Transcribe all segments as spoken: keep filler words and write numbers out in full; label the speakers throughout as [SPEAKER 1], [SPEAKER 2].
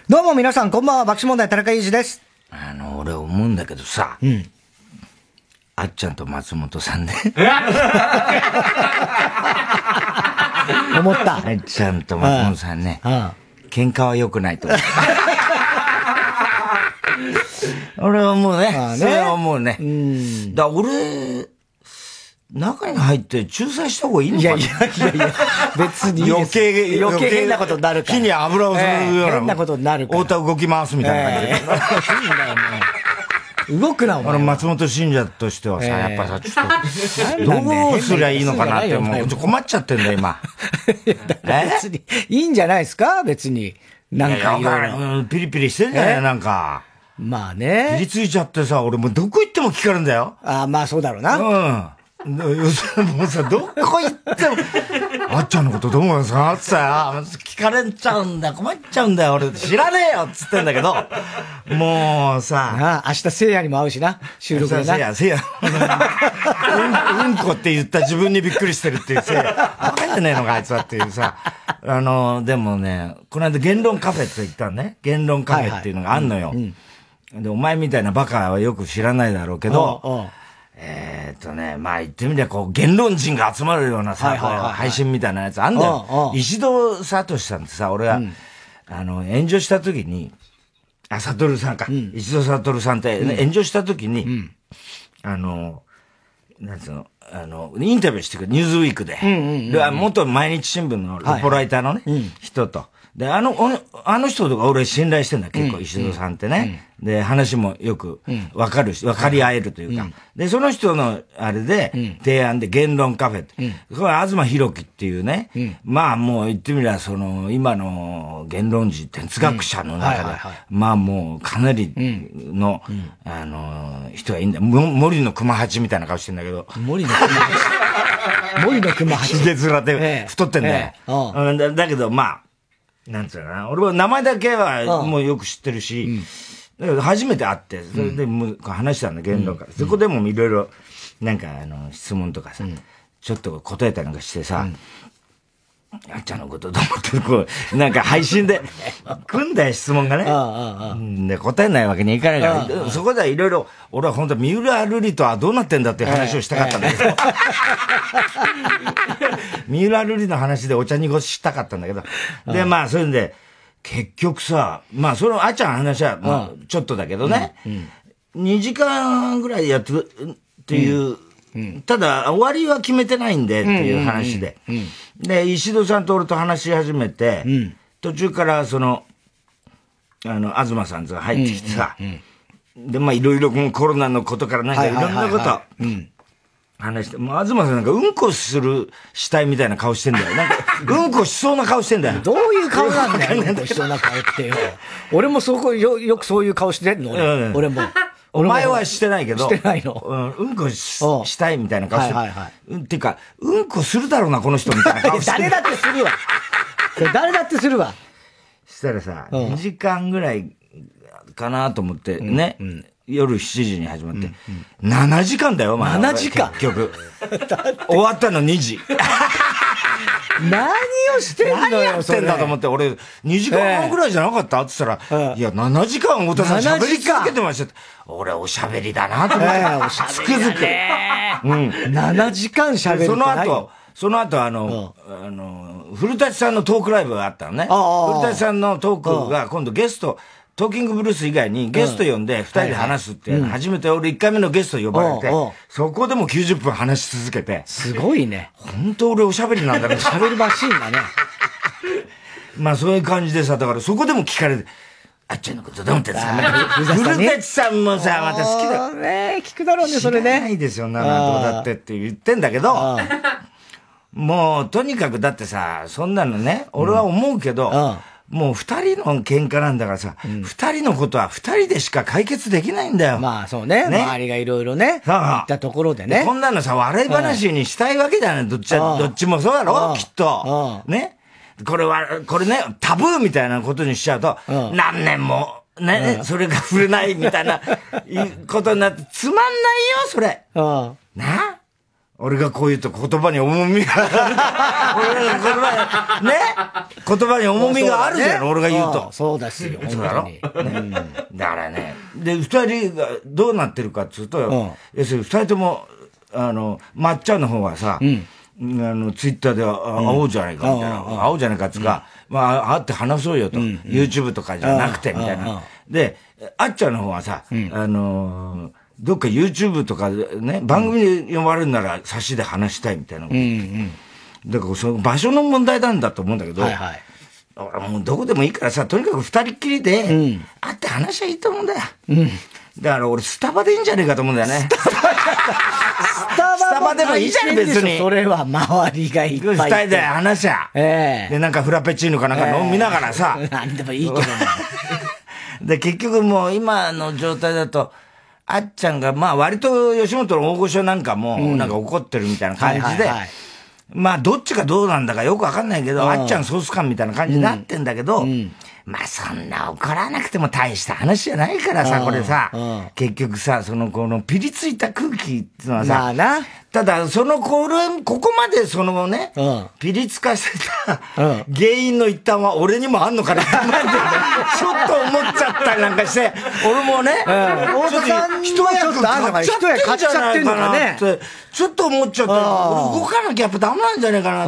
[SPEAKER 1] どうも皆さんこんばんは、爆笑問題田中裕二です。
[SPEAKER 2] あの、俺思うんだけどさ、うん。あっちゃんと松本さんね。
[SPEAKER 1] 思った。
[SPEAKER 2] あっちゃんと松本さんね。喧嘩は良くないと思う。俺はもうね、ね、それはもうね。うん。だ俺、中に入って仲裁した方がいいのかな。いやいやいや、
[SPEAKER 1] 別に
[SPEAKER 2] 余計、
[SPEAKER 1] 余計変なことになるから。
[SPEAKER 2] 火に油をするような。
[SPEAKER 1] 変なことになるから。
[SPEAKER 2] 太田動き回すみたいな感じで。いいんだよ
[SPEAKER 1] ね。動くな、お前。
[SPEAKER 2] 俺、松本信者としてはさ、やっぱさ、ちょっと、どうすりゃいいのかなって、もう困っちゃってんだ、今。
[SPEAKER 1] 別に、いいんじゃないですか別に。なんかいろいろ。
[SPEAKER 2] ピリピリしてんじゃないなんか。
[SPEAKER 1] まあね。
[SPEAKER 2] ピリついちゃってさ、俺もうどこ行っても聞かれるんだよ。
[SPEAKER 1] ああ、まあそうだろうな。
[SPEAKER 2] うん。要するにもうさ、どこ行っても、あっちゃんのことどう思いますかってさ、聞かれちゃうんだ、困っちゃうんだよ、俺知らねえよっつってんだけど、もうさ、
[SPEAKER 1] ああ、明日せいやにも会うしな、収録でな。
[SPEAKER 2] せいや、せいや。うん、うんこって言った自分にびっくりしてるっていうせいや。わかんじゃねえのか、あいつはっていうさ。あの、でもね、この間言論カフェって言ったのね。言論カフェっていうのがあんのよ。はいはいうん、で、お前みたいなバカはよく知らないだろうけど、おうおうえーっとね、まあ言ってみりゃ、こう、言論人が集まるようなさ、配信みたいなやつあんだよ。石戸聡さんってさ、俺は、うん、あの、炎上した時に、あ、悟さんか。うん、石戸悟さんって、ねうん、炎上した時に、うん、あの、なんつうの、あの、インタビューしてくる、ニューズウィークで。うんうんうん、元毎日新聞のレポライターのね、はいはい、人と。で、あの、あの人とか俺信頼してんだ、結構、石戸さんってね。うん、で、話もよくわかるし、わかり合えるというか。うん、で、その人の、あれで、うん、提案で言論カフェって。うん、これ、東博樹っていうね、うん、まあもう言ってみりゃ、その、今の言論人、哲学者の中で、まあもう、かなりの、うん、あの、人がいいんだ。森の熊八みたいな顔してんだけど。
[SPEAKER 1] 森の熊八森の熊八。
[SPEAKER 2] ひげ面で太ってんだよ。ええだ。だけど、まあ、なんつうのかな。俺は名前だけはもうよく知ってるし、うん、だけど初めて会って、それでもう話したんだ、言論から。うん、そこでもいろいろ、なんかあの、質問とかさ、うん、ちょっと答えたりなんかしてさ、うんあっちゃんのことどう思ってるこう、なんか配信で、来んだよ、質問がね。ああああで、答えないわけにいかないから、ああそこではいろいろ、俺は本当は三浦瑠麗とはどうなってんだっていう話をしたかったんだけど。ええ、三浦瑠麗の話でお茶濁ししたかったんだけど。で、まあ、それで、結局さ、まあ、そのあっちゃんの話は、まあ、ちょっとだけどね、うんうん、にじかんぐらいやってるっていう、うんうん、ただ、終わりは決めてないんで、っていう話で。うんうんうんで、石戸さんと俺と話し始めて、うん、途中からその、あの、東さんが入ってきてさ、うんうんうん、で、まあいろいろコロナのことからなんかいろんなこと、話して、もう東さんなんかうんこする、したいみたいな顔してんだよ。なんか、うんこしそうな顔してんだよ。
[SPEAKER 1] どういう顔なんだよ、うんこしそうな顔ってよ。俺もそこよ、よくそういう顔してんの俺、うん、俺も。
[SPEAKER 2] お前はしてないけど。
[SPEAKER 1] してないの。
[SPEAKER 2] うん、うんこ し, したいみたいな顔してる。はいはいはい。うん、っていうか、うんこするだろうな、この人みたいな顔してる。
[SPEAKER 1] 誰だってするわ。誰だってするわ。
[SPEAKER 2] したらさ、うん、にじかんぐらいかなと思って、ね、うんうん、夜しちじに始まって、うんうん、ななじかんだよ、まあ。
[SPEAKER 1] ななじかん
[SPEAKER 2] 結局。終わったのにじ。
[SPEAKER 1] 何をしてんのよ、
[SPEAKER 2] 何やってんだと思って、俺、にじかんはんぐらいじゃなかったって言ったら、いや、ななじかん太田さん喋り続けてました。俺、おしゃべりだなと思って。おしゃべりだね。
[SPEAKER 1] うん。ななじかん喋る。
[SPEAKER 2] その後、その後、あの、あの、古舘さんのトークライブがあったのね。古舘さんのトークが今度ゲスト、トーキングブルース以外にゲスト呼んで二人で話すって、初めて俺いっかいめのゲスト呼ばれて、そこでもきゅうじゅっぷん話し続けて。
[SPEAKER 1] すごいね。
[SPEAKER 2] 本当俺おしゃべりなんだね。
[SPEAKER 1] 喋るマシーンだね。
[SPEAKER 2] まあそういう感じでさ、だからそこでも聞かれて、あっちゃんのことどう思ってんですかね。古舘さんもさ、また好きだ。
[SPEAKER 1] ね聞くだろうね、それね。
[SPEAKER 2] ないですよ、な、なんとかだってって言ってんだけど、もうとにかくだってさ、そんなのね、俺は思うけど、もう二人の喧嘩なんだからさ、二、うん、人のことは二人でしか解決できないんだよ。
[SPEAKER 1] まあそうね。ね周りがいろいろね。言ったところでね。
[SPEAKER 2] こんなのさ、笑い話にしたいわけじゃない。どっちは、どっちもそうだろきっと。ね。これは、これね、タブーみたいなことにしちゃうと、何年も、ね、それが触れないみたいな、ことになって、つまんないよ、それ。な俺がこう言うと言葉に重みが、俺が言葉、ね言葉に重みがあるじゃん、俺が言うと。
[SPEAKER 1] そうですよ、
[SPEAKER 2] そうだろ、ね、だからね、で、二人がどうなってるかっていうと、要するに二人とも、あの、まっちゃんの方はさ、あの、ツイッターで会おうじゃないかみたいな。会おうじゃないかっていうか、まあ、会って話そうよと。YouTube とかじゃなくて、みたいな。で、あっちゃんの方はさ、あの、どっか YouTube とかね、番組に呼ばれるなら差しで話したいみたいな。だからその場所の問題なんだと思うんだけど、もうどこでもいいからさ、とにかく二人っきりで、会って話はいいと思うんだよ。だから俺スタバでいいんじゃねえかと思うんだよね。
[SPEAKER 1] スタバでもいいじゃん、別に。それは周りがいっぱい。
[SPEAKER 2] 二人で話しゃ。ええ。で、なんかフラペチーノかなんか飲みながらさ。
[SPEAKER 1] なんでもいいけどね。
[SPEAKER 2] で、結局もう今の状態だと、あっちゃんが、まあ割と吉本の大御所なんかも、なんか怒ってるみたいな感じで、まあどっちがどうなんだかよくわかんないけど、あっちゃんソース感みたいな感じになってんだけど、まあそんな怒らなくても大した話じゃないからさ、これさ、結局さ、そのこのピリついた空気っていうのはさ、まあな。ただそのこれ、ここまでそのね、ピリつかせた原因の一端は俺にもあんのかなってちょっと思っちゃったりなんかして、俺もね、
[SPEAKER 1] 大田さん一役買っちゃってんじゃないかなって、
[SPEAKER 2] ちょっと思っちゃった。俺動かなきゃやっぱダメなんじゃないかなって。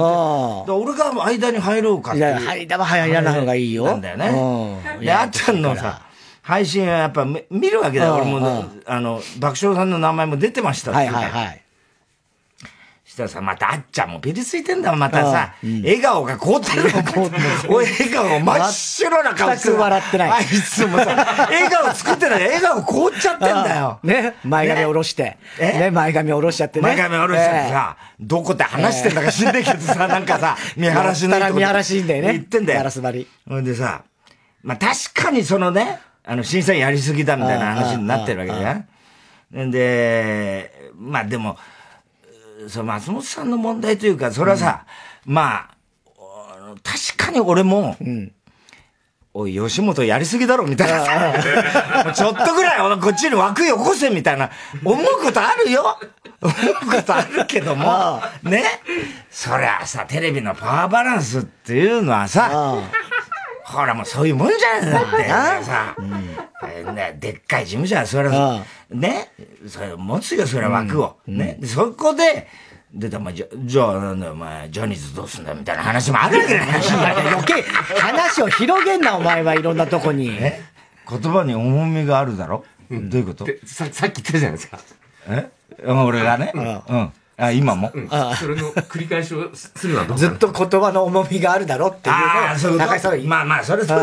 [SPEAKER 2] 俺が間に入ろうかって。いや、
[SPEAKER 1] 間は入らない方がいいよ。
[SPEAKER 2] なんだよね。で、あっちゃんのさ、配信はやっぱ見るわけだよ。俺も、あの、爆笑さんの名前も出てましたっていうか。はいはいはい。したらさ、またあっちゃんもピリついてんだもん、またさ。笑顔が凍ってるよ。おい、笑顔が真っ白な顔して。
[SPEAKER 1] 全く笑ってない。
[SPEAKER 2] あいつもさ、笑顔作ってない。笑顔凍っちゃってんだよ。
[SPEAKER 1] ね。前髪下ろして。ね。前髪下ろしちゃってね。
[SPEAKER 2] 前髪下ろしちゃってさ、どこで話してんだか知んないけどさ、なんかさ、見晴らしないと。
[SPEAKER 1] 見晴らしいんだよね。
[SPEAKER 2] 言ってんだよ。
[SPEAKER 1] ガラス張り。
[SPEAKER 2] ほんでさ、まあ確かにそのね、あの、審査員やりすぎだみたいな話になってるわけじゃん。で、まあでも、その松本さんの問題というか、それはさ、うん、まあ、確かに俺も、うん、おい、吉本やりすぎだろ、みたいなさ、ちょっとぐらいこっちに枠よこせ、みたいな、思うことあるよ。思うことあるけども、ね。そりゃさ、テレビのパワーバランスっていうのはさ、ほらもうそういうもんじゃないだってさ、うんね、でっかい事務所はそれは、ね、それ持つよ、それは枠を。うん、ね。で、そこで、で、まあ、じゃ、じゃあ、なんだよ、お前、ジャニーズどうすんだみたいな話もあるわけだよ。
[SPEAKER 1] 余計、話を広げんな、お前はいろんなとこに。
[SPEAKER 2] え言葉に重みがあるだろ、うん、どういうこと
[SPEAKER 3] ささっき言ったじゃないですか。
[SPEAKER 2] え俺がね。うん。うんあ、今も、
[SPEAKER 3] うん、それの繰り返しをするのはどう
[SPEAKER 1] ずっと言葉の重みがあるだろっていうのを。
[SPEAKER 2] ああ、そういうこと。まあまあ、それそう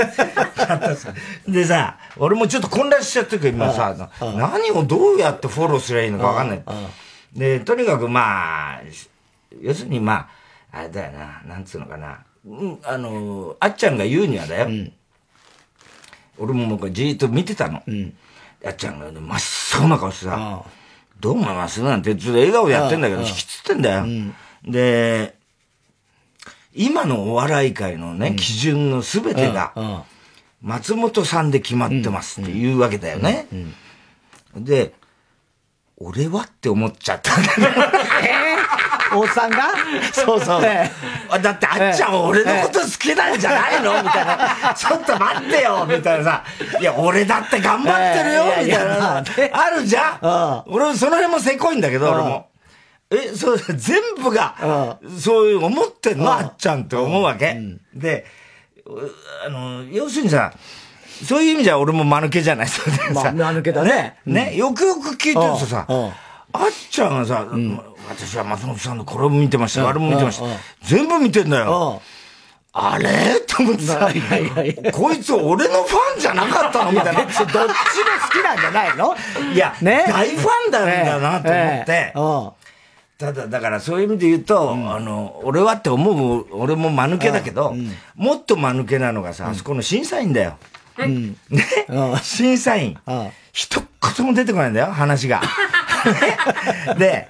[SPEAKER 2] でさ、俺もちょっと混乱しちゃってるけど、今さ、何をどうやってフォローすればいいのかわかんない。で、とにかくまあ、要するにまあ、あれだよな、なんつうのかな。うん、あの、あっちゃんが言うにはだよ。うん、俺ももうじーっと見てたの。うん、あっちゃんが真っ青な顔してさ、どう思いますなんて、ちょっと笑顔でやってんだけど、引きつってんだよ。うん、で、今のお笑い界のね、うん、基準のすべてが、松本さんで決まってますっていうわけだよね。うんうん、で、俺はって思っちゃったんだよ。
[SPEAKER 1] えー、大さんが
[SPEAKER 2] そうそう。えー、だってあっちゃん俺のこと好きなんじゃないのみたいな。ちょっと待ってよみたいなさ。いや、俺だって頑張ってるよ、えー、みたいな。いやいやあるじゃん。俺、その辺もせこいんだけど、俺も。え、そう、全部が、そういう思ってんのあっちゃんって思うわけ。で、あの、要するにさ、そういう意味じゃ俺も間抜けじゃないですか。
[SPEAKER 1] まあ、間抜けだね。
[SPEAKER 2] ね、よくよく聞いてるとさ、あっちゃんがさ、私は松本さんのこれも見てました、あれも見てました。全部見てんだよ。あれと思ってさ、こいつ俺のファンじゃなかったのみたいな。
[SPEAKER 1] どっちも好きなんじゃないの
[SPEAKER 2] いや、大ファンなんだなと思って。ただ、だからそういう意味で言うと、うん、あの、俺はって思う、俺も間抜けだけど、うん、もっと間抜けなのがさ、あそこの審査員だよ。うん、ね、審査員。一言も出てこないんだよ、話が。で、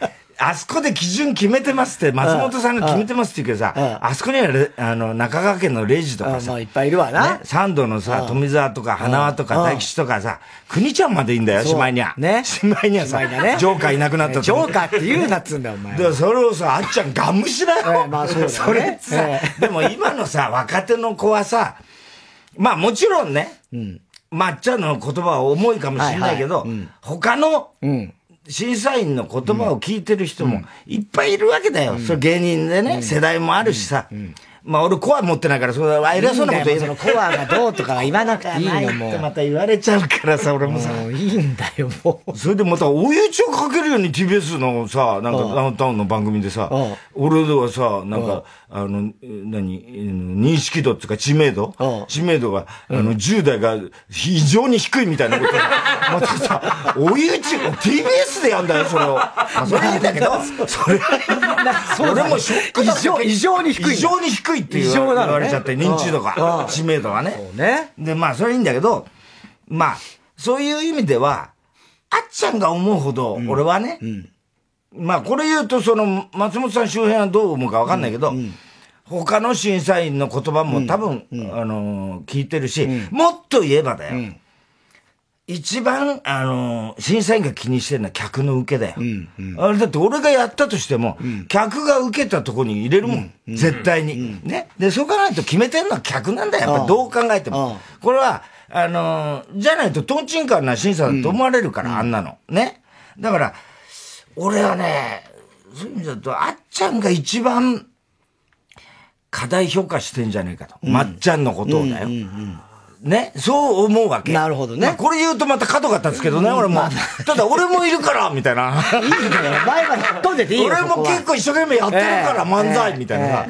[SPEAKER 2] あそこで基準決めてますって、松本さんが決めてますって言うけどさ、あそこにはレ、あの、中川家のレイジとかさ、
[SPEAKER 1] まあいっぱいいるわな。
[SPEAKER 2] ね、サンドのさ、富澤とか花輪とか大吉とかさ、国ちゃんまでいいんだよ、しまいには。
[SPEAKER 1] ね。
[SPEAKER 2] しまいにはさ、ね、ジョーカーいなくなったと。
[SPEAKER 1] ジョーカーって言うなっつうんだよ、お前。
[SPEAKER 2] で、それをさ、あっちゃんガン無視だよ。
[SPEAKER 1] まあそうだね。
[SPEAKER 2] それさ、でも今のさ、若手の子はさ、まあもちろんね、まっちゃんの言葉は重いかもしれないけど、他の、審査員の言葉を聞いてる人もいっぱいいるわけだよ。それ芸人でね、世代もあるしさ。まあ俺コア持ってないから、それは偉そうなこと言えない。
[SPEAKER 1] そのコアがどうとか言わなくていいのも。
[SPEAKER 2] ってまた言われちゃうからさ、俺もさ。
[SPEAKER 1] もういいんだよ、もう。
[SPEAKER 2] それでまた追い打ちをかけるように ティービーエス のさ、なんかダウンタウンの番組でさ、俺ではさ、なんか、あの、何、認識度っていうか知名度知名度が、あの、じゅう代が非常に低いみたいなことまたさ、追い打ち、ティービーエス でやんだよ、それを。まあ、それいいんだけど、それ、俺もショックだ
[SPEAKER 1] 異常に低い。
[SPEAKER 2] 異常に低いって言われちゃって、認知度が、知名度がね。で、まあ、それいいんだけど、まあ、そういう意味では、あっちゃんが思うほど、俺はね、まあ、これ言うと、その、松本さん周辺はどう思うかわかんないけど、他の審査員の言葉も多分、あの、聞いてるし、もっと言えばだよ。一番、あの、審査員が気にしてるのは客の受けだよ。うんうん、あれだって俺がやったとしても、うん、客が受けたとこに入れるもん。うん、絶対に、うん。ね。で、そう考えると決めてるのは客なんだよ。やっぱどう考えても。これは、あの、じゃないとトンチンカンな審査だと思われるから、うん、あんなの。ね。だから、俺はね、そういう意味だと、あっちゃんが一番、過大評価してんじゃねえかと。うん、まっちゃんのことをだよ。うんうんうんね、そう思うわけ。
[SPEAKER 1] なるほどね。
[SPEAKER 2] まあ、これ言うとまた角が立つけどね、俺も。ただ俺もいるから、みたいな。
[SPEAKER 1] いいんだよ。前まで飛んでていいよ。
[SPEAKER 2] 俺も結構一生懸命やってるから、漫才みたいな。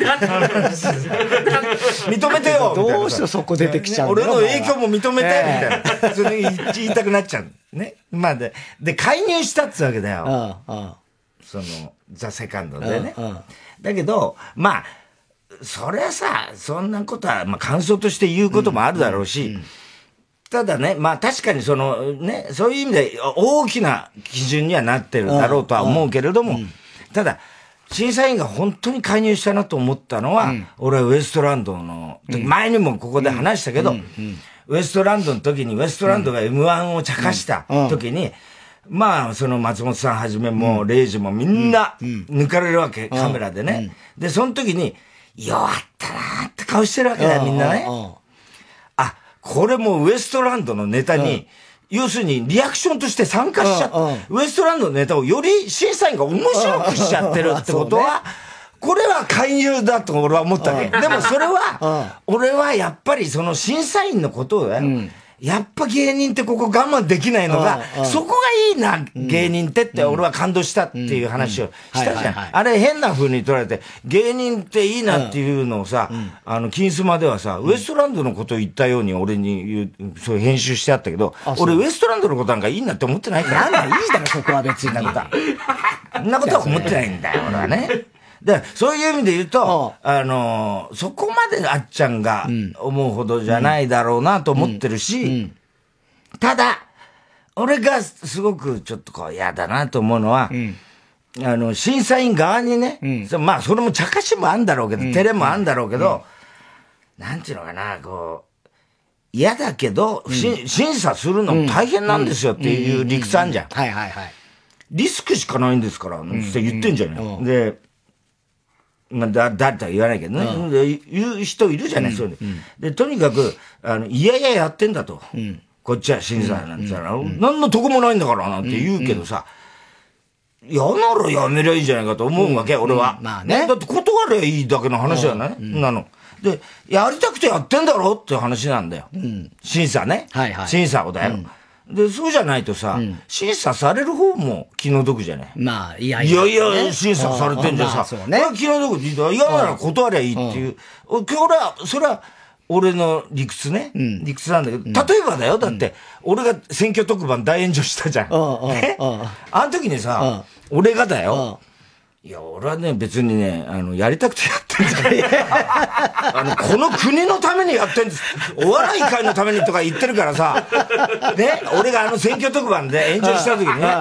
[SPEAKER 2] 認めてよ。
[SPEAKER 1] どうしてそこ出てきちゃうんだよ。
[SPEAKER 2] 俺の影響も認めて、みたいな。それ言いたくなっちゃう。ね。まあで、で、介入したってわけだよ。その、ザ・セカンドでね。だけど、まあ、そりゃさ、そんなことは、まあ、感想として言うこともあるだろうし、うんうん、ただね、まあ確かにそのね、そういう意味で大きな基準にはなってるだろうとは思うけれども、うん、ただ、審査員が本当に介入したなと思ったのは、うん、俺はウエストランドの、前にもここで話したけど、うんうんうん、ウエストランドの時にウエストランドが エムワン を茶化した時に、まあ、その松本さんはじめも、レイジもみんな抜かれるわけ、カメラでね。で、その時に、弱ったなーって顔してるわけだよ、みんなね。あ、これもウエストランドのネタに、要するにリアクションとして参加しちゃった。ウエストランドのネタをより審査員が面白くしちゃってるってことは、これは介入だと俺は思ったわけ。でもそれは、俺はやっぱりその審査員のことをね、やっぱ芸人ってここ我慢できないのが、そこがいいな、芸人ってって俺は感動したっていう話をしたじゃん。あれ変な風に取られて、芸人っていいなっていうのをさ、あの、金スマではさ、ウエストランドのことを言ったように俺に言う、そういう編集してあったけど、俺ウエストランドのことなんかいいなって思ってないから。
[SPEAKER 1] なんだ、いいだろ、そこは別に。
[SPEAKER 2] そんなことは。そんなことは思ってないんだよ、俺はね。で、そういう意味で言うと、あの、そこまであっちゃんが思うほどじゃないだろうなと思ってるし、ただ、俺がすごくちょっとこう嫌だなと思うのは、あの、審査員側にね、まあそれも茶化しもあんだろうけど、照れもあんだろうけど、なんていうのかな、こう、嫌だけど、審査するのも大変なんですよっていう理屈あんじゃん。
[SPEAKER 1] はいはいはい。
[SPEAKER 2] リスクしかないんですから、って言ってんじゃない。で、まあ、だ、誰とは言わないけどね。うん、で言う人いるじゃない、うん、そういうの、うん。で、とにかく、あの、いやいややってんだと。うん、こっちは審査なんて言ったら、うん、何のとこもないんだからなんて言うけどさ、嫌、うん、ならやめりゃいいじゃないかと思うわけ、うん、俺は、うん。まあね。だって断ればいいだけの話じゃない、うん、なの。で、やりたくてやってんだろって話なんだよ。うん、審査ね。はいはい。審査をだよ。うんで、そうじゃないとさ、うん、審査される方も気の毒じゃない。
[SPEAKER 1] まあ、いや
[SPEAKER 2] いや、ね。いやいや、審査されてんじゃんさ。まあ、そうね。これ気の毒って言う嫌なら断りゃいいっていう。これは、それは、俺の理屈ね。うん、理屈なんだけど、うん、例えばだよ、だって、うん、俺が選挙特番大炎上したじゃん。ね、あの時にさ、俺がだよ、いや、俺はね、別にね、あの、やりたくてやってんじゃないあの、この国のためにやってんです。お笑い界のためにとか言ってるからさ、ね、俺があの選挙特番で炎上した時にね、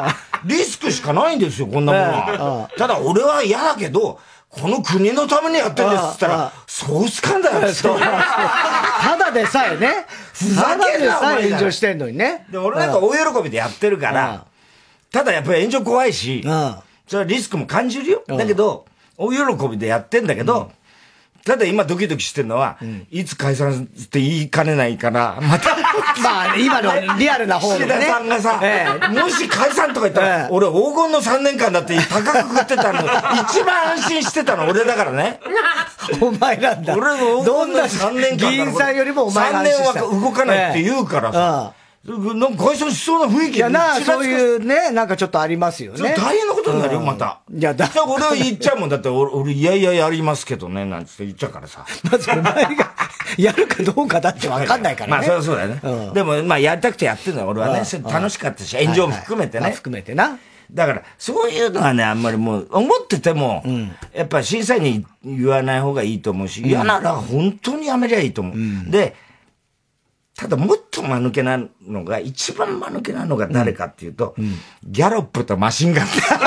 [SPEAKER 2] リスクしかないんですよ、こんなものは。ただ俺は嫌だけど、この国のためにやってるんですって言ったら、そうすかんだよって言って。
[SPEAKER 1] ただでさえね、
[SPEAKER 2] ふざけんな、
[SPEAKER 1] ただでさえ炎上してんのにね。
[SPEAKER 2] で、俺なんか大喜びでやってるから、ただやっぱり炎上怖いし、それはリスクも感じるよ。だけど、大喜びでやってんだけど、ただ今ドキドキしてるのは、いつ解散って言いかねないから、また。
[SPEAKER 1] まあ、今のリアルな方のね。
[SPEAKER 2] 岸田さんがさ、もし解散とか言ったら、俺黄金のさんねんかんだって高く食ってたの、一番安心してたの俺だからね。
[SPEAKER 1] お前なんだ。
[SPEAKER 2] 俺の黄金のさんねんかん。
[SPEAKER 1] 議員さんよりもお前が安心した。
[SPEAKER 2] さんねんは動かないって言うからさ。なんか解散しそうな雰囲気
[SPEAKER 1] いやな、そういうね、なんかちょっとありますよね。
[SPEAKER 2] 大変なことになるよ、また。
[SPEAKER 1] いや、だ
[SPEAKER 2] から俺は言っちゃうもん。だって俺、俺、いやいややりますけどね、なんつって言っちゃうからさ。
[SPEAKER 1] まずお前が、やるかどうかだってわかんないからね。
[SPEAKER 2] まあ、そうそうだよね。でも、まあ、やりたくてやってるのは俺はね、楽しかったし、炎上も含めてね。
[SPEAKER 1] 含めてな。
[SPEAKER 2] だから、そういうのはね、あんまりもう、思ってても、やっぱ審査員に言わない方がいいと思うし、嫌なら本当にやめりゃいいと思う。で、ただもっと間抜けなのが、一番間抜けなのが誰かっていうと、うんうん、ギャロップとマシンガン。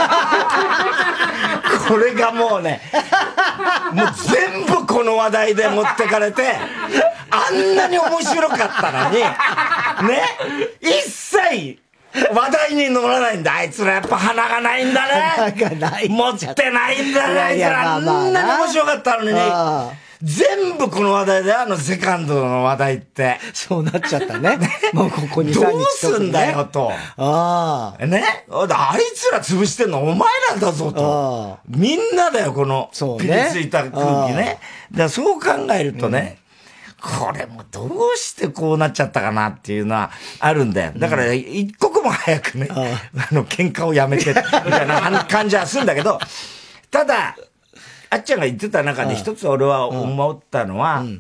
[SPEAKER 2] これがもうね、もう全部この話題で持ってかれて、あんなに面白かったのに、ね、一切話題に乗らないんだ。あいつらやっぱ鼻がないんだね。
[SPEAKER 1] 鼻がない。
[SPEAKER 2] 持ってないんだね。あいつらあんなに面白かったのに。全部この話題だよ、あのセカンドの話題って。
[SPEAKER 1] そうなっちゃったね。もうここにさんにち、ね。
[SPEAKER 2] どうすんだよと。
[SPEAKER 1] ああ。
[SPEAKER 2] ね。あいつら潰してんのお前らだぞと。みんなだよ、このピリついた空気ね。だからそう考えるとね、うん、これもどうしてこうなっちゃったかなっていうのはあるんだよ。だから一刻も早くね、うん、あの喧嘩をやめて、みたいな感じはするんだけど、ただ、あっちゃんが言ってた中で一つ俺は思ったのは、うんうん、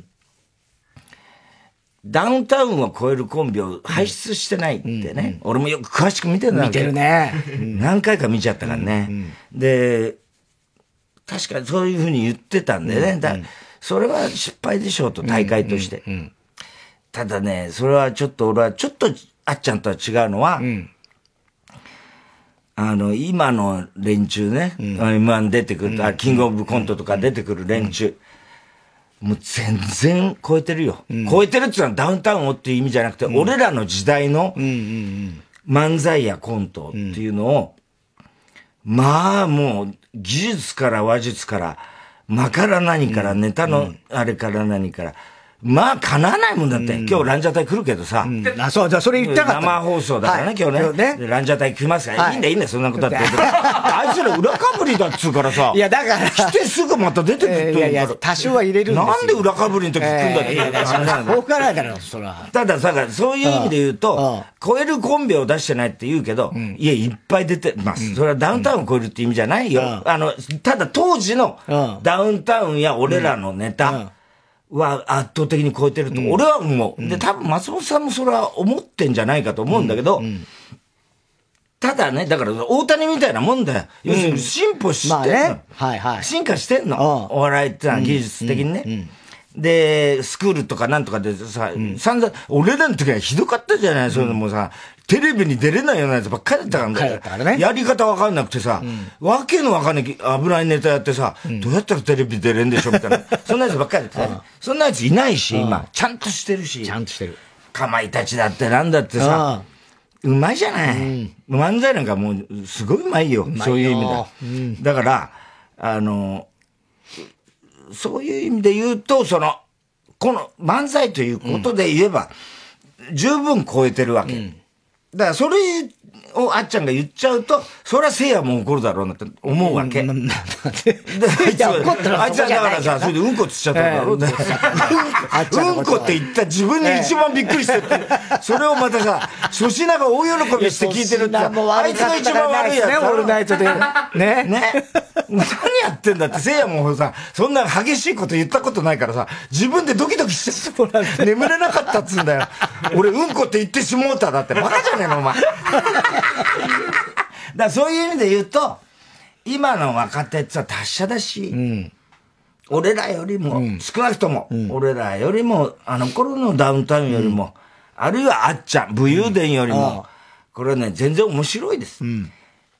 [SPEAKER 2] ダウンタウンを超えるコンビを輩出してないってね、うんうん、俺もよく詳しく見てるんだ
[SPEAKER 1] けど。見てるね。
[SPEAKER 2] 何回か見ちゃったからね。うんうん、で、確かにそういうふうに言ってたんでね、うんうん、だそれは失敗でしょうと、大会として。うんうんうん、ただね、それはちょっと俺はちょっとあっちゃんとは違うのは、うんあの、今の連中ね、うん、エムワン 出てくる、うん、キングオブコントとか出てくる連中、うん、もう全然超えてるよ。うん、超えてるっていうのはダウンタウンをっていう意味じゃなくて、うん、俺らの時代の漫才やコントっていうのを、うん、まあもう技術から話術から、間から何から、ネタのあれから何から、まあ、叶わないもんだって。うん、今日ランジャタイ来るけどさ。うん、
[SPEAKER 1] あ、そう、じゃそれ言ったかった。
[SPEAKER 2] 生放送だからね、はい、今日ね。今日ねランジャタイ来ますから。はい、いいんだ、いいんだ、そんなことだって。あいつら裏かぶりだっつうからさ。
[SPEAKER 1] いや、だから。
[SPEAKER 2] 来てすぐまた出てくるって、
[SPEAKER 1] いやいや、多少は入れるんですよ。
[SPEAKER 2] なんで裏かぶりの時来るんだって。
[SPEAKER 1] いやいや、そうかないだろ、そら。
[SPEAKER 2] たださ、そういう意味で言うと、超えるコンビを出してないって言うけど、うん、いや、いっぱい出てます。それはダウンタウンを超えるって意味じゃないよ。うん、あの、ただ当時のダウンタウンや俺らのネタ、うんは圧倒的に超えてると、俺は思う、うん。で、多分松本さんもそれは思ってんじゃないかと思うんだけど、うんうん、ただね、だから大谷みたいなもんだよ。要するに進歩してんの、まあねはいはい、進化してんの。お笑いってのは技術的にね。うんうんうん、で、スクールとかなんとかでさ、うん、散々、俺らの時はひどかったじゃない、うん、そういうのもさ、テレビに出れないようなやつばっかりだったからね。からねやり方わかんなくてさ、うん、わけのわかんない危ないネタやってさ、うん、どうやったらテレビ出れんでしょみたいな。そんなやつばっかりだった、ね。そんなやついないし、今。ちゃんとしてるし。
[SPEAKER 1] ちゃんとしてる。
[SPEAKER 2] かまいたちだってなんだってさ、うまいじゃない、うん。漫才なんかもう、すごいうまいよ。うそういう意味だ、うん。だから、あの、そういう意味で言うと、その、この漫才ということで言えば、うん、十分超えてるわけ。うんだからそれをあっちゃんが言っちゃうと、それはせいやも怒るだろうなって思うわけ。うん、であいつは、あいつはだからさ、それでうんこつっちゃったんだろうね。うんこって言った自分に一番びっくりしてって、それをまたさ、粗品が大喜びして聞いてるってさ、あいつが一番悪いやつだろ。
[SPEAKER 1] オールナイトで。ね。
[SPEAKER 2] ね。何やってんだって、せいやもさ、そんな激しいこと言ったことないからさ、自分でドキドキして眠れなかったっつうんだよ。俺うんこって言ってしもうただって、バカじゃねえのお前。だからそういう意味で言うと、今の若手ってさ、達者だし、うん、俺らよりも、うん、少なくとも、うん、俺らよりも、あの頃のダウンタウンよりも、うん、あるいはあっちゃん、武勇伝よりも、これはね、全然面白いです。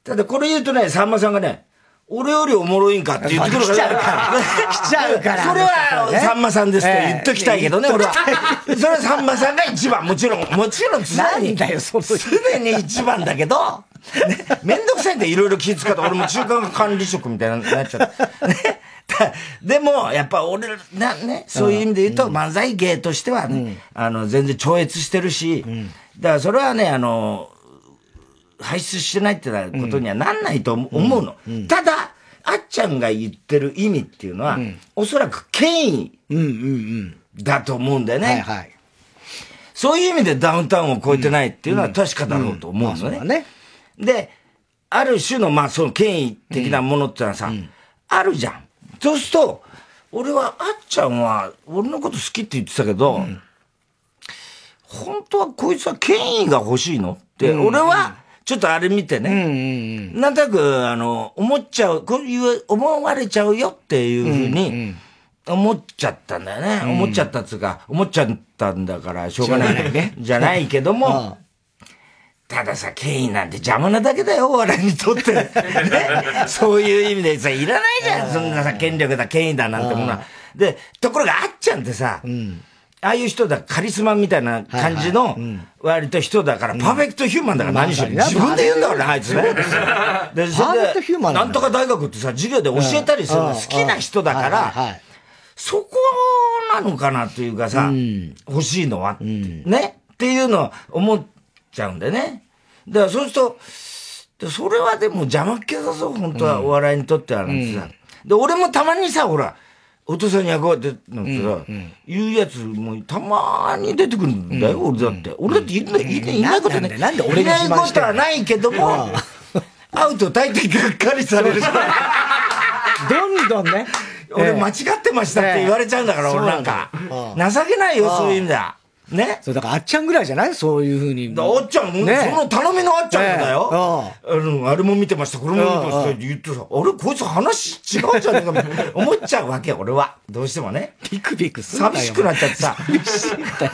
[SPEAKER 2] ただこれ言うとね、さんまさんがね、俺よりおもろいんかって言ってくるから。
[SPEAKER 1] 来ちゃうから。来ちゃうから。
[SPEAKER 2] それは、さんまさんですと言っときたいけどね、俺は。それはさんまさんが一番、もちろん、もちろん常に、
[SPEAKER 1] だよ、その
[SPEAKER 2] 常に一番だけど、ね、めんどくさいんでいろいろ気遣って、俺も中間管理職みたいになっちゃった。ね、でも、やっぱ俺な、ね、そういう意味で言うと、漫才芸としてはね、あの、全然超越してるし、だからそれはね、あの、排出してないってことにはなんないと思うの。うんうん、ただ、あっちゃんが言ってる意味っていうのは、うん、おそらく権威だと思うんだよね、うんうんうんはいはい。そういう意味でダウンタウンを超えてないっていうのは確かだろうと思うのね。うんうんまあねで、ある種の、まあ、その権威的なものってのはさ、うん、あるじゃん。そうすると、俺は、あっちゃんは、俺のこと好きって言ってたけど、うん、本当はこいつは権威が欲しいのって、うん、俺は、ちょっとあれ見てね、うんうんうん、なんとなく、あの、思っちゃう、こういう、思われちゃうよっていうふうに、思っちゃったんだよね。うん、思っちゃったっつうか、思っちゃったんだから、しょうがないね。じゃないけども、たださ、権威なんて邪魔なだけだよ、我々にとって。ね。そういう意味でさ、いらないじゃん。そんなさ、権力だ、権威だなんてものは。で、ところがあっちゃんってさ、うん、ああいう人だ、カリスマみたいな感じの、割と人だから、パーフェクトヒューマンだから何しろ、自分で言うんだからね、あいつね。で、それで、パーフェクトヒューマンなんとか大学ってさ、授業で教えたりするの好きな人だから、そこなのかなというかさ、欲しいのは、ねっていうのは思っちゃうんだよね。だからそうすると、それはでも邪魔っ気だぞ、本当は、お笑いにとってはなんてさ。で、俺もたまにさ、ほら、お父さんに役割ってなんてさ、うんうん、言うやつもたまーに出てくるんだよ、うん、俺だって。俺だっていない、いないことね。
[SPEAKER 1] なんで俺が
[SPEAKER 2] いないことはないけども、会うと大抵がっかりされるし。
[SPEAKER 1] どんどんね。
[SPEAKER 2] 俺間違ってましたって言われちゃうんだから、俺なんか。情けないよ、そういう意味では。ね。
[SPEAKER 1] そう、だからあっちゃんぐらいじゃないそういうふうに。
[SPEAKER 2] あっちゃん、ね、その頼みのあっちゃんだよ。ああれも見てました、これも見てましたって言ってさ、あれ、こいつ話違うじゃねえか、思っちゃうわけよ、俺は。どうしてもね。
[SPEAKER 1] ビクビクするんだよ。
[SPEAKER 2] 寂しくなっちゃってさ。寂しいんだよ。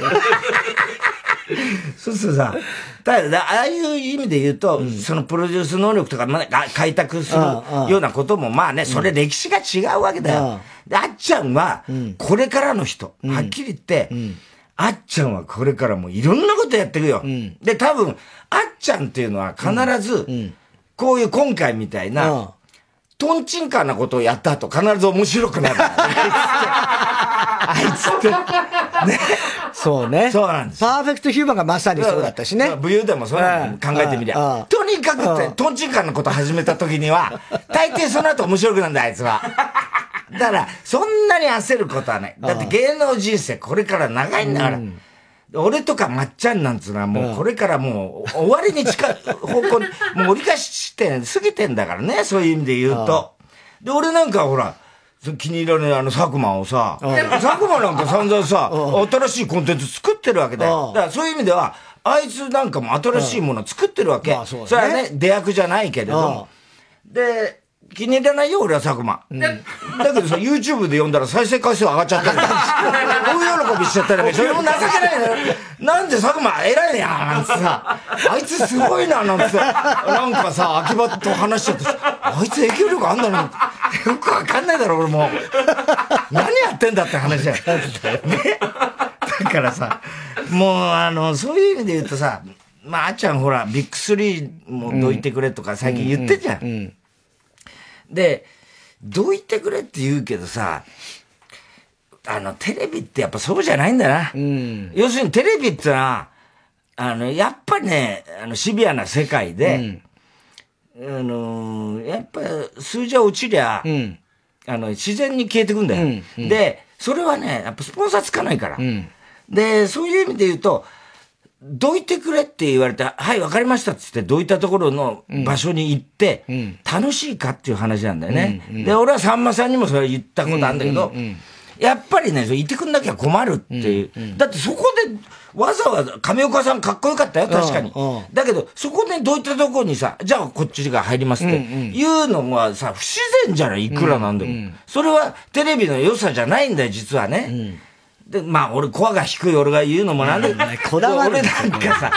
[SPEAKER 2] そうするとさ、だだああいう意味で言うと、うん、そのプロデュース能力とか、まあ、開拓するようなことも、まあね、それ歴史が違うわけだよ。で、あっちゃんは、これからの人、はっきり言って、うんあっちゃんはこれからもいろんなことやってるよ。うん、で、多分、あっちゃんっていうのは必ず、こういう今回みたいな、うん、トンチンカンなことをやった後、必ず面白くなる。あいつって。ね。
[SPEAKER 1] そうね。
[SPEAKER 2] そうなんです。
[SPEAKER 1] パーフェクトヒューマンがまさにそうだったしね。
[SPEAKER 2] 武勇でもそうなの考えてみりゃ。とにかくって、トンチンカンなこと始めた時には、大抵その後面白くなるんだ、あいつは。だから、そんなに焦ることはない。だって芸能人生これから長いんだから。うん、俺とかまっちゃんなんつうのはもうこれからもう終わりに近い方向に、もう折り返し地点過ぎてんだからね、そういう意味で言うと。で、俺なんかほら、気に入らないあの佐久間をさ、佐久間なんか散々さ、新しいコンテンツ作ってるわけだよ。だからそういう意味では、あいつなんかも新しいもの作ってるわけ。それはね、出役じゃないけれども。で、気に入らないよ、俺は佐久間。うん、だけどさ、YouTube で読んだら再生回数上がっちゃったんだ。大喜びしちゃったら、それも情けないのよ。なんで佐久間偉いねや、なんつってさ、あいつすごいな、なんつって。なんかさ、秋葉と話しちゃってさ、あいつ影響力あんだな、よくわかんないだろ、俺もう。何やってんだって話だよ。ね。だからさ、もう、あの、そういう意味で言うとさ、まあ、あっちゃんほら、ビッグスリーもどいてくれとか最近言ってんじゃん。うんうんうんで、どいてくれって言うけどさ、あの、テレビってやっぱそうじゃないんだな。うん、要するにテレビってのは、あの、やっぱりね、あの、シビアな世界で、うん、あの、やっぱ数字は落ちりゃ、うん、あの、自然に消えてくんだよ、うんうん。で、それはね、やっぱスポンサーつかないから。うん、で、そういう意味で言うと、どいてくれって言われて、はい、わかりましたっつって、どいたところの場所に行って、うん、楽しいかっていう話なんだよね。うんうん、で、俺はさんまさんにもそれ言ったことあるんだけど、うんうんうん、やっぱりね、いてくんなきゃ困るっていう。うんうん、だってそこで、わざわざ、亀岡さんかっこよかったよ、確かに。うんうん、だけど、そこでどういったところにさ、じゃあこっちが入りますっていうのはさ、不自然じゃない、いくらなんでも。うんうん、それはテレビの良さじゃないんだよ、実はね。うんで、まあ、俺、コアが低い俺が言うのもなんで、
[SPEAKER 1] こだわる
[SPEAKER 2] 俺なんかさ、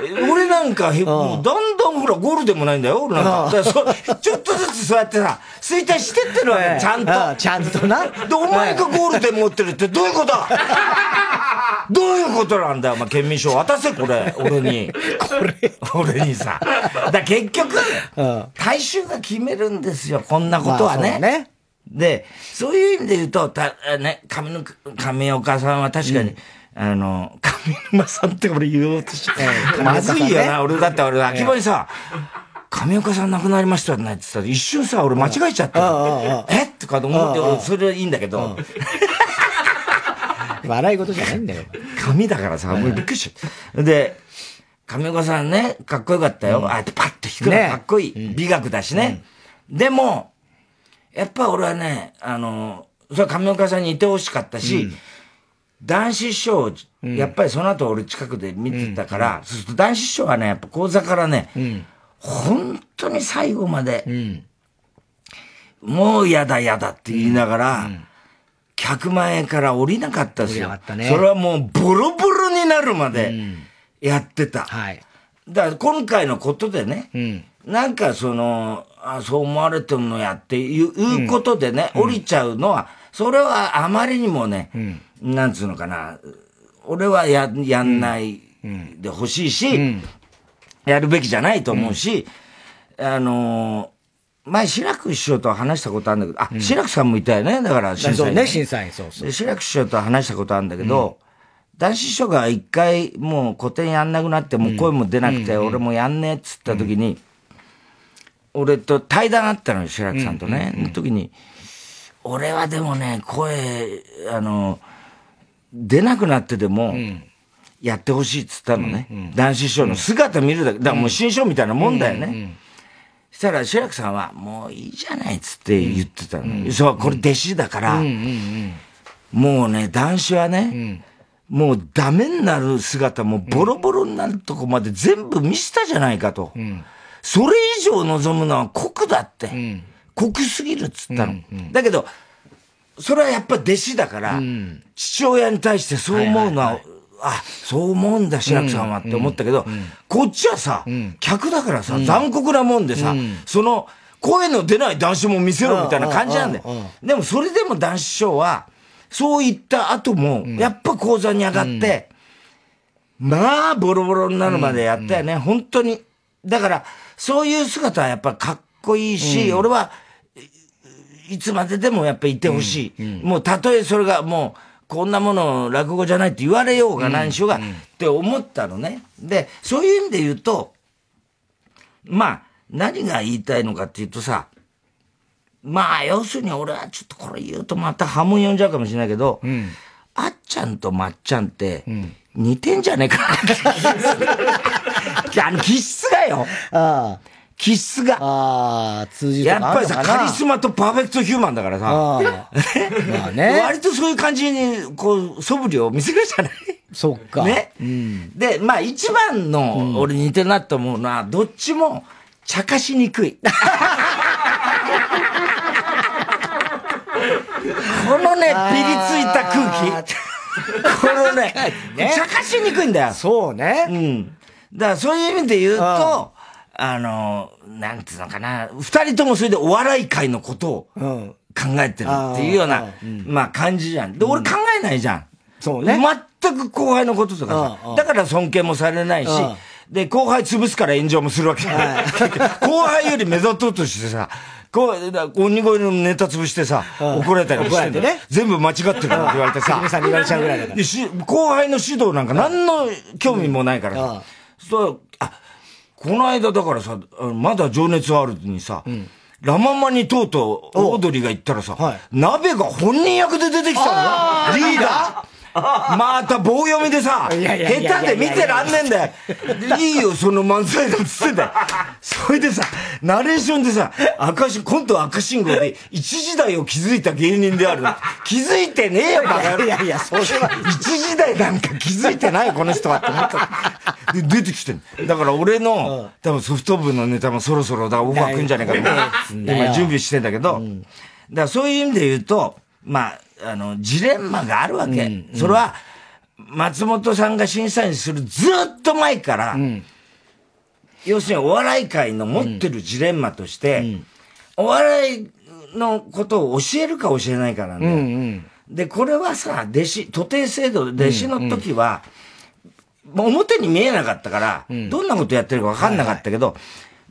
[SPEAKER 2] 俺なんか、もうだんだんほら、ゴールでもないんだよ、俺なんか。だからそちょっとずつそうやってさ、衰退してってるわけ、ちゃんと。
[SPEAKER 1] ちゃんとな。
[SPEAKER 2] で、お前がゴールデン持ってるってどういうことだどういうことなんだよ、お前、県民賞渡せ、これ、俺に。
[SPEAKER 1] これ。
[SPEAKER 2] 俺にさ。だ結局、大衆が決めるんですよ、こんなことはね。ねで、そういう意味で言うと、た、ね、上の、上岡さんは確かに、うん、あの、上沼さんって俺言おうとして、まずいよな、俺、だって俺、秋葉にさ、上岡さん亡くなりましたねって言ったら、一瞬さ、俺間違えちゃったの。えとかと思って、俺、それはいいんだけど、
[SPEAKER 1] 笑い事じゃないんだよ。
[SPEAKER 2] 髪だからさ、もうびっくりしちゃった。で、上岡さんね、かっこよかったよ。ああやってパッと弾くのかっこいい。美学だしね。でも、やっぱ俺はね、あの、それは上岡さんにいてほしかったし、男子師匠、やっぱりその後俺近くで見てたから、そうすると男子師匠はね、やっぱ講座からね、本当に最後まで、もうやだやだって言いながら、客前から降りなかったですよ。ね、それはもうボロボロになるまでやってた。うんはい、だから今回のことでね、うん、なんかその、あ、そう思われてるのやっていうことでね、うん、降りちゃうのは、それはあまりにもね、うん、なんつうのかな、俺はや、やんないでほしいし、うん、やるべきじゃないと思うし、うん、あのー、前、志らく師匠と話したことあるんだけど、あ、うん、志らくさんもいたよね。だから、
[SPEAKER 1] 審査員。そうね、審査員、そうそう。
[SPEAKER 2] 志らく師匠と話したことあるんだけど、うん、男子師匠が一回、もう古典やんなくなって、もう声も出なくて、うん、俺もやんねえっつった時に、うん、俺と対談あったのよ、志らくさんとね。うん、の時に、俺はでもね、声、あの、出なくなってでも、うんやってほしいっつったのね。うんうん、男子師匠の姿見るだけ。だからもう新章みたいなもんだよね。うんうんうん、したら、志らくさんは、もういいじゃないっつって言ってたの。うんうん、そう、これ弟子だから、うんうんうん、もうね、男子はね、うん、もうダメになる姿、もうボロボロになるとこまで全部見せたじゃないかと。うん、それ以上望むのは酷だって。うん、酷すぎるっつったの。うんうん、だけど、それはやっぱ弟子だから、うん、父親に対してそう思うのは、はいはいはいあ、そう思うんだ、志らくさんはって思ったけど、うんうん、こっちはさ、うん、客だからさ、うん、残酷なもんでさ、うん、その、声の出ない男子も見せろみたいな感じなんだよ。でもそれでも男子師匠は、そう言った後も、やっぱ講座に上がって、うん、まあ、ボロボロになるまでやったよね、うん、本当に。だから、そういう姿はやっぱかっこいいし、うん、俺はいつまででもやっぱいてほしい。うんうん、もうたとえそれがもう、こんなもの落語じゃないって言われようが何しようが、うんうん、って思ったのね。で、そういう意味で言うと、まあ、何が言いたいのかっていうとさ、まあ、要するに俺はちょっとこれ言うとまた波紋呼んじゃうかもしれないけど、うん、あっちゃんとまっちゃんって、似てんじゃねえかな。あの気質がよ。ああ気質が。
[SPEAKER 1] ああ、通じて
[SPEAKER 2] やっぱりさ、カリスマとパーフェクトヒューマンだからさ。あまあね。割とそういう感じに、こう、素振りを見せるじゃない
[SPEAKER 1] そっか。
[SPEAKER 2] ね。うん、で、まあ一番の、俺似てるなと思うのは、どっちも、茶化しにくい。このね、ピリついた空気。このね、ね茶化しにくいんだよ。
[SPEAKER 1] そうね。
[SPEAKER 2] うん。だからそういう意味で言うと、あの、なんていうのかな、二人ともそれでお笑い界のことを考えてるっていうような、うん、まあ感じじゃん。で、俺考えないじゃん。
[SPEAKER 1] そうね。
[SPEAKER 2] 全く後輩のこととかさ。だから尊敬もされないし、で、後輩潰すから炎上もするわけ。後輩より目立とうとしてさ、こう、鬼越のネタ潰してさ、怒られたりしてね。全部間違ってるって言われてさ。
[SPEAKER 1] さんに言われちゃうぐらいだから。
[SPEAKER 2] 後輩の指導なんか何の興味もないからさ。そう、あ、この間だからさ、まだ情熱あるにさ、うん、ラママにとうとうオードリーが行ったらさ、はい、鍋が本人役で出てきたのよ。リーダー。また棒読みでさ、下手で見てらんねえんだよ。いいよ、その漫才だっつってんだよ。それでさ、ナレーションでさ、赤信、今度は赤信号で一時代を築いた芸人である。気づいてねえよ、バカ。
[SPEAKER 1] いやいや、それは。
[SPEAKER 2] 一時代なんか気づいてないよ、この人はって思った。で、出てきてんだから俺の、多分ソフト部のネタもそろそろだ、オファー来んじゃねえかと。今準備してんだけど、だからそういう意味で言うと、まあ、あの、ジレンマがあるわけ。うんうん、それは、松本さんが審査員するずっと前から、うん、 要するにお笑い界の持ってるジレンマとして、うん、お笑いのことを教えるか教えないかなんだよ。うんうん、で、これはさ、弟子、徒弟制度、弟子の時は、うんうん、表に見えなかったから、うん、どんなことやってるか分かんなかったけど、はいはい、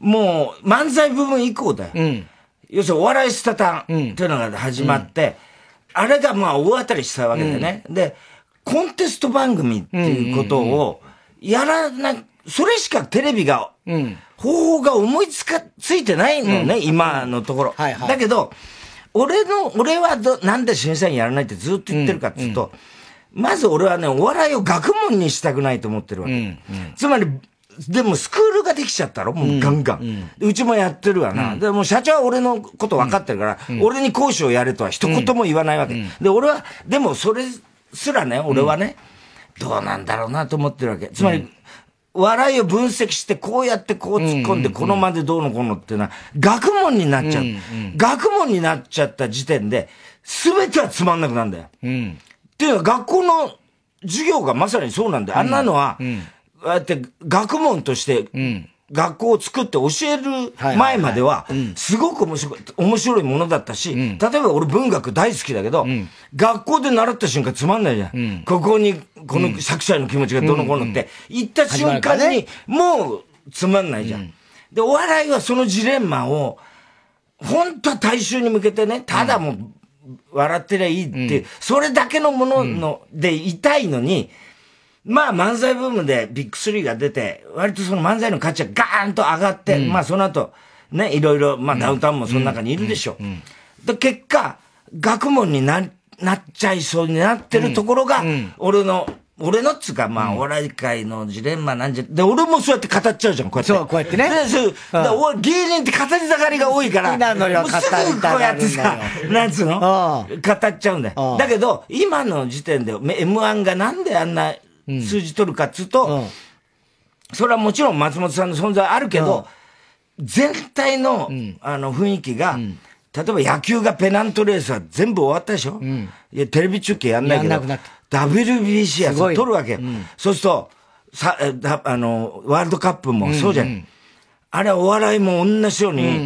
[SPEAKER 2] もう漫才部分以降だよ。うん、要するにお笑いスタタンっていうのが始まって、うん、あれがまあ大当たりしたわけでね。うん、で、コンテスト番組っていうことをやらな、それしかテレビが、うん、方法が思いつか、ついてないのね、うん、今のところ。はいはい、だけど、俺の、俺はど、なんで審査員やらないってずっと言ってるかっていうと、うん、まず俺はね、お笑いを学問にしたくないと思ってるわけ。うんうん、つまり、でもスクールができちゃったろもうガンガン、うん。うちもやってるわな。うん、でも社長は俺のこと分かってるから、うん、俺に講師をやれとは一言も言わないわけ。うん、で、俺は、でもそれすらね、俺はね、うん、どうなんだろうなと思ってるわけ。つまり、うん、笑いを分析して、こうやってこう突っ込んで、この間でどうのこうのっていうのは、学問になっちゃう。うんうん、学問になっちゃった時点で、すべてはつまんなくなるんだよ。うん、っていうのは、学校の授業がまさにそうなんだよ。あんなのは、うんうんああやって学問として、学校を作って教える前までは、すごく面白い、面白いものだったし、例えば俺文学大好きだけど、学校で習った瞬間つまんないじゃん。ここに、この作者の気持ちがどのこうのって、言った瞬間に、もうつまんないじゃん。で、お笑いはそのジレンマを、本当は大衆に向けてね、ただもう、笑ってりゃいいっていう、それだけのものの、でいたいのに、まあ漫才ブームでビッグスリーが出て、割とその漫才の価値がガーンと上がって、うん、まあその後、ね、いろいろ、まあダウンタウンもその中にいるでしょ。うんうん、で、結果、学問にな、なっちゃいそうになってるところが、俺の、俺のっつうか、まあ、お笑い界のジレンマなんじゃ、で、俺もそうやって語っちゃうじゃん、こうやって。
[SPEAKER 1] そう、こうやってね。
[SPEAKER 2] で、そう、うん、芸人って語りたがりが多いから、
[SPEAKER 1] なのよ、語りたがり。
[SPEAKER 2] すぐこうやってさ、なんつうの語っちゃうんだよ。だけど、今の時点で、エムワン がなんであんな、数字取るかっつうと、うん、それはもちろん松本さんの存在あるけど、うん、全体の、うん、あの雰囲気が、うん、例えば野球がペナントレースは全部終わったでしょ、うん、いやテレビ中継やんないけど、ダブリュービーシー や取るわけよ、うん。そうすると、さ、あの、ワールドカップもそうじゃん。うんうん、あれお笑いも同じように、うんうんうん、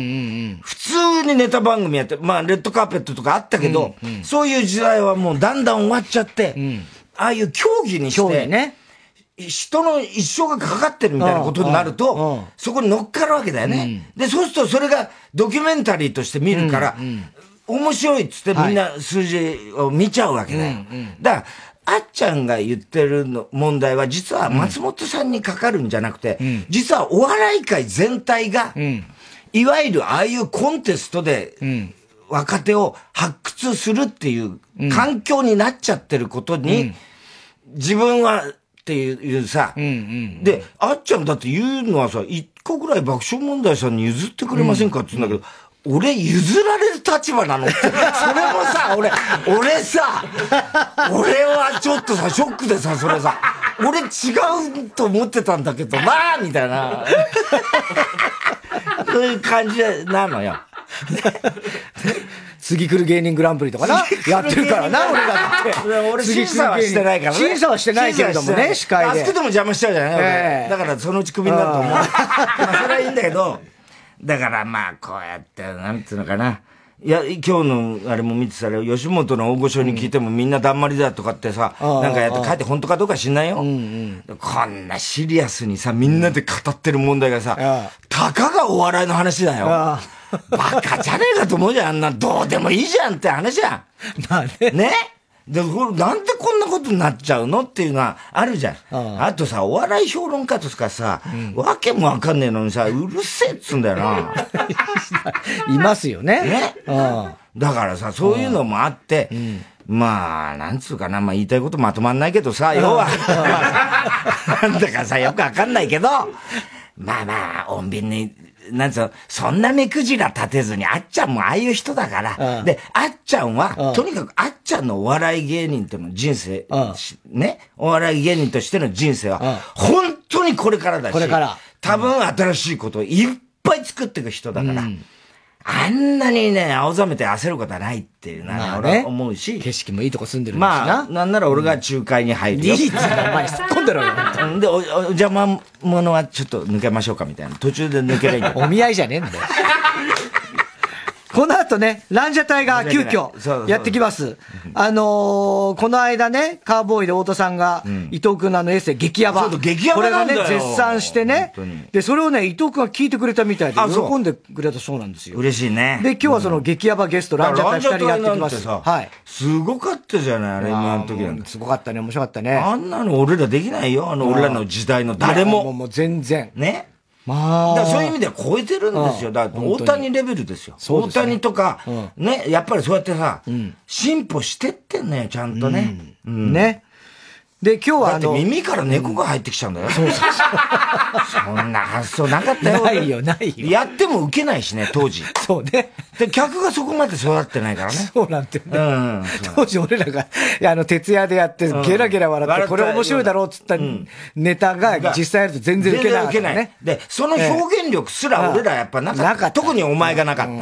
[SPEAKER 2] 普通にネタ番組やって、まあレッドカーペットとかあったけど、うんうん、そういう時代はもうだんだん終わっちゃって、うんああいう競技にして、ね、人の一生がかかってるみたいなことになると、そこに乗っかるわけだよね、うん。で、そうするとそれがドキュメンタリーとして見るから、うんうん、面白いっつってみんな数字を見ちゃうわけだよ。はいうんうん、だから、あっちゃんが言ってるの問題は実は松本さんにかかるんじゃなくて、うん、実はお笑い界全体が、うん、いわゆるああいうコンテストで、うん若手を発掘するっていう環境になっちゃってることに、うん、自分はっていうさ、うんうんうん、で、あっちゃんだって言うのはさ、一個ぐらい爆笑問題さんに譲ってくれませんかって言うんだけど、うん、俺譲られる立場なのって、それもさ、俺、俺さ、俺はちょっとさ、ショックでさ、それさ、俺違うと思ってたんだけどな、みたいな、そういう感じなのよ。
[SPEAKER 1] 次来る芸人グランプリとかなやってるからな、俺だって。
[SPEAKER 2] 俺審査はしてないからね。
[SPEAKER 1] 審査はしてないけれどもね、司会で。
[SPEAKER 2] あそこでも邪魔しちゃうじゃない、えー、だからそのうちクビになると思う。まあそれはいいんだけど、だからまあこうやって、なんつうのかな。いや、今日のあれも見てたら、吉本の大御所に聞いてもみんなだんまりだとかってさ、うん、なんかやって書いて本当かどうか知んないよ、うんうん。こんなシリアスにさ、みんなで語ってる問題がさ、うん、たかがお笑いの話だよ。バカじゃねえかと思うじゃん。あんなどうでもいいじゃんって話じゃん。
[SPEAKER 1] まあね。
[SPEAKER 2] ねで、なんでこんなことになっちゃうのっていうのはあるじゃん。あ, あとさ、お笑い評論家とかさ、うん、わけもわかんねえのにさ、うるせえっつんだよな。
[SPEAKER 1] いますよね。
[SPEAKER 2] ねだからさ、そういうのもあって、うん、まあ、なんつうかな、まあ言いたいことまとまんないけどさ、要は、なんだかさ、よくわかんないけど、まあまあ、穏便に、なんつうの、そんな目くじら立てずに、あっちゃんもああいう人だから、うん、で、あっちゃんは、うん、とにかくあっちゃんのお笑い芸人っての人生、うん、ね、お笑い芸人としての人生は、うん、本当にこれからだし、
[SPEAKER 1] これから。
[SPEAKER 2] 多分新しいことをいっぱい作っていく人だから、うん、 あんなにね、青ざめて焦ることはないっていうのは、ね、俺は思うし。
[SPEAKER 1] 景色もいいとこ住んでるんだしな。
[SPEAKER 2] まあ、なんなら俺が仲介に入るよ。
[SPEAKER 1] いいっつうのお前突っ込んでろよ。
[SPEAKER 2] で、お、お邪魔者はちょっと抜けましょうかみたいな。途中で抜けないんだよ。
[SPEAKER 1] お見合いじゃねえんだよ。この後ね、ランジャタイが急遽やってきます。あのー、この間ね、カーボーイで太田さんが、うん、伊藤くんのあのエッセイ、激ヤバ。
[SPEAKER 2] そうそう、激ヤバなんだよ。
[SPEAKER 1] これがね、絶賛してね。で、それをね、伊藤くんが聞いてくれたみたいで、喜んでくれたそうなんですよ。
[SPEAKER 2] 嬉しいね。
[SPEAKER 1] で、今日はその激ヤバゲスト、うん、ランジャタイふたりやってきます。はい。
[SPEAKER 2] すごかったじゃない、あれ、今の時なん
[SPEAKER 1] て。すごかったね、面白かったね。
[SPEAKER 2] あんなの俺らできないよ、あの俺らの時代の誰も。
[SPEAKER 1] もう、もう全然。
[SPEAKER 2] ね。まあ。だそういう意味では超えてるんですよ。だから大谷レベルですよ。大谷とか、ね、やっぱりそうやってさ、進歩してってんのよ、ちゃんとね。
[SPEAKER 1] ね。で、今日は
[SPEAKER 2] だって耳から猫が入ってきちゃうんだよ。そうそうそう。そんな発想なかったよ。
[SPEAKER 1] ないよ、ないよ。
[SPEAKER 2] やっても受けないしね、当時。
[SPEAKER 1] そうね。
[SPEAKER 2] で、客がそこまで育ってないからね。
[SPEAKER 1] そうなんてね。うん。当時俺らが、あの、徹夜でやって、ゲラゲラ笑って、これ面白いだろうっつったネタが実際やると全然受けない。
[SPEAKER 2] 受けない。で、その表現力すら俺らやっぱなかった。特にお前がなかった。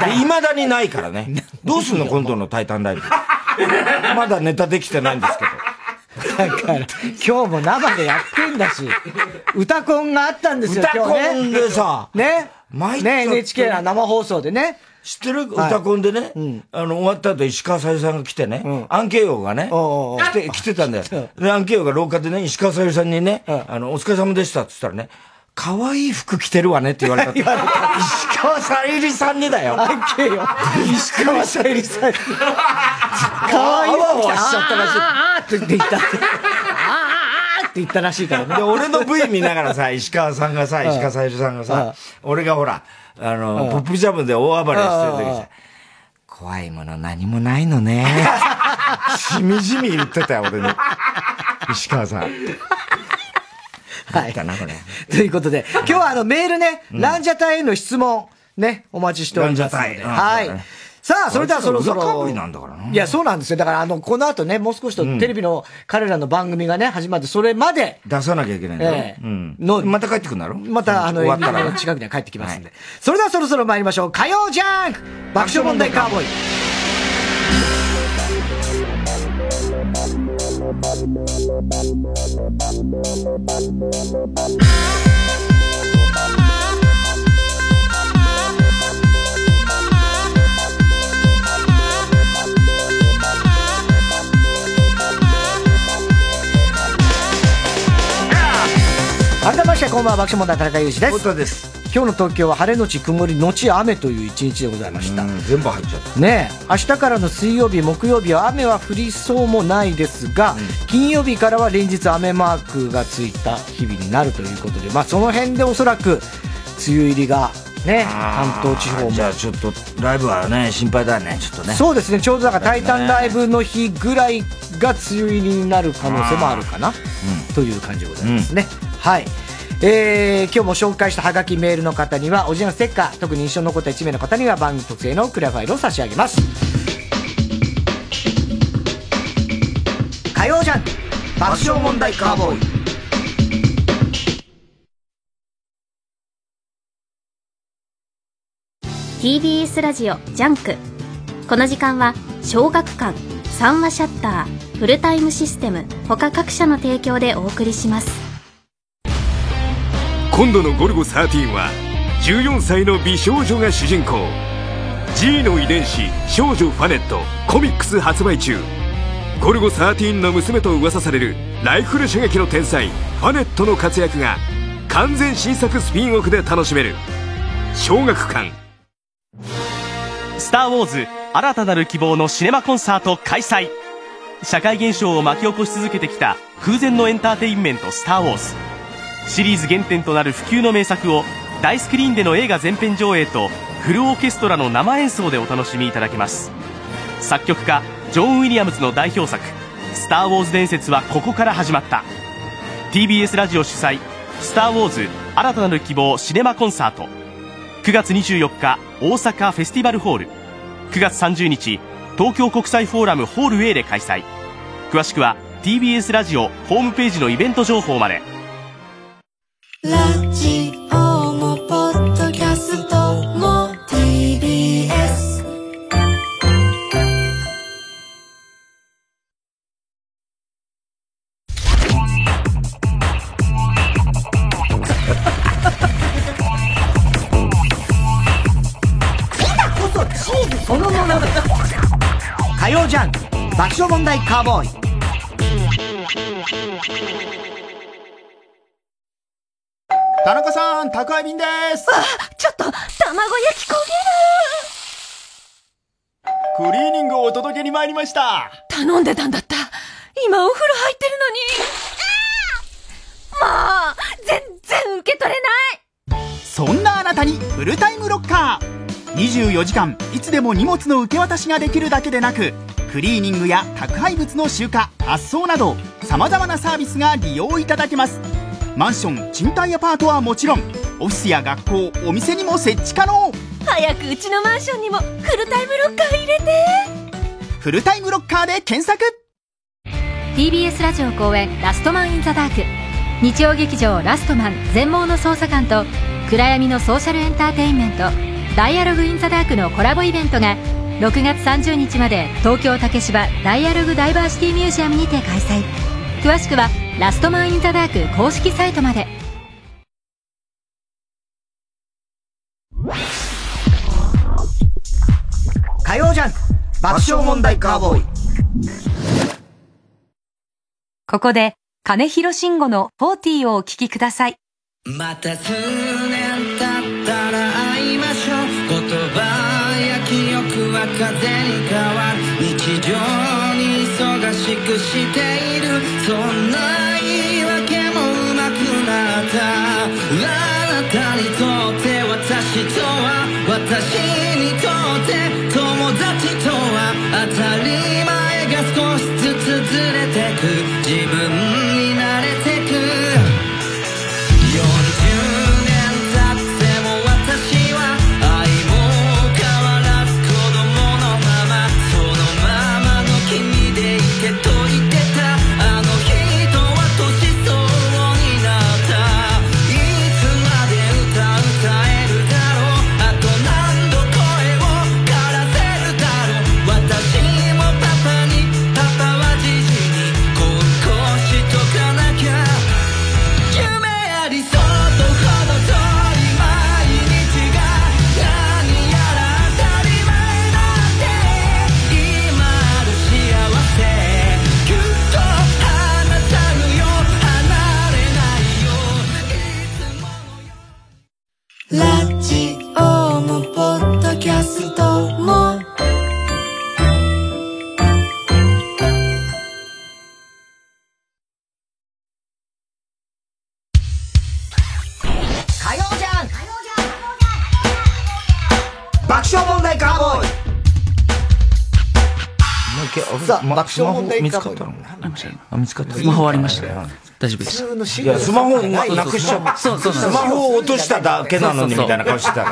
[SPEAKER 2] 未だにないからね。どうすんの今度のタイタンライブ。まだネタできてないんですけど。
[SPEAKER 1] だから、今日も生でやってんだし、歌コンがあったんですよ、
[SPEAKER 2] 今日ね。歌コンでさ、
[SPEAKER 1] ね。ね、エヌエイチケー の生放送でね。
[SPEAKER 2] 知ってる歌コンでね、あの、終わった後石川さゆりさんが来てね、アンケイヨがね、来て、来てたんだよ。で、アンケイヨが廊下でね、石川さゆりさんにね、あの、お疲れ様でしたって言ったらね、可愛い服着てるわねって言われた。石川さゆりさんにだよ。
[SPEAKER 1] アンケイヨ。石川さゆりさんに。可愛い服着しちゃったらしい。あーって言った。あーって言ったらしいからね。
[SPEAKER 2] で、俺の ブイ 見ながらさ、石川さんがさ、石川さゆりさんがさ、俺がほら、あの、ポップジャムで大暴れしてる時にさ、怖いもの何もないのね。しみじみ言ってたよ、俺に。石川さん。
[SPEAKER 1] はい。ということで、今日はあのメールね、ランジャタイへの質問、ね、お待ちしておりますので。はい。さあ、それではそろそろ。いや、そうなんですよ。だから、あの、この後ね、もう少しとテレビの彼らの番組がね、始まって、それまで。
[SPEAKER 2] 出さなきゃいけないんだろ。ええ。の、また帰ってくるんだろ
[SPEAKER 1] また、あの、終わったら近くには帰ってきますんで。それではそろそろ参りましょう。火曜ジャンク爆笑問題カーボーイ。改めましてこんばんは、爆笑問題田中裕二です。
[SPEAKER 2] 太田です。
[SPEAKER 1] 今日の東京は晴れのち曇りのち雨という一日でございました。
[SPEAKER 2] 全部入っちゃった
[SPEAKER 1] ねえ。明日からの水曜日木曜日は雨は降りそうもないですが、うん、金曜日からは連日雨マークがついた日々になるということで、まあその辺でおそらく梅雨入りがね、関東地方も。
[SPEAKER 2] じゃあちょっとライブはね心配だね、ちょっとね。
[SPEAKER 1] そうですね、ちょうどだからタイタンライブの日ぐらいが梅雨入りになる可能性もあるかな、うん、という感じでございますね、うん、はい。えー、今日も紹介したハガキメールの方にはオリジナルステッカー、特に印象に残ったいち名の方には番組特製のクリアファイルを差し上げます。火曜ジャンク爆笑問題カーボーイ。
[SPEAKER 4] ティービーエス ラジオジャンク。この時間は小学館、三話シャッター、フルタイムシステム他各社の提供でお送りします。
[SPEAKER 5] 今度のゴルゴじゅうさんはじゅうよんさいの美少女が主人公。 G の遺伝子少女ファネットコミックス発売中。ゴルゴじゅうさんの娘と噂されるライフル射撃の天才ファネットの活躍が完全新作スピンオフで楽しめる。小学館。
[SPEAKER 6] スター・ウォーズ新たなる希望のシネマコンサート開催。社会現象を巻き起こし続けてきた空前のエンターテインメントスター・ウォーズ。シリーズ原点となる不朽の名作を大スクリーンでの映画全編上映とフルオーケストラの生演奏でお楽しみいただけます。作曲家ジョン・ウィリアムズの代表作スター・ウォーズ伝説はここから始まった。 ティービーエス ラジオ主催スター・ウォーズ新たなる希望シネマコンサート、くがつにじゅうよっか大阪フェスティバルホール、くがつさんじゅうにち東京国際フォーラムホール A で開催。詳しくは ティービーエス ラジオホームページのイベント情報まで。
[SPEAKER 7] ラジオもポッドキャストも ティーミズそのものです。
[SPEAKER 1] 火曜ジャンク爆笑問題カーボーイ。
[SPEAKER 8] 田中さん、宅配便です。
[SPEAKER 7] あ、ちょっと卵焼き焦
[SPEAKER 8] げる。クリーニングをお届けに参りました。
[SPEAKER 7] 頼んでたんだった。今お風呂入ってるのに。もう全然受け取れない。
[SPEAKER 8] そんなあなたにフルタイムロッカー。にじゅうよじかんいつでも荷物の受け渡しができるだけでなく、クリーニングや宅配物の集荷、発送など様々なサービスが利用いただけます。マンション、賃貸アパートはもちろん、オフィスや学校、お店にも設置可能。
[SPEAKER 7] 早くうちのマンションにもフルタイムロッカー入れて。
[SPEAKER 8] フルタイムロッカーで検索。
[SPEAKER 9] ティービーエス ラジオ公演ラストマンインザダーク。日曜劇場ラストマン全盲の捜査官と暗闇のソーシャルエンターテインメントダイアログインザダークのコラボイベントがろくがつさんじゅうにちまで東京竹芝ダイアログダイバーシティミュージアムにて開催。詳しくはラストマンインザダーク公式サイトまで。
[SPEAKER 1] 火曜ジャンク爆笑問題カーボーイ。
[SPEAKER 9] ここで金広慎吾のフォーティーをお聴きください。
[SPEAKER 10] また数年経ったら会いましょう。言葉や記憶は風に変わる。日常に忙しくしている。そんな言い訳もうまくなった。あなたにとって私とは、私にとって友達とは、当たり前が少しずつずれてく。自分に慣れてく。よんじゅうねん経っても私は愛も変わらず子供のまま、そのままの君でいてと言ってた。あの人は年相応になった。いつまで歌歌えるだろう。あと何度声を枯らせるだろう。私もパパに、パパはじじにこうしとかなきゃ。夢ありそうとほど遠い毎日が何やら当たり前なんて。今ある幸せぎゅっと離さぬよ、離れないよ。いつものよラジオもポッドキャストも
[SPEAKER 1] 火曜ジャンク爆笑問題カーボーイ。さあ、爆笑問題カーボーイ。
[SPEAKER 11] あ、見つかった。スマホありましたよ。大丈夫です。
[SPEAKER 2] いや、スマホなくしちゃう。
[SPEAKER 11] そうそうそう。
[SPEAKER 2] スマホを落としただけなのにみたいな顔してたから。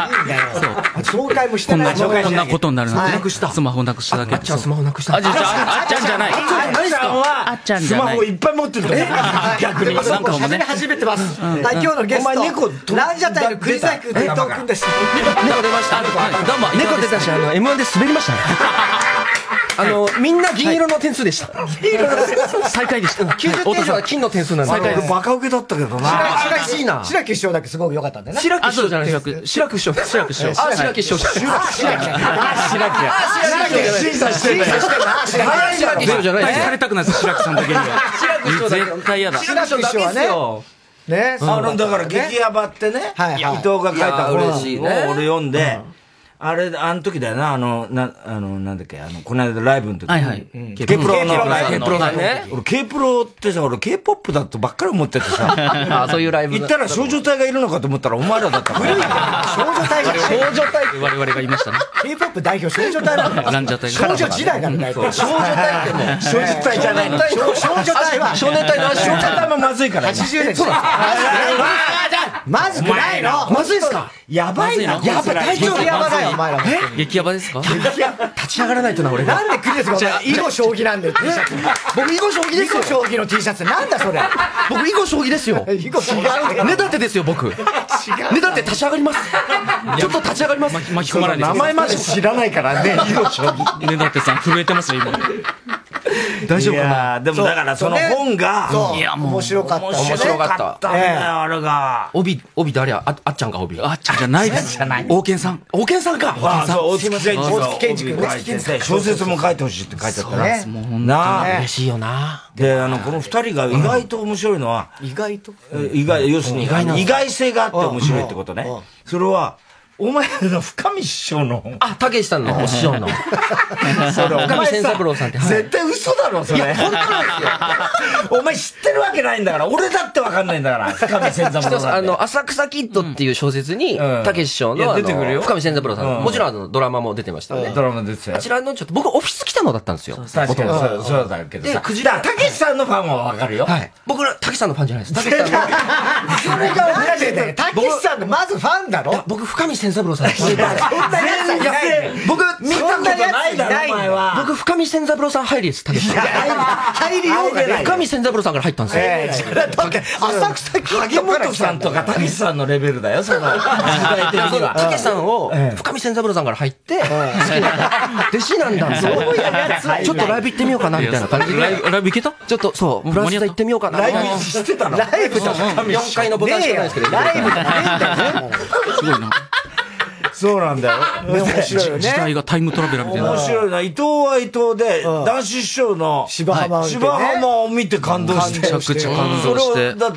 [SPEAKER 1] 紹介もしてない。
[SPEAKER 11] こんなことになるなんて。スマホなくしただけ。
[SPEAKER 3] あっちゃんスマホなくした。
[SPEAKER 11] あ、じゃあ、あっちゃんじゃない。
[SPEAKER 2] あっちゃんは、
[SPEAKER 11] あっちゃんじ
[SPEAKER 2] ス
[SPEAKER 11] ゃない。
[SPEAKER 2] マホいっぱい持ってると思う。逆に。
[SPEAKER 1] なんかもね。始めてます。今日のゲスト、ランジャタイの栗崎哲人君です。
[SPEAKER 3] 猫出ました。どうも。猫出たし、あの、エムワン で滑りましたね。あの、みんな銀色の点数でした。
[SPEAKER 11] 最下位でした。
[SPEAKER 3] きゅうじゅってん以上は金の点数なんで。
[SPEAKER 2] 最下位バカ受けだったけどな。
[SPEAKER 3] 白木いいな。
[SPEAKER 1] 白木師匠だけすごく良かったんだよね。
[SPEAKER 3] 白木師匠じゃないですか。白木師匠。白木師匠。あ、白木師匠。白木。白木。白木。審査してる。白木師匠じゃないです。
[SPEAKER 11] されたくないです、白木さんだけには。
[SPEAKER 3] 白木師匠
[SPEAKER 11] 絶対嫌だ。
[SPEAKER 3] 白木師匠はね。
[SPEAKER 1] ね。
[SPEAKER 2] あの、だから激ヤバってね、伊藤が書いた本を俺読んで、あれ、あの時だよな、あの、な、あの、なんだっけ、あの、この間ライブの時。
[SPEAKER 11] はいはい。
[SPEAKER 2] K プロのライブ。
[SPEAKER 11] K プロがね。
[SPEAKER 2] 俺 K プロってさ、俺 K-ポップ だとばっかり思っててさ。
[SPEAKER 3] あ、そういうライブ。
[SPEAKER 2] 行ったら少女隊がいるのかと思ったらお前らだったから。
[SPEAKER 1] 古いな。少女隊が。
[SPEAKER 11] 少女隊って我々が言いましたね。
[SPEAKER 1] K-ポップ 代表少女隊なんだ。
[SPEAKER 11] ランジャタイ。
[SPEAKER 1] 少女時代なんだよ。
[SPEAKER 3] 少女隊ってもう。
[SPEAKER 2] 少女隊じゃないの。
[SPEAKER 1] 少女隊は。
[SPEAKER 3] 少年隊の
[SPEAKER 2] 少女隊もまずいから。
[SPEAKER 1] はちじゅうねん。そうなんまずくないの。
[SPEAKER 3] まずいっすか。
[SPEAKER 2] やばいな。
[SPEAKER 1] やばい。大丈夫やばだよ、お前ら。
[SPEAKER 11] 激ヤバですか？
[SPEAKER 3] 立ち上がらないとな、俺が。
[SPEAKER 1] なんでクリアするか。囲碁将棋なんだよ、T シャツ。
[SPEAKER 3] 僕、囲碁将棋ですよ。
[SPEAKER 1] 囲碁将棋の T シャツ。なんだそれ。
[SPEAKER 3] 僕、囲碁将棋ですよ。
[SPEAKER 1] 囲碁将棋。
[SPEAKER 3] 根立てですよ、僕。根立て立ち上がります。ちょっと立ち上がります。
[SPEAKER 11] 巻き込まないで。
[SPEAKER 2] 名前まで知らないからね、囲碁将棋。
[SPEAKER 11] 根立さん震えてますよ、今。
[SPEAKER 3] 大丈夫かな。
[SPEAKER 2] いやでもだからその本が、
[SPEAKER 1] いや、もう面白かった。
[SPEAKER 3] 面白かった。
[SPEAKER 2] ね、あれが。
[SPEAKER 3] 帯、帯誰や、あ、あっちゃんか帯。
[SPEAKER 11] あっちゃんじゃないです。王健さん。
[SPEAKER 3] 王健さんか。
[SPEAKER 2] あ、そう、大月健二。
[SPEAKER 1] 大月健二君
[SPEAKER 2] ね。小説も書いてほしいって書いてあったね。
[SPEAKER 3] なあ、嬉しいよな。
[SPEAKER 2] で、あの、この二人が意外と面白いのは、
[SPEAKER 1] 意外と
[SPEAKER 2] 意外、要するに意外性があって面白いってことね。それは、お前の深見師匠の。
[SPEAKER 3] あ、たけしさんのお師匠の。それ、深見千三郎さんって。
[SPEAKER 2] 絶対嘘だろ、それ。いや、本当なんですよ。お前知ってるわけないんだから、俺だってわかんないんだから、深見千三郎さん。
[SPEAKER 3] あの、浅草キッドっていう小説に、たけし師匠の、
[SPEAKER 2] 出てくるよ。
[SPEAKER 3] 深見千三郎さん。もちろん、あの、ドラマも出てましたね。
[SPEAKER 2] ドラマ出てたよ。
[SPEAKER 3] あちらの、ちょっと、僕、オフィス来たのだったんですよ。
[SPEAKER 2] 確かに、そうだけどさ。クジラ、たけしさんのファンはわかるよ。
[SPEAKER 3] はい。僕ら、たけしさんのファンじゃないです。たけしさんの。
[SPEAKER 1] それが同じで、たけしさんのまずファンだろ。
[SPEAKER 3] 僕、深見千三郎さん。
[SPEAKER 2] 僕、見たことないだろ、お前は。
[SPEAKER 3] 僕、深見千三郎さん入りです、たけしさん。
[SPEAKER 1] 入りようがない。
[SPEAKER 3] 深見千三郎さんから入ったんですよ。
[SPEAKER 1] だって、浅草キッドから
[SPEAKER 2] さんとか、たけしさんのレベルだよ、その、時代的には。
[SPEAKER 3] たけしさんを、深見千三郎さんから入って、弟子なんだ。ちょっとライブ行ってみようかな、みたいな感じで。
[SPEAKER 11] ライブ行けた
[SPEAKER 3] ちょっと、そう、プラスで行ってみようかな。
[SPEAKER 2] ライブしてたの
[SPEAKER 1] ライブと
[SPEAKER 3] よんかいのボタンしかないですけど。
[SPEAKER 1] ライブじゃねえんだよね。
[SPEAKER 11] すごいな。
[SPEAKER 2] そうなんだよ。
[SPEAKER 1] 面白いよね。
[SPEAKER 11] 時代がタイムトラベラーみたいな。
[SPEAKER 2] 面白いな。伊藤は伊藤で、男子師匠の
[SPEAKER 1] 芝浜
[SPEAKER 2] を見て感動して。
[SPEAKER 11] めちゃくちゃ感動して。
[SPEAKER 2] それを、だって、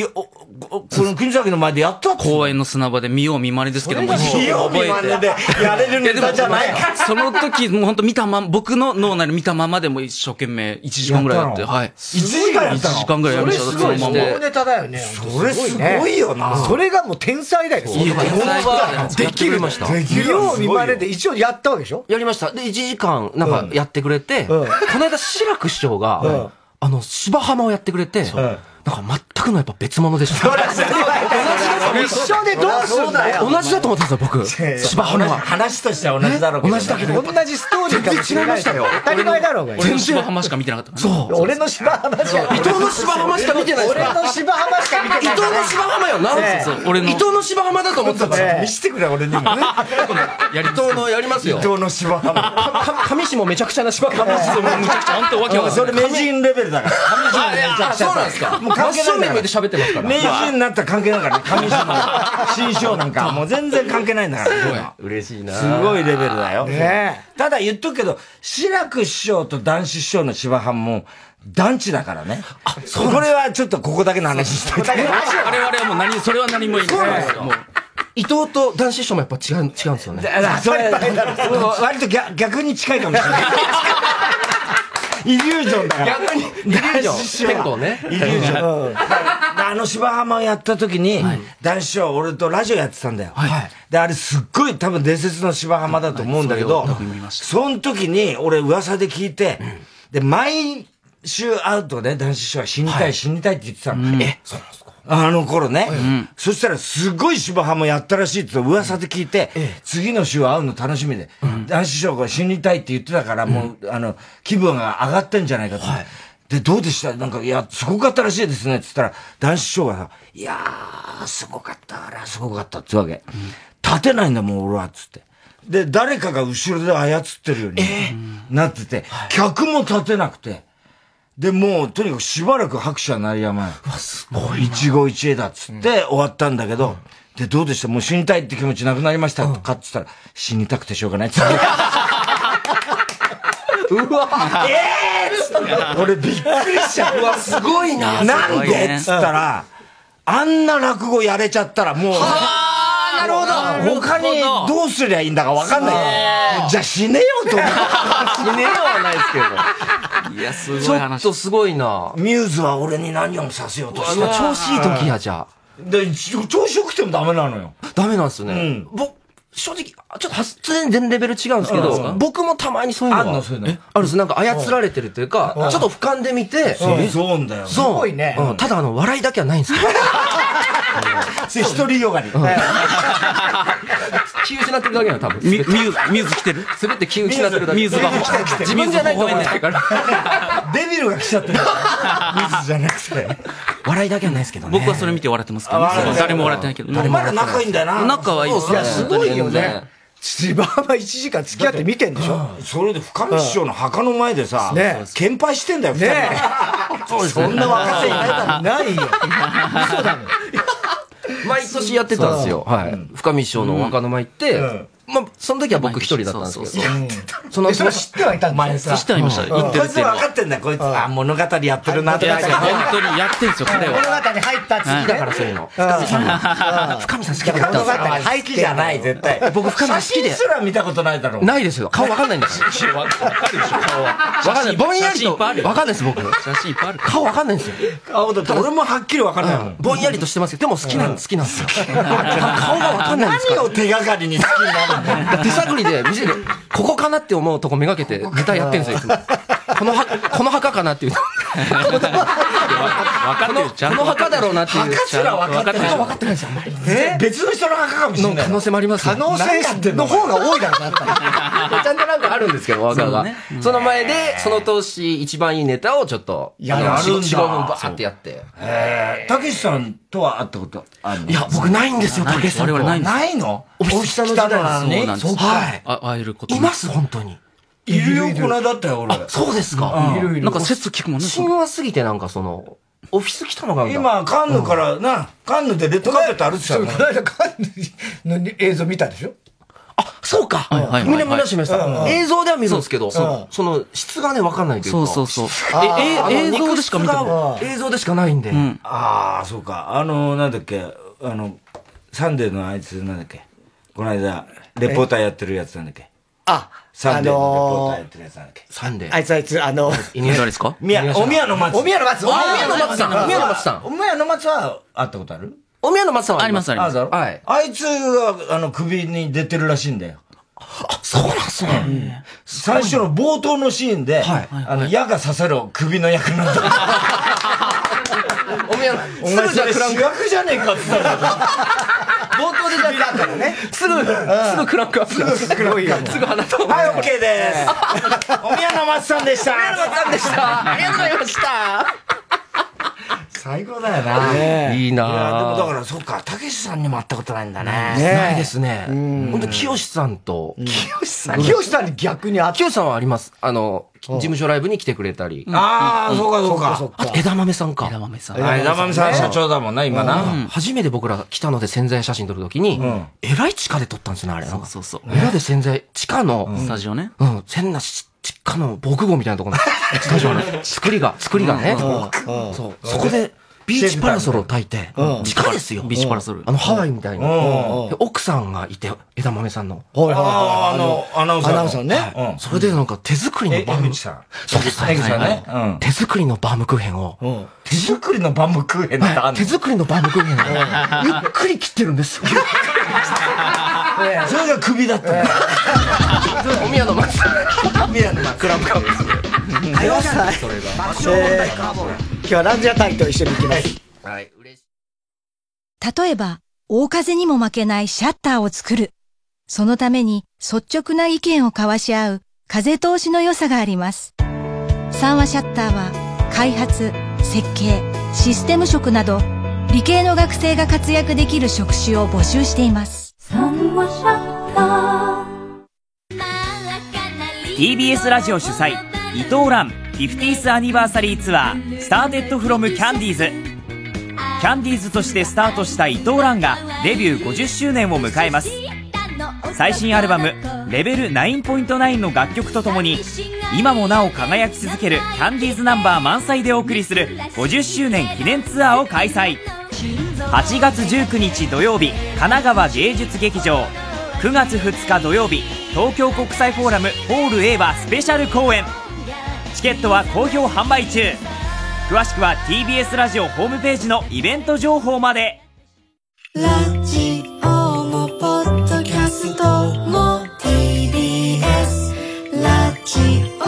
[SPEAKER 2] この国崎の前でやった
[SPEAKER 11] 公園の砂場で見よう見まねですけども、
[SPEAKER 2] 見よう見まねでやれるネタじゃないか。
[SPEAKER 11] その時、もう本当見たまま、僕の脳内で見たままでも一生懸命いちじかんぐらいやって、はい。
[SPEAKER 2] いちじかんやったの ?いち
[SPEAKER 11] 時間ぐらいやりました。
[SPEAKER 1] それすごいネタだよね。
[SPEAKER 2] それすごいよな。
[SPEAKER 1] それがもう天才だよ。
[SPEAKER 11] いや、天才だ。
[SPEAKER 3] できました。
[SPEAKER 1] 見よう見まねで一応やったわけでしょ？
[SPEAKER 3] やりました。で、いちじかんなんかやってくれて、この間志らく師匠が、あの、芝浜をやってくれて、なんか全くのやっぱ別物でした。
[SPEAKER 1] 一緒でどうすんだよ。
[SPEAKER 3] 同じだと思ってたんですよ、僕。芝浜は。
[SPEAKER 2] 話としては同じだろうけど。
[SPEAKER 3] 同じだけど。
[SPEAKER 1] 同じストーリーかもしれないけど。当たり前だろうが。
[SPEAKER 11] 俺の芝浜しか見てなかった。
[SPEAKER 3] そう。
[SPEAKER 1] 俺の芝浜しか。
[SPEAKER 3] 伊藤の芝浜しか見てない。
[SPEAKER 1] 俺の芝浜しか見てない。
[SPEAKER 3] 伊藤の芝浜よな。そうそう。俺の。伊藤の芝浜だと思ってたから。
[SPEAKER 2] 見してくれ、俺にも。
[SPEAKER 3] 伊藤のやりますよ。
[SPEAKER 2] 伊藤の芝浜。
[SPEAKER 3] 上市もめちゃくちゃな芝浜。
[SPEAKER 11] むちゃくちゃ、本当わけわかんない。
[SPEAKER 2] それ名人レベルだから。上市もめちゃくちゃ。
[SPEAKER 3] そうなんですか。
[SPEAKER 2] もう関係ない。
[SPEAKER 3] で喋ってますから。
[SPEAKER 2] 名人になったら関係ないからね。上市の新章なんか。もう全然関係ないんだから。
[SPEAKER 3] 嬉しいな。
[SPEAKER 2] すごいレベルだよ。
[SPEAKER 1] ね
[SPEAKER 2] ただ言っとくけど、志らく師匠と男子師匠の芝浜も、団地だからね。あ、そう。これはちょっとここだけの話しておいて。
[SPEAKER 11] 我々はもう何、それは何もいいんですよ。
[SPEAKER 3] 伊藤と男子師匠もやっぱ違う、違うんですよね。
[SPEAKER 2] それ、割と逆に近いかもしれない。イリュージョンだから。
[SPEAKER 3] 逆に、イリュージョン。結構ね。
[SPEAKER 2] イリュージョン。あの芝浜をやった時に、男子師匠、俺とラジオやってたんだよ。で、あれすっごい多分伝説の芝浜だと思うんだけど、その時に俺噂で聞いて、で、毎週会うとね、男子師匠は死にたい、死にたいって言ってたの。
[SPEAKER 3] え、そうなんですか。
[SPEAKER 2] あの頃ね。そしたらすごい芝浜やったらしいって噂で聞いて、次の週会うの楽しみで、男子師匠が死にたいって言ってたから、もう、あの、気分が上がってんじゃないかと。で、どうでしたなんか、いや、すごかったらしいですね。って言ったら、男子師匠がさ、いやー、すごかった、あれはすごかったって言うわけ。立てないんだもん、俺は、つって。で、誰かが後ろで操ってるようになってて、客も立てなくて。で、もう、とにかくしばらく拍手は鳴りやまない。うわ、すごい。一期一会だっつって終わったんだけど、で、どうでしたもう死にたいって気持ちなくなりましたかって言ったら、死にたくてしょうがないっつって。うわえぇーっつって。俺びっくりしちゃう。うわ、すごいな。なんでっつったら、あんな落語やれちゃったらもう、なるほど。他にどうすりゃいいんだかわかんない。じゃあ死ねよと思って。
[SPEAKER 3] 死ねよはないですけど。
[SPEAKER 11] いや、すごい話。
[SPEAKER 3] ちょっとすごいな。
[SPEAKER 2] ミューズは俺に何をさせようとして。
[SPEAKER 3] 調子いい時や、じゃあ。
[SPEAKER 2] で、調子よくてもダメなのよ。
[SPEAKER 3] ダメなんですよね。うん。僕、正直、ちょっと発全然レベル違うんですけど、僕もたまにそういうのが。
[SPEAKER 2] あるのそういうの。
[SPEAKER 3] あるんです。なんか操られてるというか、ちょっと俯瞰で見て。
[SPEAKER 2] そう、そうんだよ。
[SPEAKER 1] すごいね。
[SPEAKER 3] ただ、あの、笑いだけはないんですよ。
[SPEAKER 2] それ一人よがり。
[SPEAKER 3] 気失ってるだけなの、多分。
[SPEAKER 11] ミューズ、ミューズ来てる
[SPEAKER 3] 滑って気失ってるだけ。
[SPEAKER 11] ミューズが
[SPEAKER 3] 自分じゃないと思ってないから。
[SPEAKER 2] デビルが来ちゃってる。ミューズじゃなくて。
[SPEAKER 3] 笑いだけはないですけどね。
[SPEAKER 11] 僕はそれ見て笑ってますけど、誰も笑ってないけど。
[SPEAKER 2] まだ仲いいんだよな。
[SPEAKER 11] 仲はいいですね。
[SPEAKER 1] すごいよね。 芝浜いちじかん付き合って見てんでしょ。
[SPEAKER 2] それで深見師匠の墓の前でさ、献杯してんだよ、二人で。
[SPEAKER 1] そうです。そんな若手いないだろ。ないよ。嘘だもん。
[SPEAKER 3] 毎年やってたんですよ。はい。深見師匠のお墓の前行って、まあ、その時は僕一人だったんですけど。
[SPEAKER 1] その、それ知ってはいたんだよ。
[SPEAKER 3] 知ってはいました。言ってるって。
[SPEAKER 2] こいつ分かってんだ、こいつ。あ、物語やってるなって。
[SPEAKER 11] 本当にやってんすよ、彼は。
[SPEAKER 1] 物語入ったって好きだから、そういうの。深見さんが。深見さん好きだから。
[SPEAKER 2] 物語入ってじゃない、絶対。
[SPEAKER 3] 僕、深見好きで。
[SPEAKER 2] 写真すら見たことないだろ。
[SPEAKER 3] ないですよ。顔分かんないんだから。分かるでしょ、顔は。分かんない。ぼんやりと。分かんないです、僕。
[SPEAKER 11] 写真いっぱいある。
[SPEAKER 3] 顔分かんないんですよ。
[SPEAKER 2] 顔だって俺もはっきり分かんない。
[SPEAKER 3] ぼんやりとしてますけど、でも好きなん好きなんですよ。顔が分かんないんですよ。
[SPEAKER 2] 何を手がかりに好きになるんだよ。
[SPEAKER 3] 手探りで、店で、ここかなって思うとこめがけて、ネタやってんすよ、いつも。このは、この墓かなっていう。分かってる、ちゃんと。この墓だろうなっていう。
[SPEAKER 2] 墓すら分かってない。
[SPEAKER 3] 分かってないですよ、あんまり。
[SPEAKER 2] え別の人の墓かもしれない。
[SPEAKER 3] 可能性もあります
[SPEAKER 1] 可能性の方が多いだろうなったら。
[SPEAKER 3] ちゃんとなんかあるんですけど、墓が。その前で、その年一番いいネタをちょっと、
[SPEAKER 2] やるんだ。
[SPEAKER 3] よん、ごふんバーってやって。
[SPEAKER 2] へぇたけしさんとは会ったことあるの？
[SPEAKER 3] いや、僕ないんですよ、たけしさんと。
[SPEAKER 11] 我々ないんです。
[SPEAKER 2] ないの？
[SPEAKER 3] オフィス来たのなのに。
[SPEAKER 11] そうなんです。
[SPEAKER 3] はい。
[SPEAKER 11] あ、会えること。
[SPEAKER 3] います、本当に。
[SPEAKER 2] いるよ、この間だったよ、俺。
[SPEAKER 3] そうですか。
[SPEAKER 11] いるいる。なんか説聞くもんね。
[SPEAKER 3] 神話すぎてなんかその、オフィス来たのが
[SPEAKER 2] 今、カンヌからな、カンヌでレッドカーペット歩いてたの。
[SPEAKER 1] この間カンヌの映像見たでしょ？
[SPEAKER 3] あ、そうか。みんな見ました。映像では見るんですけど、その質がね、わかんないというか。
[SPEAKER 11] そうそうそう。え、映像でしか見たの？
[SPEAKER 3] 映像でしかないんで。
[SPEAKER 2] ああ、そうか。あの、なんだっけ、あの、サンデーのあいつなんだっけ。この間、レポーターやってるやつなんだっけ。
[SPEAKER 1] あ、
[SPEAKER 2] サンデーのレポーターやってるやつなんだっけ。
[SPEAKER 3] サンデー。
[SPEAKER 1] あいつあいつ、あの、
[SPEAKER 3] 犬誰ですか？
[SPEAKER 2] 宮、お宮の松。
[SPEAKER 1] お宮の松。
[SPEAKER 3] お宮の松さん。お宮の松さん。
[SPEAKER 2] お宮の松は会ったことある？
[SPEAKER 3] お宮の松さんは
[SPEAKER 11] ありますあります。
[SPEAKER 2] はい。あいつが、あの、首に出てるらしいんだよ。
[SPEAKER 3] あ、そうなんすね。
[SPEAKER 2] 最初の冒頭のシーンで、あの、矢が刺さる首の役なんだ。
[SPEAKER 3] お宮の、
[SPEAKER 2] お前それ主役じゃねえかって言ったんだよ。
[SPEAKER 3] 冒頭でじゃあからね。すぐ、すぐクランクアップ。すぐ黒いよ。すぐ鼻と。
[SPEAKER 2] はい、オッケーです。お宮の松さんでした。
[SPEAKER 3] お宮の松さんでした。ありがとうございました。
[SPEAKER 2] 最高だよな。
[SPEAKER 3] いいな。
[SPEAKER 2] いや、でもだから、そうか、たけしさんにも会ったことないんだね。
[SPEAKER 3] ないですね。本当清さんと。
[SPEAKER 1] 清さん清さんに逆に会った。
[SPEAKER 3] 清さんはあります。あの、事務所ライブに来てくれたり。
[SPEAKER 2] ああ、そうかそうか。
[SPEAKER 3] あと枝豆さんか。
[SPEAKER 11] 枝豆さん。
[SPEAKER 2] 枝豆さん社長だもんな、今な。
[SPEAKER 3] 初めて僕ら来たので宣材写真撮るときに、えらい地下で撮ったんですよね、あれ。
[SPEAKER 11] そうそうそう。
[SPEAKER 3] 裏で宣材、地下の、
[SPEAKER 11] スタジオね。
[SPEAKER 3] うん、変な地下の防空壕みたいなところのスタジオの作りが、作りがね。そう。そこで、ビーチパラソルを焚いて、地下ですよ。
[SPEAKER 11] ビーチパラソル。
[SPEAKER 3] あの、ハワイみたいに。奥さんがいて、枝豆さんの。
[SPEAKER 2] ああ、あの、アナウンサー。
[SPEAKER 1] アナウンサーね。
[SPEAKER 3] それでなんか手作りのバーム。
[SPEAKER 2] 江口さん。
[SPEAKER 3] そうです、
[SPEAKER 2] 江口さんね。
[SPEAKER 3] 手作りのバームクーヘンを。
[SPEAKER 2] 手作りのバームクーヘンってあんの？
[SPEAKER 3] 手作りのバームクーヘンを。ゆっくり切ってるんですよ。
[SPEAKER 2] それが首だった。
[SPEAKER 3] お宮の松。
[SPEAKER 2] お宮の松。
[SPEAKER 3] クラブカップ。
[SPEAKER 1] はい、さい。それが。今日はランジャタイと一緒に行きます。
[SPEAKER 3] はい、嬉しい。
[SPEAKER 12] 例えば、大風にも負けないシャッターを作る。そのために率直な意見を交わし合う風通しの良さがあります。三和シャッターは開発、設計、システム職など理系の学生が活躍できる職種を募集しています。三和シャッター
[SPEAKER 6] ティービーエス ラジオ主催伊藤蘭 フィフティース アニバーサリーツアースターテッドフロムキャンディーズ。キャンディーズとしてスタートした伊藤蘭がデビューごじゅっしゅうねんを迎えます。最新アルバムレベル ナインポイントナイン の楽曲とともに今もなお輝き続けるキャンディーズナンバー満載でお送りするごじゅっしゅうねん記念ツアーを開催。はちがつじゅうくにち土曜日神奈川芸術劇場、くがつふつか土曜日東京国際フォーラムホール A はスペシャル公演。チケットは好評販売中。詳しくは ティービーエス ラジオホームページのイベント情報まで。
[SPEAKER 13] ラジオもポッドキャストも ティービーエス ラジオ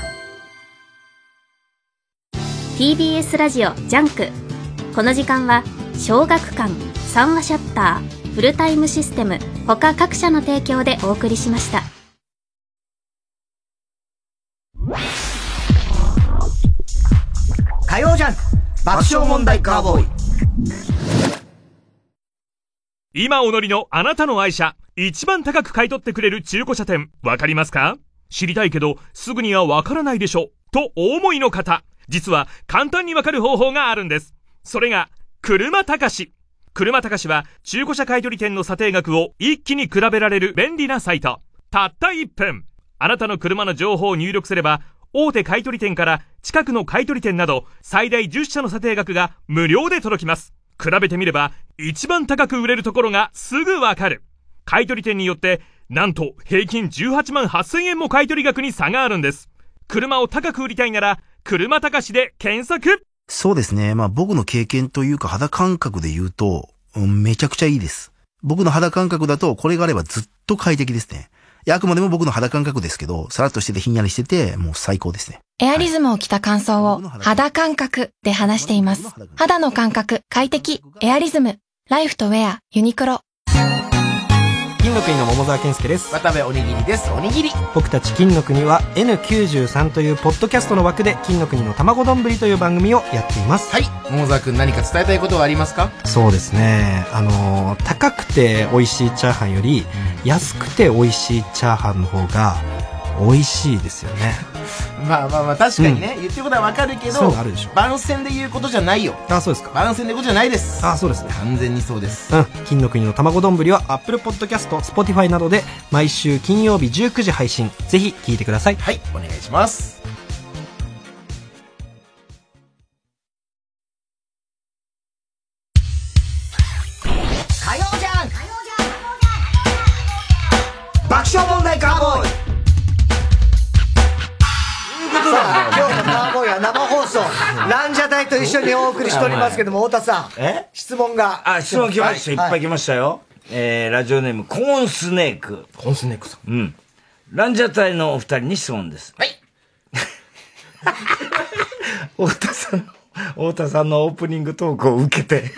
[SPEAKER 4] ティービーエス ラジオジャンク。この時間は小学館、三話シャッター、フルタイムシステム他各社の提供でお送りしました。
[SPEAKER 1] 火曜ジャンク爆笑問題カーボーイ。
[SPEAKER 5] 今お乗りのあなたの愛車、一番高く買い取ってくれる中古車店、わかりますか？知りたいけど、すぐにはわからないでしょ、とお思いの方、実は簡単にわかる方法があるんです。それが、車高し。車高しは、中古車買取店の査定額を一気に比べられる便利なサイト。たったいっぷん。あなたの車の情報を入力すれば、大手買取店から近くの買取店など、最大じゅっしゃの査定額が無料で届きます。比べてみれば、一番高く売れるところがすぐわかる。買取店によって、なんと平均じゅうはちまんはっせんえんも買取額に差があるんです。車を高く売りたいなら、車高しで検索。
[SPEAKER 14] そうですね。まあ僕の経験というか肌感覚で言うと、うん、めちゃくちゃいいです。僕の肌感覚だと、これがあればずっと快適ですね。いや、あくまでも僕の肌感覚ですけど、さらっとしててひんやりしてて、もう最高ですね。
[SPEAKER 15] エアリズムを着た感想を肌感覚で話しています。肌の感覚、快適、エアリズム、ライフとウェア、ユニクロ。
[SPEAKER 16] 金の国の桃沢健介です。
[SPEAKER 17] 渡部おにぎりです。おにぎり。
[SPEAKER 16] 僕たち金の国は エヌきゅうじゅうさん というポッドキャストの枠で金の国の卵丼という番組をやっています。
[SPEAKER 17] はい。桃沢くん何か伝えたいことはありますか？
[SPEAKER 16] そうですね。あのー、高くて美味しいチャーハンより、うん、安くて美味しいチャーハンの方が美味しいですよね。
[SPEAKER 17] まあまあまあ確かにね、うん、言ってることはわかるけど、
[SPEAKER 16] あるでしょ。
[SPEAKER 17] 番宣で言うことじゃないよ。
[SPEAKER 16] あ、そうですか。
[SPEAKER 17] 番宣で言うことじゃないです。
[SPEAKER 16] あ、そうですね。
[SPEAKER 17] 完全にそうです。
[SPEAKER 16] うん。金の国の卵丼は Apple Podcast、Spotify などで毎週金曜日じゅうくじ配信。ぜひ聞いてください。
[SPEAKER 17] はい、お願いします。
[SPEAKER 1] 火曜じゃん。爆笑問題カーボーイ。さあ、今日のカーボーイは生放送、ランジャタイと一緒にお送りしておりますけども、太田さん、
[SPEAKER 2] え
[SPEAKER 1] 質問が。
[SPEAKER 2] あ、質問来ました。いっぱい来ましたよ。えー、ラジオネーム、コーンスネーク。
[SPEAKER 3] コーンスネークさん。
[SPEAKER 2] うん。ランジャタイのお二人に質問です。
[SPEAKER 17] はい。
[SPEAKER 2] 太田さんの、太田さんのオープニングトークを受けて、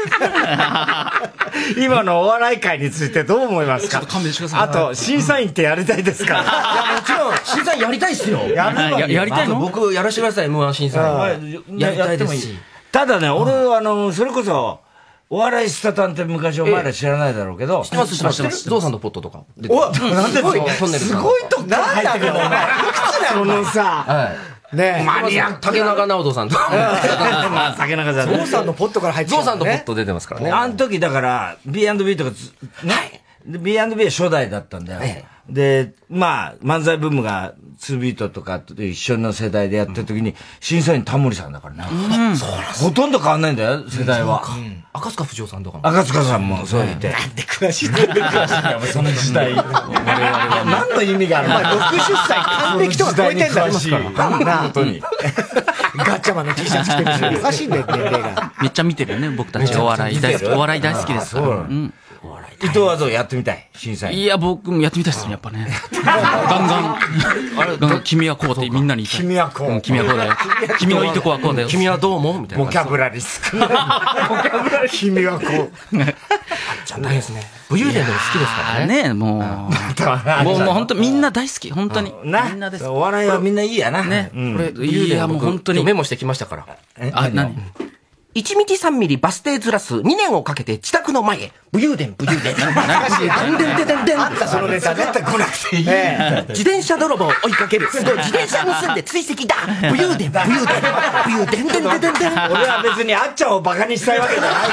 [SPEAKER 2] 今のお笑い界についてどう思いますか？
[SPEAKER 11] ちょっと勘弁してください。
[SPEAKER 2] あと、審査員ってやりたいですか？
[SPEAKER 17] いや、もちろん、審査員やりたいっすよ。
[SPEAKER 2] やる
[SPEAKER 3] ややりたいの？
[SPEAKER 17] 僕、やらせてください、エムワン 審査員。やりたいですし。
[SPEAKER 2] ただね、俺は、あの、それこそ、お笑いスタタンって昔お前ら知らないだろうけど。
[SPEAKER 17] 知ってます、知ってます。知ってます。ゾウさんのポットとか。
[SPEAKER 2] おなんですごい、すごいとこから入ってくるの、お前。そのさ、
[SPEAKER 17] はい。
[SPEAKER 2] ね
[SPEAKER 17] マニアック。竹中直人さんと。
[SPEAKER 2] まあ、竹中さん。
[SPEAKER 1] ゾウさんのポットから入って
[SPEAKER 17] きた。ゾウさんのポット出てますからね。
[SPEAKER 2] あの時だから、ビーアンドビー とか、ね。ビーアンドビー は初代だったんだよ。で、まあ、漫才ブームがツービートとかと一緒の世代でやってる時に、審査員タモリさんだからね。ほとんど変わんないんだよ、世代は。
[SPEAKER 17] 赤塚不二夫さんとか
[SPEAKER 2] も。赤塚さんもそう言って。
[SPEAKER 1] なんで詳しいんだよ。
[SPEAKER 2] その時代。何の意味があるの？
[SPEAKER 1] まあ、ろくじゅっさい還暦とか超えてんだよ。
[SPEAKER 2] 本当に。
[SPEAKER 1] ガッチャマンの T シャツ着てるし、おかしいんだよ、年齢が。
[SPEAKER 11] めっちゃ見てるよね、僕たちお笑い大好き。お笑い大好きですから。うん。
[SPEAKER 2] 伊藤はどうやってみたい審査員。
[SPEAKER 11] いや、僕もやってみたいですね、やっぱね。ガンガン、ガンガン、君はこうってみんなに言いたい。
[SPEAKER 2] 君はこう。
[SPEAKER 11] 君はこうだよ。君のいいとこはこうだよ。
[SPEAKER 17] 君はどう思うみたいな。
[SPEAKER 2] ボキャブラリー少ない。ボキャブラリー。君はこう。
[SPEAKER 17] あっちゃん大変ですね。武勇伝でも好きですからね。
[SPEAKER 11] ね、もう。もう、もう本当みんな大好き、本当に。みんなです。
[SPEAKER 2] お笑いはみんないいやな。
[SPEAKER 11] ね。これ、いや、もう本当に。
[SPEAKER 17] メモしてきましたから。
[SPEAKER 11] あ、何
[SPEAKER 17] いちミリさんミリバス停ずらすにねんをかけて自宅の前へ。武勇伝、武勇伝。でんでんでんでんでん。
[SPEAKER 1] あったそのネタね。
[SPEAKER 2] 来なくていい。
[SPEAKER 17] 自転車泥棒を追いかける。すごい、自転車盗んで追跡だ。武勇伝、武勇伝。武勇伝、でんでんでんでん。
[SPEAKER 2] 俺は別にあっちゃんをバカにしたいわけじゃないから。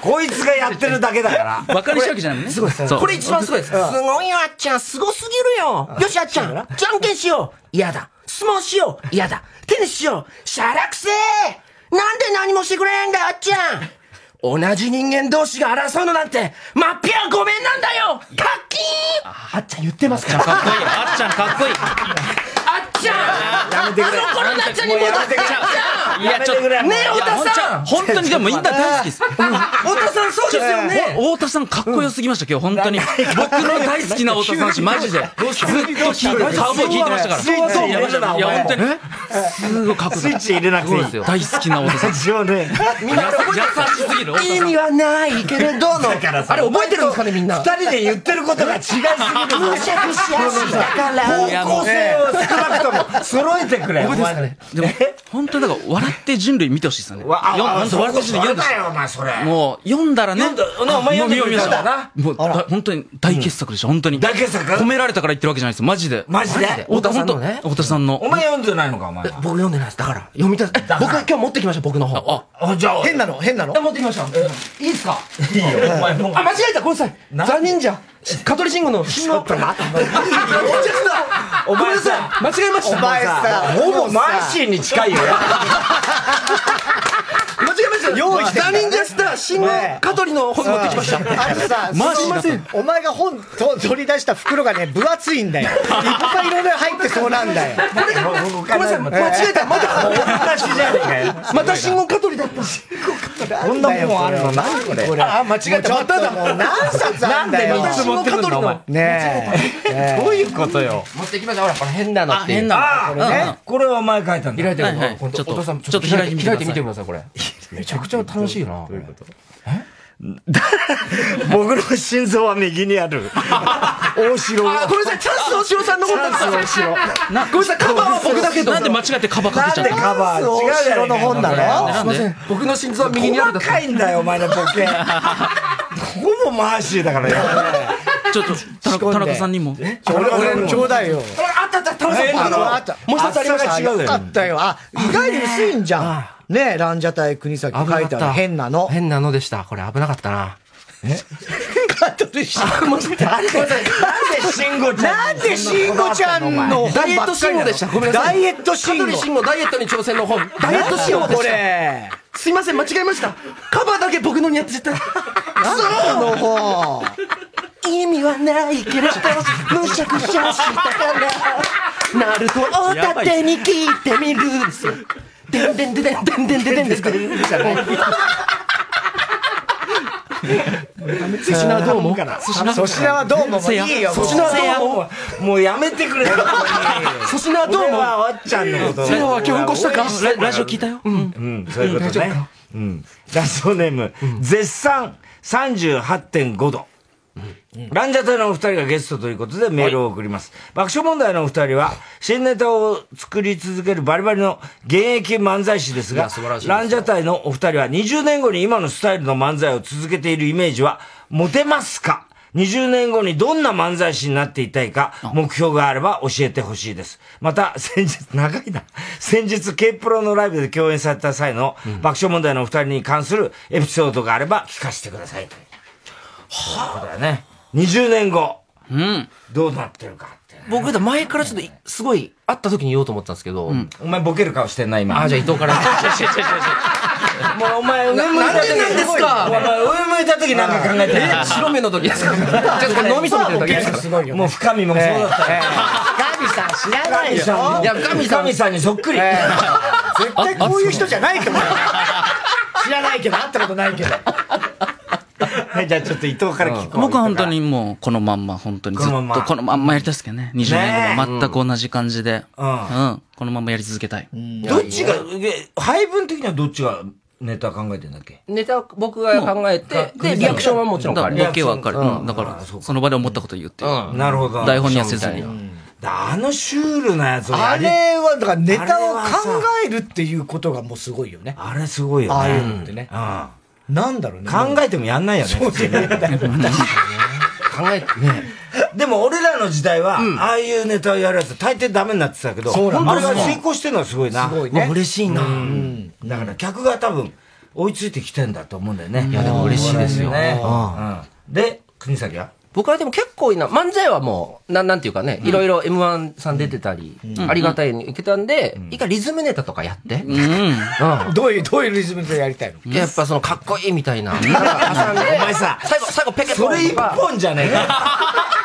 [SPEAKER 2] こいつがやってるだけだから。
[SPEAKER 11] バカにしたわけじゃないもんね。
[SPEAKER 17] すごいです。これ一番すごいです。すごいよ、あっちゃん。すごすぎるよ。よし、あっちゃん。じゃんけんしよう。嫌だ。相撲しよう。嫌だ。テニスしよう。しゃらくせえ。なんで何もしてくれないんだよ、あっちゃん。同じ人間同士が争うのなんて、まっぴらごめんなんだよ。カッキーン。あっちゃん言ってますから。
[SPEAKER 11] かっこいい。あっちゃんかっこいい。
[SPEAKER 17] あっちゃんあの頃のあっちゃんに戻ってくれ。
[SPEAKER 11] いや、ちょっと。
[SPEAKER 17] ねえ、太田さん。
[SPEAKER 11] 本当にでもみんな大好きです。
[SPEAKER 17] 太田さんそうですよね。
[SPEAKER 11] 太田さんかっこよすぎました、今日、本当に。僕の大好きな太田さんし、マジで。ずっと聞いて、カウボーイ聞いてましたから。
[SPEAKER 2] スイッチ入れましたな、
[SPEAKER 11] いや、本当に。すごいかっこいい。
[SPEAKER 2] スイッチ入れなくていいですよ。
[SPEAKER 11] 大好きな太田さん。
[SPEAKER 2] 一応ね。
[SPEAKER 17] みんな優しすぎる。意味はないけれどの。あれ覚えてるんですかね、みんな。
[SPEAKER 2] 二人で言ってることが違いすぎる。
[SPEAKER 17] むしゃくしゃしだから。
[SPEAKER 2] 方向性を少なくとかも揃えてくれ。
[SPEAKER 11] 覚えてますかね。でも、本当にだから、笑って人類見てほしいですよね。
[SPEAKER 2] わあ、
[SPEAKER 11] 本当笑って人類読んでほしい。
[SPEAKER 2] そうだよ、お前、それ。
[SPEAKER 11] もう、読んだらね。
[SPEAKER 2] 読んだ、お前読んでくれたんだな。
[SPEAKER 11] もう、本当に大傑作でした、本当に。
[SPEAKER 2] 大傑作
[SPEAKER 11] 褒められたから言ってるわけじゃないですよ、マジで。
[SPEAKER 2] マジで
[SPEAKER 11] 太田さんのね。太田さんの。
[SPEAKER 2] お前読んでないのか、お前。
[SPEAKER 17] 僕読んでないです。だから、読みたい。僕今日持ってきました、僕の本。
[SPEAKER 2] あ、あ、じゃあ。
[SPEAKER 1] 変なの変なの
[SPEAKER 17] 持ってきました。いいですか？
[SPEAKER 2] いいよ、お前もう。
[SPEAKER 17] あ、間違えた、ごめんなさい。ザ・忍者。香取慎吾の
[SPEAKER 2] ちょっと待って。
[SPEAKER 17] お前さ、間違えました。
[SPEAKER 1] お前さ、
[SPEAKER 2] ほぼマーシーに近いよ。
[SPEAKER 17] 間違えました。
[SPEAKER 1] 用意して
[SPEAKER 17] ザ・忍者スター、慎吾、香取の本持ってきました。
[SPEAKER 1] あとさ、すいません。お前が本取り出した袋がね、分厚いんだよ。いっぱいいろいろ入ってそうなんだよ。
[SPEAKER 17] ごめんなさい、間違えた。また、また慎吾香取だったし。
[SPEAKER 2] こんなもんあるの何これ。
[SPEAKER 17] あ、間違えた。まただ。
[SPEAKER 1] もう何冊あんだよ。
[SPEAKER 2] なんでみっつ持ってくんのお前。
[SPEAKER 1] ね
[SPEAKER 2] え。どういうことよ。
[SPEAKER 17] 持ってきました。ほら、これ変なのっていう。
[SPEAKER 11] 変なの。
[SPEAKER 2] あ、これね。これはお前書いたんだ。
[SPEAKER 17] 開いてる。
[SPEAKER 11] ちょっと、ちょっ
[SPEAKER 17] ちょっと
[SPEAKER 11] と開いてみてください。
[SPEAKER 17] 開いてみてください、これ。めちゃくちゃ楽しいな。どういうこと？
[SPEAKER 2] 僕の心臓は右にある。大城。
[SPEAKER 17] あ、ごめんなさい、チャンス大城さんの本なんですよ。大城。ごめんなさい、カバーは僕だけど。
[SPEAKER 11] なんで間違ってカバーかけちゃったの？
[SPEAKER 2] カバー違う
[SPEAKER 1] 大城の本なの？
[SPEAKER 17] すいません。僕の心臓は右にある。
[SPEAKER 2] 細かいんだよ、お前のボケ。ほぼマーシーだからよ。
[SPEAKER 11] ちょっと、田中田中さんにも。
[SPEAKER 1] 俺のちょうだいよ。
[SPEAKER 17] あったあった、田中さん。あの、
[SPEAKER 1] あった。
[SPEAKER 17] もう一つありました。
[SPEAKER 2] 違うよ。
[SPEAKER 1] あったよ。あ、意外に薄いんじゃん。ねえ、ランジャタイ国崎書いてある変なの。
[SPEAKER 17] 変なのでした。これ危なかったな。
[SPEAKER 1] えカトリシンゴちゃん。なんで
[SPEAKER 2] 慎吾ちゃん
[SPEAKER 1] なんで慎吾ちゃんの
[SPEAKER 17] ダイエット慎吾でした。ごめんなさい。
[SPEAKER 1] ダイエット慎吾。
[SPEAKER 17] カトリ慎吾ダイエットに挑戦の本。ダイエット慎吾でした。
[SPEAKER 1] これ。
[SPEAKER 17] すいません、間違えました。カバーだけ僕のにやって絶対。
[SPEAKER 1] そうの本。
[SPEAKER 17] 意味はないけれど、むしゃくしゃしたから、ナルトを縦に切ってみるですよ。でんでんでんでんでんでんでんでんですから。粗品はどうも
[SPEAKER 1] 粗品はどうももういいよ。
[SPEAKER 17] 粗品はどうも
[SPEAKER 2] もうやめてくれ。
[SPEAKER 17] 粗品はどうも
[SPEAKER 2] 俺はわっちゃんのこと。
[SPEAKER 17] せやは今日うんこしたか？
[SPEAKER 11] ラジオ聞いたよ。
[SPEAKER 2] うん。そういうことね。うん。ラジオネーム、絶賛 さんじゅうはってんごど。ランジャタイのお二人がゲストということでメールを送ります。爆笑問題のお二人は、新ネタを作り続けるバリバリの現役漫才師ですが、ランジャタイのお二人はにじゅうねんごに今のスタイルの漫才を続けているイメージは持てますか？にじゅうねんごにどんな漫才師になっていたいか、目標があれば教えてほしいです。また、先日、長いな。先日、K プロのライブで共演された際の爆笑問題のお二人に関するエピソードがあれば聞かせてください。はぁ。そうだよね。にじゅうねんご。
[SPEAKER 11] うん。
[SPEAKER 2] どうなってるかって、ね。
[SPEAKER 17] 僕、前からちょっと、すごい、会った時に言おうと思ったんですけど。うん、
[SPEAKER 2] お前ボケる顔してんな、今。
[SPEAKER 17] あ、じゃあ伊藤から。
[SPEAKER 2] もうお前、上向いた時
[SPEAKER 17] なんですか
[SPEAKER 2] お前、上向いた時なんか考えてる。
[SPEAKER 17] え、白目の時ですか？ちょっと脳みそ見てる時ですか？
[SPEAKER 2] もう深見もそうだった。
[SPEAKER 1] 深見さん知らないでしょ？
[SPEAKER 2] いや、深見さん。深見さんにそっくり。
[SPEAKER 1] 絶対こういう人じゃないと思う。知らないけど、会ったことないけど。
[SPEAKER 2] はい、じゃあちょっと伊藤から聞こう。
[SPEAKER 11] 僕は本当にもう、このまんま、本当にずっと、このまんまやりたいですけどね。にじゅうねんごも全く同じ感じで。うん。このままやり続けたい。
[SPEAKER 2] どっちが、配分的にはどっちがネタ考えてんだっけ？
[SPEAKER 17] ネタ僕が考えて、で、リアクションはもちろん彼。
[SPEAKER 11] ボケは彼。だから、その場で思ったこと言うっていう。
[SPEAKER 2] なるほど。
[SPEAKER 11] 台本にはせずに。
[SPEAKER 2] あのシュールなやつを
[SPEAKER 1] あれは、だからネタを考えるっていうことがもうすごいよね。
[SPEAKER 2] あれすごいよね。
[SPEAKER 1] ああいうのってね。なんだろうね。
[SPEAKER 2] 考えてもやんないよね。そうですね。考
[SPEAKER 17] えてね。
[SPEAKER 2] でも俺らの時代は、ああいうネタをやるやつ大抵ダメになってたけど、あれが成功してるのはすごいな。
[SPEAKER 1] すごいね。
[SPEAKER 17] 嬉しいな。
[SPEAKER 2] だから客が多分追いついてきてんだと思うんだよね。
[SPEAKER 17] いやでも嬉しいですよ。
[SPEAKER 2] で、国崎は
[SPEAKER 17] 僕はでも結構いいな、漫才はもう、なん、なんていうかね、いろいろ エムワン さん出てたり、ありがたいに受けたんで、一回リズムネタとかやって。
[SPEAKER 1] どういう、どういうリズムネタやりたいの？
[SPEAKER 17] やっぱそのかっこいいみたいな。お前
[SPEAKER 2] さ、
[SPEAKER 17] 最後、最後ペケポン。
[SPEAKER 2] それ一本じゃねえか。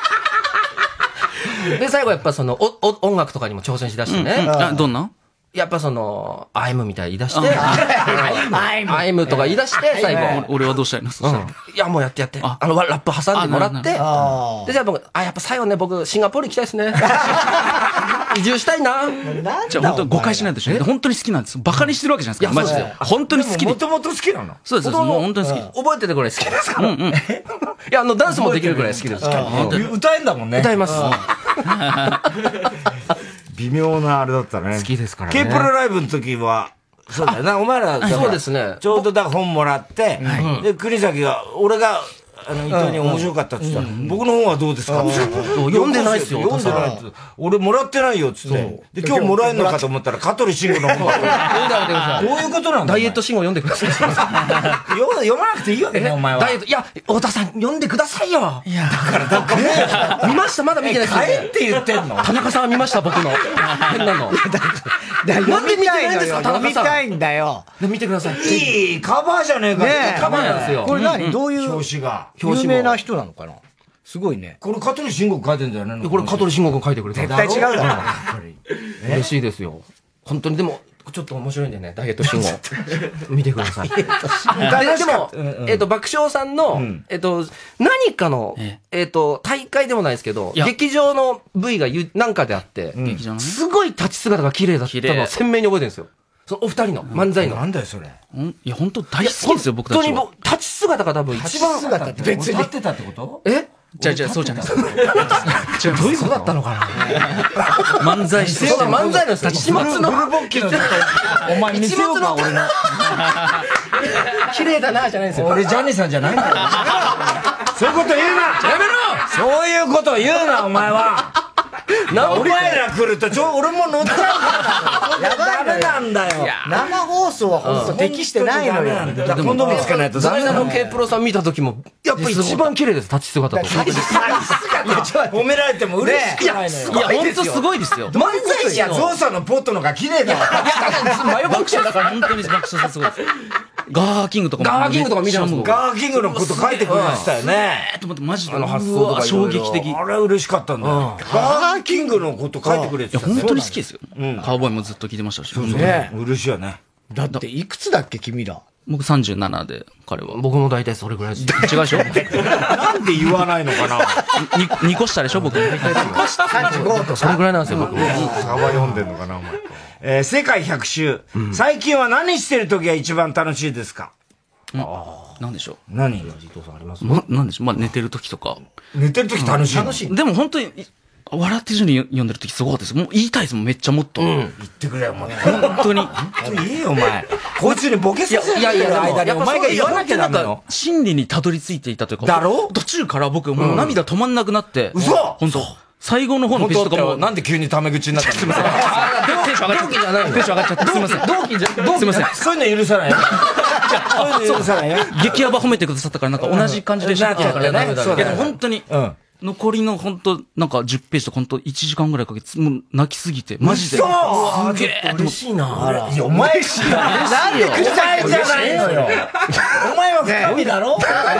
[SPEAKER 17] で、最後やっぱその、お、お、音楽とかにも挑戦しだしてね。
[SPEAKER 11] どんな？
[SPEAKER 17] やっぱその、アイムみたいに言い出して、アイムとか言い出して、最後。
[SPEAKER 11] 俺はどうしたいの？
[SPEAKER 17] いや、もうやってやって。あの、ラップ挟んでもらって、で、じゃあ僕、あ、やっぱ最後ね、僕、シンガポール行きたいですね。移住したいな。
[SPEAKER 11] じゃあ本当に誤解しないでしょ。本当に好きなんです。バカにしてるわけじゃないですか。マジで。本当に好きで。
[SPEAKER 2] もともと好きなの？
[SPEAKER 11] そうです。もう本当に好き。
[SPEAKER 17] 覚えててくらい好きですから。うんうん。いや、あの、ダンスもできるくらい好きです。
[SPEAKER 2] 歌えんだもんね。
[SPEAKER 17] 歌えます。
[SPEAKER 2] 微妙なあれだったね。
[SPEAKER 3] 好きですからね。
[SPEAKER 2] K プロライブの時は、そうだよな、お前ら、
[SPEAKER 3] そうですね。
[SPEAKER 2] ちょうどだ本もらって、で、国崎が、俺が、あの、伊藤に面白かったって言ったら、僕の本はどうですかって。
[SPEAKER 3] 読んでないっすよ。
[SPEAKER 2] 読んでないって。俺もらってないよ、つって。で、今日もらえるのかと思ったら、香取慎吾の本だ。どういうことなんだ
[SPEAKER 3] ダイエット慎吾読んでください。
[SPEAKER 2] 読まなくていいわけね、お前は。
[SPEAKER 3] ダイエット、いや、太田さん読んでくださいよ。いや、だから、だから。見ましたまだ見てないです
[SPEAKER 2] よ。帰って言ってんの
[SPEAKER 3] 田中さんは見ました僕の。変なの。
[SPEAKER 1] なんで見てないんですか読みたいんだよ。
[SPEAKER 3] 見てください。
[SPEAKER 2] いいカバーじゃねえか。
[SPEAKER 1] ね
[SPEAKER 3] カバーなんですよ。
[SPEAKER 1] これ何どういう
[SPEAKER 2] 表紙が。
[SPEAKER 1] 有名な人なのかなすごいね。
[SPEAKER 2] これ香取慎吾書いてんだよね。
[SPEAKER 3] これ香取慎吾君書いてくれた。
[SPEAKER 1] 絶対違うだろ。
[SPEAKER 3] 嬉しいですよ。本当に、でも、ちょっっと面白いんでね、ダイエット信号。見てください。でも、えっと、爆笑さんの、えっと、何かの、えっと、大会でもないですけど、劇場の部位がなんかであって、すごい立ち姿が綺麗だったのを鮮明に覚えてるんですよ。そのお二人の漫才の。
[SPEAKER 2] なんだよ、それ。
[SPEAKER 11] いや、本当大好きですよ、僕たちは。
[SPEAKER 3] 本当に立ち姿が多分一番。
[SPEAKER 2] 立ち姿って別に。立ってたってこと？
[SPEAKER 3] え
[SPEAKER 11] じゃあじゃあそうじゃないですか。
[SPEAKER 3] 違う、どういうことだったのかな。
[SPEAKER 11] 漫才師。
[SPEAKER 3] そうだ、漫才の人、一末の。
[SPEAKER 2] ブルボッキのお前見せようか、俺の。
[SPEAKER 3] 綺麗だな、じゃないですよ。
[SPEAKER 2] 俺ジャニーさんじゃないんだよ。そういうこと言うな
[SPEAKER 3] やめろ
[SPEAKER 2] そういうこと言うな、お前は。お前ら来ると、ちょ、俺も乗っちゃうから。やばいダメなんだよ。
[SPEAKER 1] 生放送は本当適してないのよ。
[SPEAKER 2] 今度見つけないとダメなの。
[SPEAKER 3] K プロさん見た時も、やっぱ一番綺麗です、立ち姿と。
[SPEAKER 2] 立ち姿褒められても嬉しくないのよ。
[SPEAKER 11] いや、本当すごいですよ。
[SPEAKER 2] 漫才師やゾウさんのポットのが綺麗だわ。
[SPEAKER 11] 真横爆笑だから本当に爆笑さすごい。ガーキングとかも。
[SPEAKER 3] ガーキングとか見てますもん。
[SPEAKER 2] ガーキングのこと書いてくれましたよね。
[SPEAKER 11] えーと思って、マジで。
[SPEAKER 2] あの発想とか
[SPEAKER 11] 衝撃的。
[SPEAKER 2] あれ嬉しかったんだよ。ガーキングのこと書いてくれてた。
[SPEAKER 11] いや、本当に好きですよ。カウボーイもずっと聞いてましたし。
[SPEAKER 2] ね嬉しいよね。
[SPEAKER 1] だっていくつだっけ、君ら。
[SPEAKER 11] 僕さんじゅうななで、彼は。
[SPEAKER 3] 僕も大体それぐらいです。
[SPEAKER 11] 違うでしょ
[SPEAKER 2] なんで言わないのかな
[SPEAKER 11] ?に 個下でしょ僕。に
[SPEAKER 1] 個下さんじゅうごと
[SPEAKER 3] それぐらいなんですよ、僕。
[SPEAKER 2] サバ読んでんのかな、お前。えー、世界百周。最近は何してる時が一番楽しいですか？
[SPEAKER 11] ああ。なんでしょう。
[SPEAKER 2] 何？
[SPEAKER 3] 伊藤さんあります
[SPEAKER 11] ま、なんでしょう。まあ、寝てる時とか。
[SPEAKER 2] 寝てる時楽しい。
[SPEAKER 11] 楽しい。でも本当に、笑ってる人に読んでる時すごかったです。もう言いたいですもん、めっちゃもっと。
[SPEAKER 2] 言ってくれよ、もう。
[SPEAKER 11] 本当に。
[SPEAKER 2] 本当にいいよ、お前。こいつにボケさせてる間にお前が言わなきゃダメよ。
[SPEAKER 11] 真理にたどり着いていたというか。
[SPEAKER 2] だろ？
[SPEAKER 11] 途中から僕もう涙止まんなくなって。
[SPEAKER 2] 嘘！
[SPEAKER 11] 本当。最後の方のページとかも。
[SPEAKER 2] なんで急にタメ口になったの？すいません。
[SPEAKER 11] テンション上がっちゃった。テンション上がっちゃった。すいません。
[SPEAKER 3] 同期じゃ、
[SPEAKER 11] すいません。
[SPEAKER 2] そういうの許さないよ。そういうの許さないよ。
[SPEAKER 11] 激ヤバ褒めてくださったからなんか同じ感じでしたからね。いや、本当に。残りの本当なんかじゅっページと本当いちじかんぐらいかけて、もう泣きすぎて、マジで。
[SPEAKER 2] そう
[SPEAKER 3] すげえ嬉しいな。
[SPEAKER 2] いや、お前しなんで口先じゃないのよ。お前は深みだろ？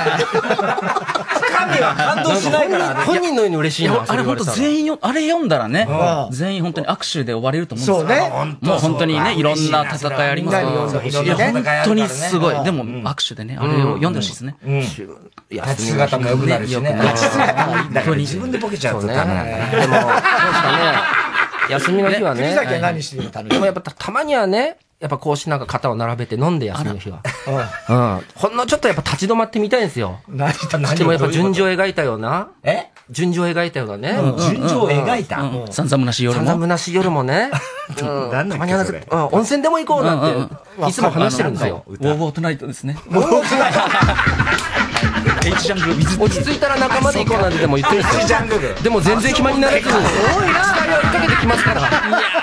[SPEAKER 2] 深みは感動しないから。
[SPEAKER 3] 本人のように嬉しいな。
[SPEAKER 11] あれ本当全員よ、あれ読んだらね、全員本当に握手で終われると思うんですよ。
[SPEAKER 1] そうね。
[SPEAKER 11] もう本当にね、いろんな戦いありますから。いや、本当にすごい。でも握手でね、あれを読んでほしいですね。
[SPEAKER 2] 立ち姿も良くなるしね。だから自分でボケちゃうとダメなんだね。
[SPEAKER 3] でも、そうですかね。休みの日はね。
[SPEAKER 1] 国崎は何してるの？
[SPEAKER 3] でもやっぱたまにはね、やっぱこうしなんか肩を並べて飲んで休みの日は。うん。ほんのちょっとやっぱ立ち止まってみたいんですよ。
[SPEAKER 1] 何だ
[SPEAKER 3] でもやっぱ順序を描いたような。
[SPEAKER 2] え
[SPEAKER 3] 順序を描いたようなね。
[SPEAKER 2] 順序を描いた
[SPEAKER 11] 散々むなし夜も。
[SPEAKER 3] 散々むなし夜もね。
[SPEAKER 2] 何だっけそれ。
[SPEAKER 3] 温泉でも行こうなんて、いつも話してるんですよ。
[SPEAKER 11] ウォーボートナイトですね。
[SPEAKER 2] ウォーボートナイト。
[SPEAKER 11] H ジャングル水
[SPEAKER 3] 落ち着いたら仲間で行こうなんてでも言ってるんですよ。
[SPEAKER 2] H ジャングル。
[SPEAKER 3] でも全然暇になれずに。多いな。追いかけてきますから。
[SPEAKER 4] テ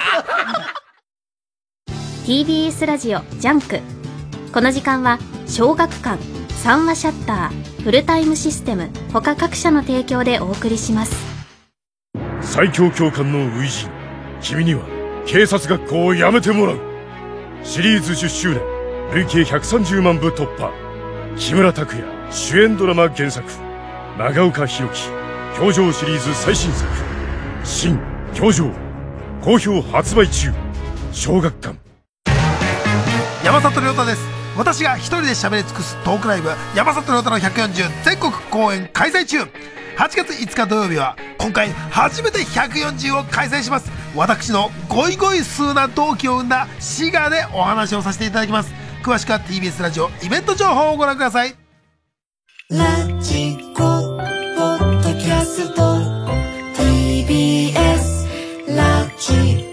[SPEAKER 4] ィービーエス ラジオジャンク。この時間は小学館、三話シャッター、フルタイムシステム他各社の提供でお送りします。
[SPEAKER 5] 最強教官の初陣、君には警察学校を辞めてもらう。シリーズじゅっしゅうねん、累計ひゃくさんじゅうまんぶ突破。木村拓哉主演ドラマ原作、長岡裕樹教場シリーズ最新作新教場、好評発売中。小学館。
[SPEAKER 18] 山里亮太です。私が一人で喋り尽くすトークライブ、山里亮太のひゃくよんじゅう全国公演開催中。はちがついつか土曜日は今回初めてひゃくよんじゅうを開催します。私のゴイゴイスーな同期を生んだ滋賀でお話をさせていただきます。詳しくは ティービーエス ラジオイベント情報をご覧ください。
[SPEAKER 13] ラジコポッドキャスト ティービーエス ラジオ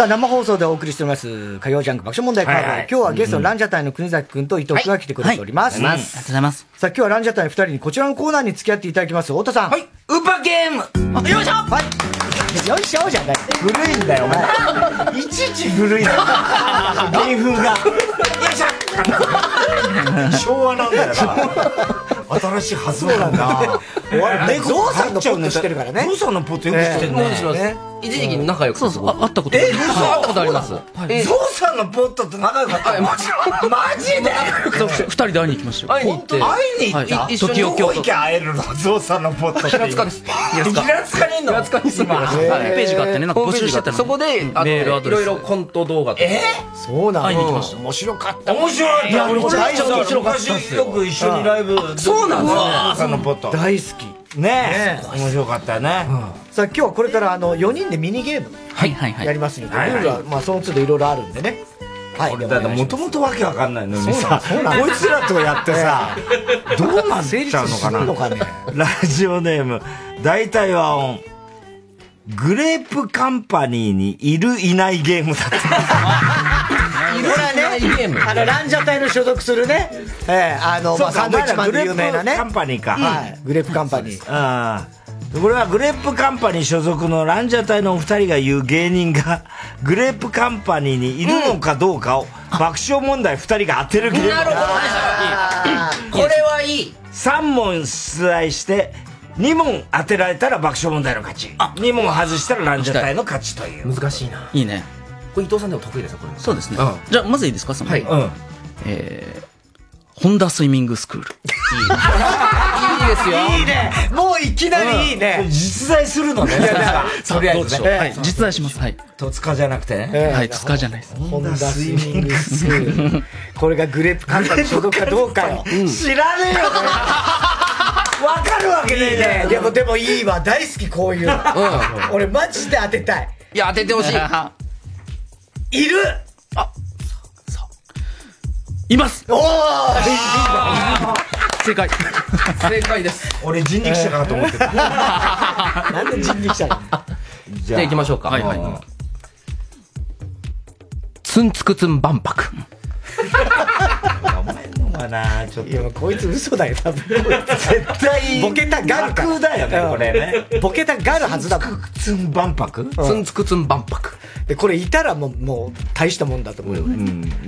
[SPEAKER 1] さあ、生放送でお送りしております、火曜ジャンク爆笑問題カード。はいはい、今日はゲストのランジャタイの国崎くんと伊藤くんが来てくれております。
[SPEAKER 11] はいはい、ありがとうございます。
[SPEAKER 1] さあ、今日はランジャタイのふたりにこちらのコーナーに付き合っていただきます。太田さん。
[SPEAKER 17] はい。ウパゲームよいしょ
[SPEAKER 1] はい。よいしょじゃない。古いんだよ、お前。いちいち古いんだよ。芸風が。よいしょ
[SPEAKER 2] 昭和なんだよな。新しい発想なんだ。
[SPEAKER 1] ゾウさんのポットしてるからね。
[SPEAKER 2] ゾウさんのポットよくしてるね。
[SPEAKER 3] 一時期仲良く
[SPEAKER 11] そうそう、会ったこと
[SPEAKER 3] え、会ったことあります。
[SPEAKER 2] ゾウさんのポットと仲良かった
[SPEAKER 3] マジで
[SPEAKER 11] 二人で会いに行きました
[SPEAKER 3] よ。会いに行って。
[SPEAKER 2] 会いに行った
[SPEAKER 3] 一緒に
[SPEAKER 2] どこ行きゃ会えるのゾウさんのポット。
[SPEAKER 3] 平塚です。
[SPEAKER 2] 平塚にいんの
[SPEAKER 3] 平塚に住んでます。
[SPEAKER 11] ホームページがあってね、なんか募集してたの。
[SPEAKER 3] そこで、あの、いろいろコント動画とか。
[SPEAKER 2] え
[SPEAKER 1] そうなの。
[SPEAKER 11] 会いに行きました。
[SPEAKER 1] 面白かった。
[SPEAKER 2] 面白い。いや、俺も
[SPEAKER 3] 面白かった
[SPEAKER 2] 昔よく一緒にライブ。
[SPEAKER 3] そうなんです
[SPEAKER 2] ゾウさんのポット。
[SPEAKER 1] 大好き。
[SPEAKER 2] ねえ。面白かったね。
[SPEAKER 1] さあ、今日はこれからあの、よにんでミニゲーム。
[SPEAKER 11] はいはいはい。
[SPEAKER 1] やりますので、ルールは、まあ、その都度いろいろあるんでね。
[SPEAKER 2] はい。だってもともとわけわかんないのにさ、こいつらとやってさ、どうなっちゃうのかな。ラジオネーム、大体和音。グレープカンパニーにいるいないゲームだった。
[SPEAKER 1] これはね、あの、ランジャタイの所属するね、ええ、あの、まあ、サンドイッチマンで有名なね。
[SPEAKER 2] グレープカンパニーか。
[SPEAKER 1] はい。グレープカンパニー。
[SPEAKER 2] ああ。これはグレープカンパニー所属のランジャタイのお二人が言う芸人がグレープカンパニーにいるのかどうかを爆笑問題二人が当てるゲーム。
[SPEAKER 3] なるほど。これはいい。
[SPEAKER 2] さん問出題してに問当てられたら爆笑問題の勝ち。に問外したらランジャタイの勝ちという。
[SPEAKER 3] 難しいな。
[SPEAKER 11] いいね。
[SPEAKER 3] これ伊藤さんでも得意ですよ、これ。
[SPEAKER 11] そうですね。じゃあ、まずいいですか、その。
[SPEAKER 3] はい。うん。
[SPEAKER 11] えー、ホンダスイミングスクール。いい
[SPEAKER 3] ですよ。
[SPEAKER 1] いいね。もういきなりいいね。
[SPEAKER 2] 実在するのね。
[SPEAKER 11] とりあえずね。はい。実在します。はい。
[SPEAKER 2] 戸塚じゃなくてね。
[SPEAKER 11] はい、塚じゃないです。
[SPEAKER 1] ホンダスイミングスクール。これがグレープカンパニー所属かどうかよ。
[SPEAKER 2] 知らねえよ、これ。わかるわけねえね。
[SPEAKER 1] でも、でもいいわ。大好き、こういうの。俺マジで当てたい。
[SPEAKER 3] いや、当ててほしい。
[SPEAKER 1] いる
[SPEAKER 11] あ、そう。います
[SPEAKER 1] おー
[SPEAKER 11] 正解。
[SPEAKER 3] 正解です。
[SPEAKER 2] 俺人力車かと思ってた。
[SPEAKER 1] なんで人力車なの？
[SPEAKER 3] じゃあ行きましょうか。
[SPEAKER 11] はいはい。
[SPEAKER 3] ツンツクツン万博。
[SPEAKER 2] お前のかなちょっと。
[SPEAKER 1] いや、こいつ嘘だよ、多分。
[SPEAKER 2] 絶対。
[SPEAKER 1] ボケたがるか。
[SPEAKER 2] 架空だよね、これね。
[SPEAKER 1] ボケたがるはずだもん。
[SPEAKER 2] ツンツクツン万博
[SPEAKER 3] ツンツクツン万博。
[SPEAKER 1] で、これいたらもう、もう、大したもんだと思うよね。
[SPEAKER 2] うん。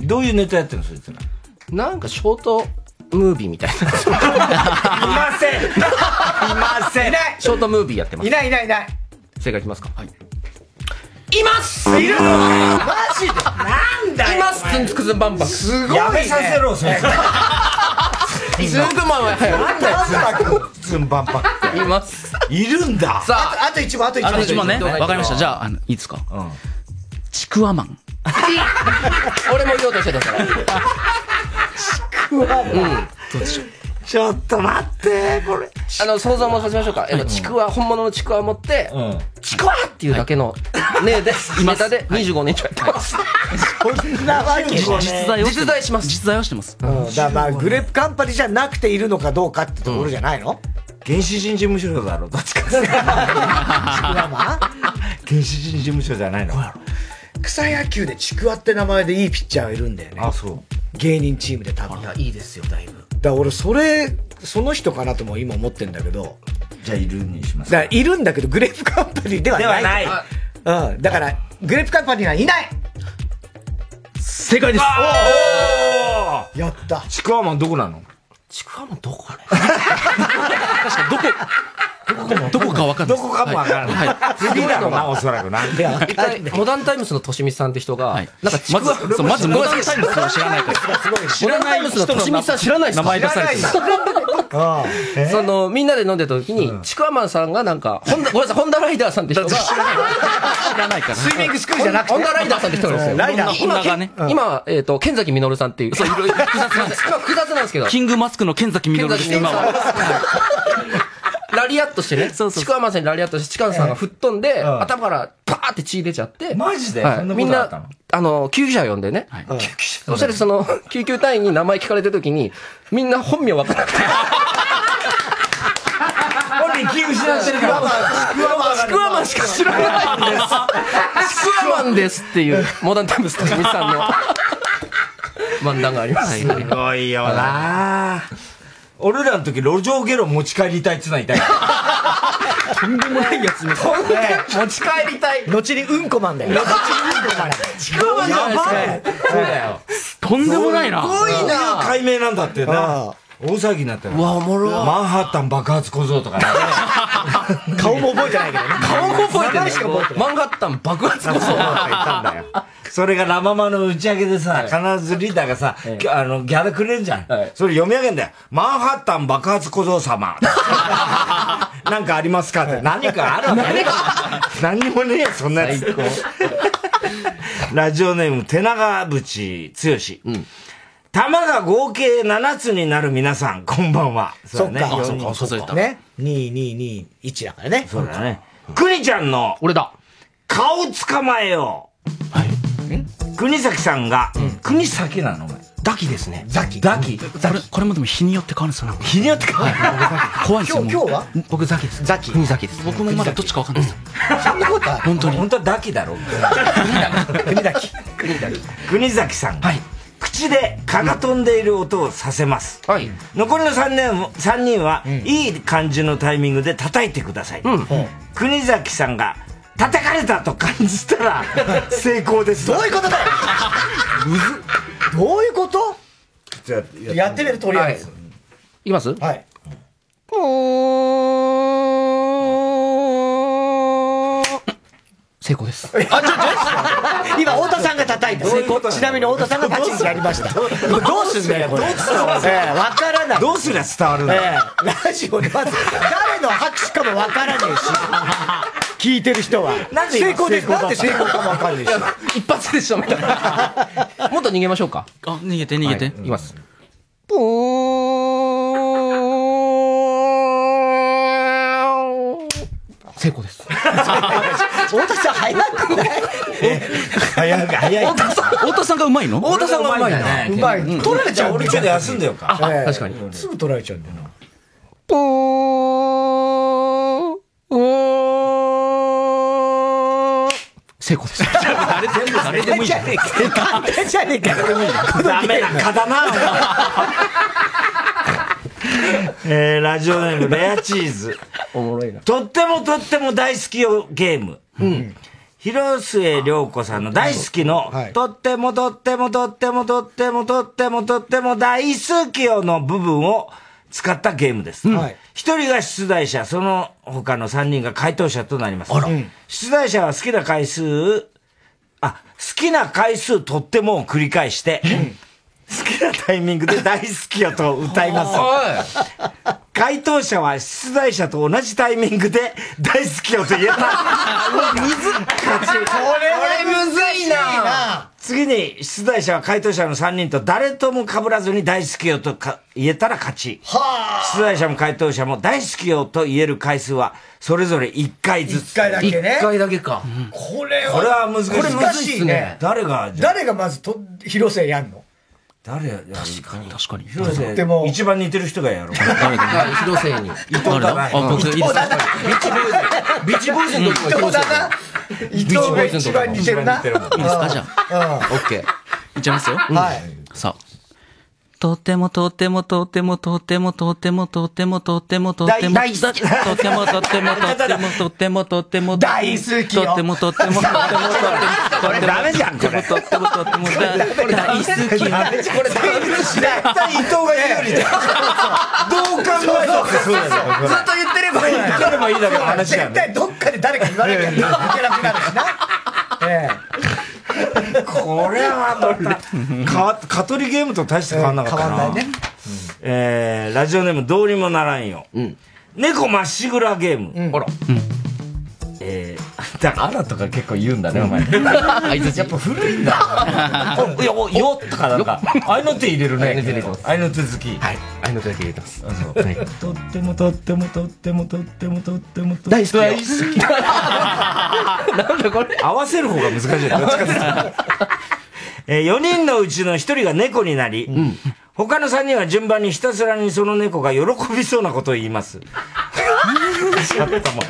[SPEAKER 2] どういうネタやってるのそいつら。
[SPEAKER 3] なんかショートムービーみたいな。い
[SPEAKER 2] ませんいません
[SPEAKER 1] いない
[SPEAKER 3] ショートムービーやってます。
[SPEAKER 1] いないいないいない。
[SPEAKER 3] 正解いきますか。
[SPEAKER 11] はい。
[SPEAKER 3] います
[SPEAKER 1] いるのマジで
[SPEAKER 2] なんだよ
[SPEAKER 3] いますツンツクツン万博。
[SPEAKER 1] すごいね。
[SPEAKER 2] やめさせろ、そいつ。
[SPEAKER 3] ツンクマンは早い。
[SPEAKER 2] なんだよ、ツンツン万博って。
[SPEAKER 3] います。
[SPEAKER 2] いるんだ。
[SPEAKER 3] さあ、
[SPEAKER 1] あと一問、あと一問。
[SPEAKER 11] あと一問ね。わかりました。じゃあ、あの、いいですか。
[SPEAKER 2] うん。
[SPEAKER 11] ちくわマン。
[SPEAKER 3] 俺も言おうとしてたから。
[SPEAKER 1] ちくわマン。
[SPEAKER 3] うん。どうでしょう。
[SPEAKER 2] ちょっと待って、これ。
[SPEAKER 3] あの、想像もさせましょうか。えっと、ちくわ、本物のちくわを持って、ちくわっていうだけの、ねで、ネタでにじゅうごねん以上やってます。
[SPEAKER 1] そんなわけ
[SPEAKER 11] 実在を
[SPEAKER 3] 実在します。
[SPEAKER 11] 実在をしてます。
[SPEAKER 1] うん。だからまあ、グレープカンパニーじゃなくているのかどうかってところじゃないの？
[SPEAKER 2] 原始人事務所だろ、どっちか。ちくわマン？原始人事務所じゃないの？
[SPEAKER 1] 草野球でちくわって名前でいいピッチャーがいるんだよね。
[SPEAKER 2] あ、そう。
[SPEAKER 1] 芸人チームで多分。
[SPEAKER 3] いや、いいですよ、だいぶ。
[SPEAKER 1] だから俺、それ、その人かなとも今思ってんだけど。
[SPEAKER 2] じゃあ、いるにします。
[SPEAKER 1] だから、いるんだけど、グレープカンパニーではない。
[SPEAKER 2] ではない。
[SPEAKER 1] うん。だから、グレープカンパニーはいない。
[SPEAKER 11] 正解です。
[SPEAKER 2] おー
[SPEAKER 1] やった。
[SPEAKER 2] ちくわマンどこなの？
[SPEAKER 3] ちくわマンどこかね。
[SPEAKER 11] 確かどこ、どこかわかんない。
[SPEAKER 2] どこかもわからない。はい。次だろうな、おそらくな。
[SPEAKER 3] 一回、モダンタイムスのとしみさんって人が、なんかちくわ、
[SPEAKER 11] まずモダンタイムスを知らないから。
[SPEAKER 3] モダンタイムスのとしみさん知らないですか？
[SPEAKER 11] 名前出されてる。
[SPEAKER 3] その、みんなで飲んでた時に、ちくわマンさんがなんか、ホンダ、ごめんなさい、ホンダライダーさんって人が、知らないから。
[SPEAKER 1] スイミングスクールじゃなくて。
[SPEAKER 3] ホンダライダーさんって人がですよ。
[SPEAKER 1] ライダー。
[SPEAKER 3] 今、今、えっと、剣崎実さんっていう。そう、いろいろ複雑なんです。複雑なんですけど。
[SPEAKER 11] キングマスクの剣崎実です、今は。
[SPEAKER 3] ラリアットしてね、ちくわマンさんにラリアットして、ちかんさんが吹っ飛んで、頭からパーって血出ちゃって。
[SPEAKER 2] マジで
[SPEAKER 3] みんな、あの、救急車呼んでね。そしたらその、救急隊員に名前聞かれた時に、みんな本名分からなくて。
[SPEAKER 2] 本人気失ってるから。
[SPEAKER 3] ちくわマンしか知らないんです。ちくわマなんですっていう、モダンタイムスとしみさんの漫談があります。
[SPEAKER 2] すごいよな俺らの時、路上ゲロ持ち帰りたいってのはいたよ。
[SPEAKER 1] とんでもないやつね。
[SPEAKER 3] 持ち帰りたい。
[SPEAKER 1] 後にうんこマンだよ。後にうんこマンだよ。
[SPEAKER 2] やばい。そうだよ。
[SPEAKER 11] とんでもないな。
[SPEAKER 2] すごいな。解明なんだってな。大騒ぎになったよ。
[SPEAKER 3] うわ、おもろ。
[SPEAKER 2] マンハッタン爆発小僧とかね。
[SPEAKER 1] 顔も覚えてないけどね。
[SPEAKER 3] 顔も覚えてない。マンハッタン爆発小僧とかいたんだよ。
[SPEAKER 2] それがラママの打ち上げでさ、必ずリーダーがさ、あの、ギャラくれんじゃん。それ読み上げんだよ。マンハッタン爆発小僧様。なんかありますかって。何かあるわけ何にもねえよ、そんなやつ。ラジオネーム、手長渕剛。うん玉が合計ななつになる皆さん、こんばんは。
[SPEAKER 1] そっか、
[SPEAKER 11] そうか、数えた。
[SPEAKER 1] ね。に、に、に、いちだからね。
[SPEAKER 2] そうだね。くにちゃんの、
[SPEAKER 3] 俺だ。
[SPEAKER 2] 顔捕まえよう。はい。国崎さんが、国崎なのお前。
[SPEAKER 3] ダキですね。
[SPEAKER 1] ザキ。
[SPEAKER 2] ダキ。
[SPEAKER 11] これ、これもでも日によって変わるんですよ。
[SPEAKER 2] 日によって変わる。
[SPEAKER 11] 怖いですよ。
[SPEAKER 1] 今日は
[SPEAKER 3] 僕ザキです。
[SPEAKER 1] ザキ。
[SPEAKER 3] 国崎です。
[SPEAKER 11] 僕もまだどっちかわかんないですよ。
[SPEAKER 1] そんなことある
[SPEAKER 11] 本当に。
[SPEAKER 2] 本当はダキだろ。
[SPEAKER 1] 国崎。
[SPEAKER 3] 国崎。
[SPEAKER 2] 国崎さん。はい。口で蚊が飛んでいる音をさせます。
[SPEAKER 3] はい。
[SPEAKER 2] 残りのさんにん、三人は、いい感じのタイミングで叩いてください。国崎さんが、叩かれたと感じたら、成功です。
[SPEAKER 1] どういうことだよどういうこと
[SPEAKER 2] じゃ
[SPEAKER 1] あ、やってみるとりあえず。
[SPEAKER 3] いきます
[SPEAKER 1] はい。
[SPEAKER 3] 成功です。
[SPEAKER 1] あ、ちょ、ちょ、今、太田さんが叩いた。成功。ちなみに太田さんがパチンとやりました。どうすんだよ、これ。どうすんだよ。ええ、わからない。
[SPEAKER 2] どうすりゃ伝わるんだよ。
[SPEAKER 1] ええ、ラジオでまず、誰の拍手かもわからねえし、聞いてる人は。
[SPEAKER 2] なんで
[SPEAKER 1] 成功です。なんで成功かもわかんねえし。
[SPEAKER 3] 一発でしょ、みたいな。もっと逃げましょうか。
[SPEAKER 11] あ、逃げて、逃げて。
[SPEAKER 3] いきます。
[SPEAKER 1] ぽー
[SPEAKER 3] 成功です。
[SPEAKER 1] 太田さん早くない
[SPEAKER 2] 早い、早い。
[SPEAKER 11] 太田さんがうまいの
[SPEAKER 3] 太田さんがうまいな。
[SPEAKER 1] うまい。取られちゃう。
[SPEAKER 2] 俺ちょっと休んでよか。
[SPEAKER 3] 確かに。
[SPEAKER 1] すぐ取られちゃうんだよな。
[SPEAKER 3] ぽーおー成功です。
[SPEAKER 11] 誰でも誰でもいいじゃん。
[SPEAKER 1] 簡単じゃねえか。
[SPEAKER 2] ダメな蚊だな。えー、ラジオネームレアチーズ。
[SPEAKER 3] おもろいな。
[SPEAKER 2] とってもとっても大好きよゲーム。うん。広末涼子さんの大好きの、はい、とってもとってもとってもとってもとってもとっても大好きよの部分を使ったゲームです。一、はい、人が出題者、その他の三人が回答者となります。あら。出題者は好きな回数、あ、好きな回数とってもを繰り返して、好きなタイミングで大好きよと歌います。回答者は出題者と同じタイミングで大好きよと言えた。
[SPEAKER 3] 水勝ち。これむずいな。
[SPEAKER 2] 次に出題者は回答者のさんにんと誰とも被らずに大好きよとか言えたら勝ち。出題者も回答者も大好きよと言える回数はそれぞれいっかいずつ。
[SPEAKER 1] いっかいだけね。
[SPEAKER 3] いっかいだけか。
[SPEAKER 1] これは、
[SPEAKER 2] これは難しい。
[SPEAKER 1] これ難しいね。
[SPEAKER 2] 誰が、
[SPEAKER 1] 誰がまずと、広瀬やんの
[SPEAKER 2] 誰や、
[SPEAKER 11] 確かに、確かに。
[SPEAKER 2] 広瀬、でも、一番似てる人がやろう。
[SPEAKER 3] 誰か広瀬に。
[SPEAKER 2] 伊藤だな。
[SPEAKER 11] あ、僕、伊藤だな。
[SPEAKER 3] ビッチボーイズの時も広瀬だな。
[SPEAKER 1] 伊藤が一番似てるな。いい
[SPEAKER 11] ですか、じゃあ。
[SPEAKER 3] オッケー。
[SPEAKER 11] いっちゃいますよ。
[SPEAKER 1] はい。
[SPEAKER 11] さあ。とてもとてもとてもとてもとてもとてもとてもとても
[SPEAKER 1] 大好き
[SPEAKER 11] とてもとてもとてもとてもとても
[SPEAKER 1] 大好きよ
[SPEAKER 11] とてもとてもとてもとても
[SPEAKER 2] これダメじゃんこれ
[SPEAKER 11] とてもとても大好き
[SPEAKER 2] これ成立しない絶対伊藤が有利じゃんどう考えたってそうだよ
[SPEAKER 3] ずっと言ってればいい
[SPEAKER 2] 言ってればいいだけの話だよ
[SPEAKER 1] 絶対どっかで誰か言わなきゃいけなくなるしな。ええ。
[SPEAKER 2] これはまた、蚊取りゲームと大して変わんなかったな。
[SPEAKER 1] 変わんないね。
[SPEAKER 2] えー、ラジオネームどうにもならんよ。うん、猫まっしぐらゲーム。うん、あら。うんえー、だから、あらとか結構言うんだね、お前。あいつやっぱ古いんだ。いや、よとかなんか、あいの手入れるね。あいの手好き。
[SPEAKER 3] はい。あいの手だけ入れてます。
[SPEAKER 2] とってもとってもとってもとってもとっても
[SPEAKER 3] 大好き。大好き。なんだこれ。
[SPEAKER 2] 合わせる方が難しい。どっちかというと。えー、よにんのうちのひとりが猫になり、うん、他のさんにんは順番にひたすらにその猫が喜びそうなことを言います。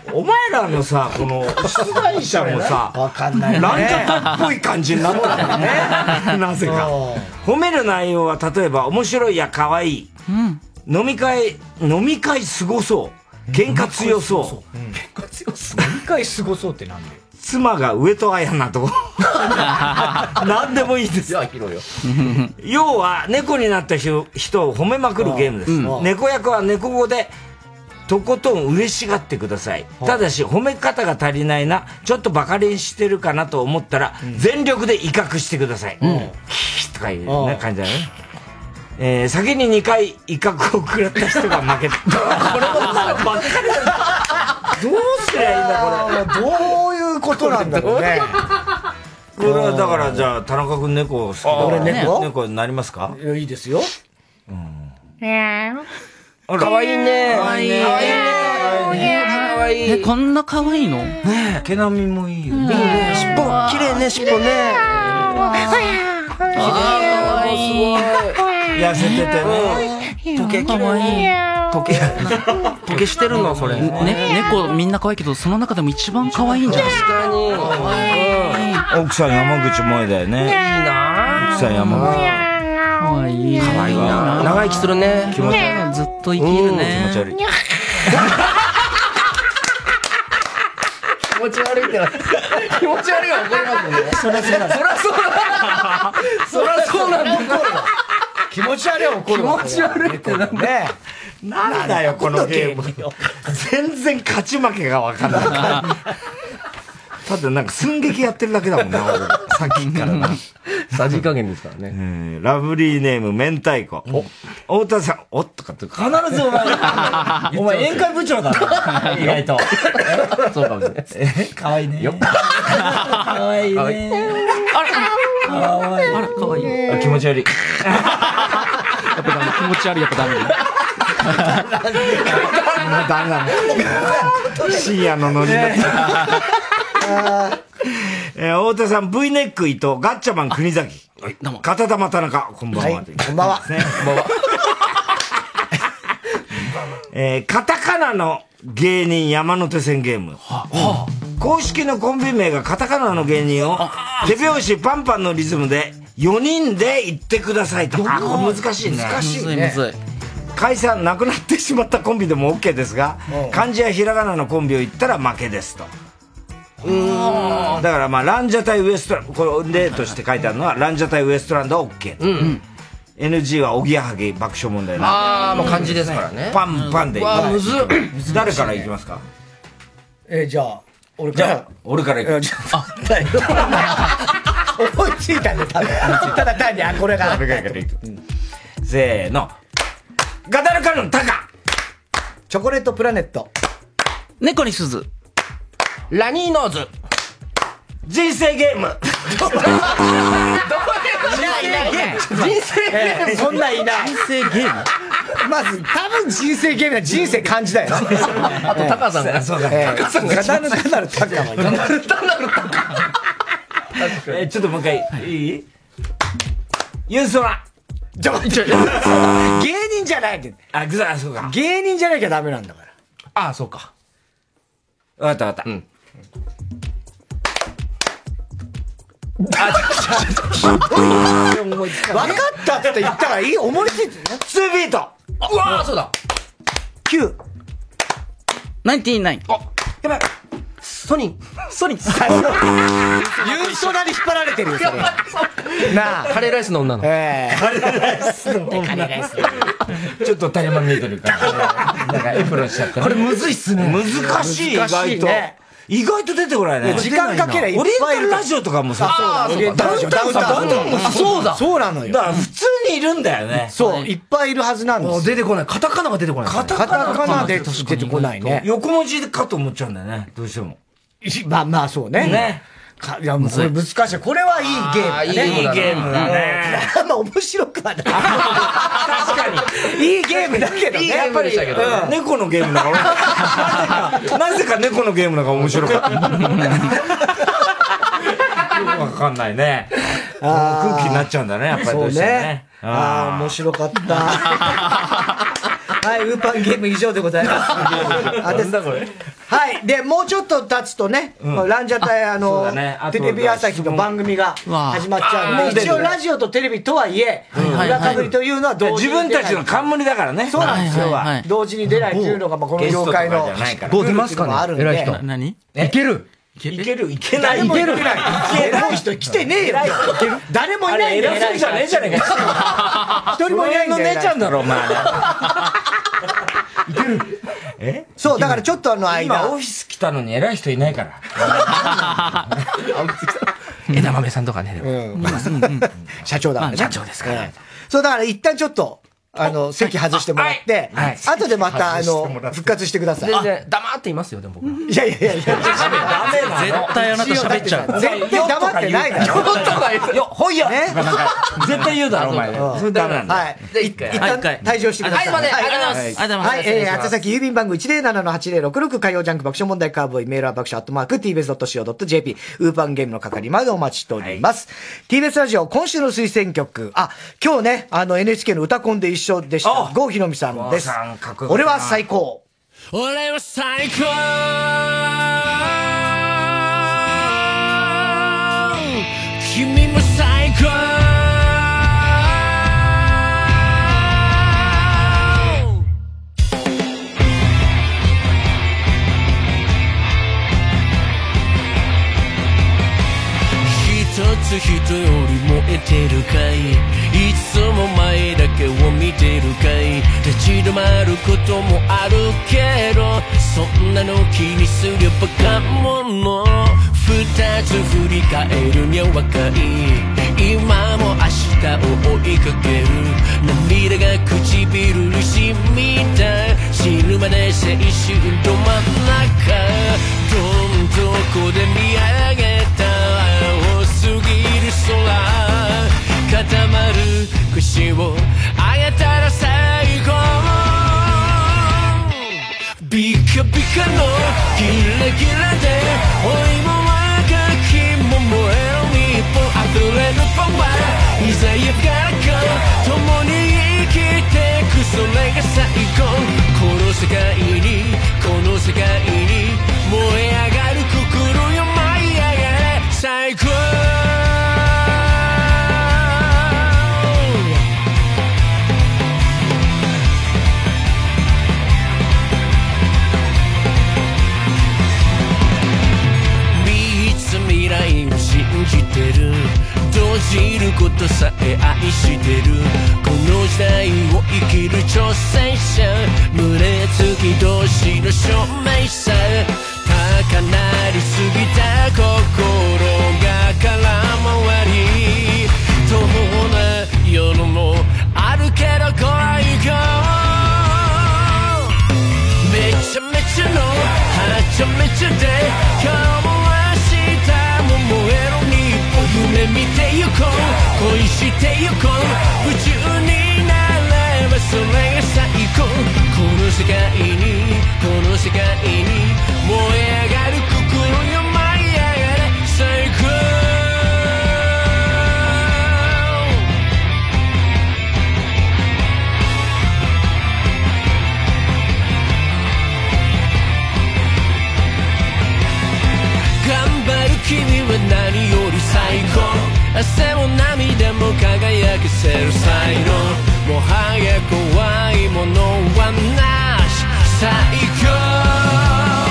[SPEAKER 2] お前らのさ、この、出題者もさ、
[SPEAKER 1] わかんないね。
[SPEAKER 2] ランジャタっぽい感じになったんだよね。なぜか。褒める内容は、例えば、面白いや可愛い。飲み会、飲み会すごそう。喧嘩強そう。
[SPEAKER 1] 喧嘩強そう。飲み会すごそうってなんだよ。
[SPEAKER 2] 妻が上戸彩なと。何でもいいです。
[SPEAKER 3] じゃあ、広いよ。
[SPEAKER 2] 要は、猫になった人人を褒めまくるゲームです。猫役は猫語で、とことん嬉しがってください。ただし、褒め方が足りないな、ちょっとバカ練してるかなと思ったら、全力で威嚇してください。キーとかいうね、感じだね。えー、先ににかい威嚇を食らった人が負けた。これもばっかりどうすりゃいいんだ、これ。
[SPEAKER 1] どういうことなんだろうね。
[SPEAKER 2] これはだから、じゃあ、田中君猫好きだから。
[SPEAKER 1] 俺猫
[SPEAKER 2] 猫になりますか？
[SPEAKER 1] いや、いいですよ。
[SPEAKER 3] かわいいね。かわいいね。かわいいね。かわいい。
[SPEAKER 11] え、こんなかわいいの？
[SPEAKER 2] ねえ、毛並みもいいよ。
[SPEAKER 3] 尻尾、綺麗ね、尻尾ね。
[SPEAKER 11] かわいい。
[SPEAKER 2] 痩せててね。
[SPEAKER 3] 時計かわいい。時計、時計してるのそれ。
[SPEAKER 11] ね、猫みんな可愛いけど、その中でも一番可愛いんじゃない？
[SPEAKER 3] 確かに。
[SPEAKER 2] 奥さん山口萌えだよね。いい
[SPEAKER 3] な
[SPEAKER 2] 奥さん山口。
[SPEAKER 11] 可愛い。
[SPEAKER 3] 可愛いな。長生きするね。
[SPEAKER 11] 気持ち悪い。ずっと生きるね。
[SPEAKER 2] 気持ち悪い。
[SPEAKER 3] 気持ち悪いってな。気持ち悪いは怒りますよね。
[SPEAKER 1] そりゃそうだ。
[SPEAKER 3] そりゃそうだ。そりゃそうなんだ。
[SPEAKER 1] 気持ち悪いは怒るわ。
[SPEAKER 3] 気持ち悪いってなんだ。
[SPEAKER 2] ねなんだよ、このゲーム。全然勝ち負けが分かんない。だってなんか寸劇やってるだけだもんな、俺。さっきからな。
[SPEAKER 3] さじ加減ですからね。
[SPEAKER 2] えー、ラブリーネーム、明太子。お、太田さん、おっとかって、必ずお前、お前宴会部長だな。意外と。
[SPEAKER 3] そうかもしれない。
[SPEAKER 2] え、かわいいね。
[SPEAKER 3] よっ。
[SPEAKER 2] かわいいね。
[SPEAKER 11] あら、かわいい。あら、かわいい。
[SPEAKER 2] あ、気持ち悪い。
[SPEAKER 11] やっぱダメ。気持ち悪い、やっぱダメ。
[SPEAKER 2] ダメだね。深夜のノリだった。えー、太田さん、V ネック伊藤、ガッチャマン国崎。はい、どうも。片玉田中、こんばんは。はい、
[SPEAKER 1] こんばんは。
[SPEAKER 2] ね、こんばんは。えー、カタカナの芸人山手線ゲーム。はあ、公式のコンビ名がカタカナの芸人を、手拍子パンパンのリズムでよにんで言ってくださいと。あ、これ難しいね。
[SPEAKER 1] 難しいね。
[SPEAKER 11] むずい。
[SPEAKER 2] 解散、なくなってしまったコンビでも OK ですが、漢字やひらがなのコンビを言ったら負けですと。うんだからまあランジャタイウエストランド、これ例として書いてあるのはランジャタイウエストランドは OK、うんうん、エヌジー はおぎやはぎ爆笑問題なんで、
[SPEAKER 3] ああもう漢字ですからね、
[SPEAKER 2] パンパンでいきます。
[SPEAKER 3] わむずっ
[SPEAKER 2] 誰からいきますか？
[SPEAKER 1] えー、じゃあ俺から。じゃあ
[SPEAKER 2] 俺からいく。
[SPEAKER 1] あ思いついたんでただただ単にあこれが
[SPEAKER 2] 俺からいく、うん、せーの。ガダルカのタカ、
[SPEAKER 1] チョコレートプラネット、
[SPEAKER 11] 猫に鈴、
[SPEAKER 3] ラニーノーズ、
[SPEAKER 2] 人生ゲーム。
[SPEAKER 3] どこでいないいない人生ゲーム、
[SPEAKER 1] そんなんいない。
[SPEAKER 11] 人生ゲーム。
[SPEAKER 1] まず多分人生ゲームは人生漢字だよ。
[SPEAKER 3] あとタカさんが、
[SPEAKER 2] そうだ。
[SPEAKER 3] タカさんが
[SPEAKER 1] ガダルカナルタカは。
[SPEAKER 3] ガダルカナルタカ。
[SPEAKER 2] えちょっともう一回いい？ユンソラ。
[SPEAKER 1] ちょ、ちょ、芸人じゃないって。
[SPEAKER 2] あ、ぐざ、そうか。
[SPEAKER 1] 芸人じゃなきゃダメなんだから。
[SPEAKER 3] ああ、そうか。
[SPEAKER 2] わかったわかった。うん。
[SPEAKER 1] あ、ちょ、ちょ、わかったって言ったらいい？思いついてね。
[SPEAKER 2] ツービート。
[SPEAKER 3] うわー、そうだ。
[SPEAKER 1] きゅう。
[SPEAKER 11] ナインティナイン。
[SPEAKER 3] あ、やばい。ソニー。ソニー。
[SPEAKER 1] ユンソナに引っ張られてるよ、それ。なあ。
[SPEAKER 3] カレーライスの女の。
[SPEAKER 1] ええ。
[SPEAKER 2] カレーライスの女。カレーライス。ちょっと谷間見えてるから。なんかエプロンしちゃった。
[SPEAKER 3] これむずいっすね。
[SPEAKER 2] 難しい、意外と。意外と出てこないね。
[SPEAKER 1] 時間かけりゃいっぱい。
[SPEAKER 2] オリエンタルラジオとかもさ、
[SPEAKER 1] ああ、
[SPEAKER 2] オリエンタルラジオ、ダウンタウン。ダウンタウンも
[SPEAKER 3] そうだ。
[SPEAKER 1] そうなのよ。
[SPEAKER 2] だから普通にいるんだよね。
[SPEAKER 1] そう、いっぱいいるはずなんです。
[SPEAKER 3] 出てこない。カタカナが出てこない。
[SPEAKER 1] カタカナで出てこないね。
[SPEAKER 2] 横文字かと思っちゃうんだよね。どうしても。
[SPEAKER 1] まあまあそうね。ね。いや、もうこれ難しい。これはいいゲームだね。
[SPEAKER 2] いいゲームだね。
[SPEAKER 1] あんま面白くはない。確かに。いいゲームだけどね。
[SPEAKER 3] やっぱり
[SPEAKER 2] 猫のゲームだから。なぜか猫のゲームのが面白かった。わかんないね。空気になっちゃうんだね、やっぱりどうしてもね。
[SPEAKER 1] ああ、面白かった。 はい、ウーパンゲーム以上でございます。あ、ですだこれ。はい。で、もうちょっと経つとね、ランジャタイ、あの、テレビ朝日の番組が始まっちゃうんで、一応ラジオとテレビとはいえ、裏かぶりというのは同時に。
[SPEAKER 2] 自分たちの冠だからね。
[SPEAKER 1] そうなんですよ。同時に出ないというのが、まあ、この業界の。
[SPEAKER 3] どう出ますかね偉い人。
[SPEAKER 11] 何
[SPEAKER 3] いける
[SPEAKER 2] いけるいけない
[SPEAKER 1] いける偉い人来てねえよ。誰もいないんだよ。
[SPEAKER 2] 偉そうじゃねえじゃねえか。
[SPEAKER 1] 一人もいないんだよ。
[SPEAKER 2] 姉ちゃんだろ、お前。いける。
[SPEAKER 1] えそう、だからちょっとあの間。
[SPEAKER 2] 今オフィス来たのに偉い人いないから。
[SPEAKER 3] 枝豆さんとかね。
[SPEAKER 1] 社長だからね。
[SPEAKER 3] 社長ですから。
[SPEAKER 1] そう、だから一旦ちょっと、あの、席外してもらって、後でまた、あの、復活してください。
[SPEAKER 3] 全然、黙っていますよ、でも僕。
[SPEAKER 1] いやいやいやいや、
[SPEAKER 11] ダメなの。絶対あなた喋っちゃう。
[SPEAKER 1] 絶対黙ってないだろ。
[SPEAKER 3] よっとか言う。よ、ほいよ。
[SPEAKER 2] 絶対言うだろ、お前。それダメなんだ。
[SPEAKER 1] はい。で、一旦退場してください。
[SPEAKER 3] はい、まで、ありがとうございます。ありがとうございます。
[SPEAKER 1] はい、えー、宛先郵便番号 いちゼロななのはちゼロろくろく 火曜ジャンク爆笑問題カーボーイ、メールは爆笑アットマーク ティービーエスドットシーオードットジェーピー、ウーパンゲームの係までお待ちしております。ティービーエス ラジオ、今週の推薦曲。あ、今日ね、あの エヌエイチケー の歌コンで一緒でした。郷ひろみさんです。俺は最高。
[SPEAKER 10] 俺は最高。君も最高。一つ人より燃えてるかい、いつも前だけを見てるかい、立ち止まることもあるけど、そんなの気にすりゃバカ者。二つ振り返るにゃ若い、今も明日を追いかける、涙が唇に染みた、死ぬまで青春ど真ん中、どん底で見上げた青すぎる空、固まる腰を上げたら最高。ビカビカのキラキラで老いも若きも燃える日本溢れるパワー、いざやからか共に生きてく、それが最高。この世界にこの世界に燃え上がる心よ舞い上がれ最高。未来を信じてる、閉じることさえ愛してる、この時代を生きる挑戦者、胸突き同士の証明さ、高鳴りすぎた心が空回り、途方な夜もあるけど怖いよ、めちゃめちゃのはちゃめちゃで今日も燃える日本夢見てゆこう恋してゆこう宇宙になればそれが最高。この世界にこの世界に燃え上がる心よ舞い上がれ最高。頑張る君は何より最高、汗も涙も輝かせる才能、もはや怖いものはなし最高。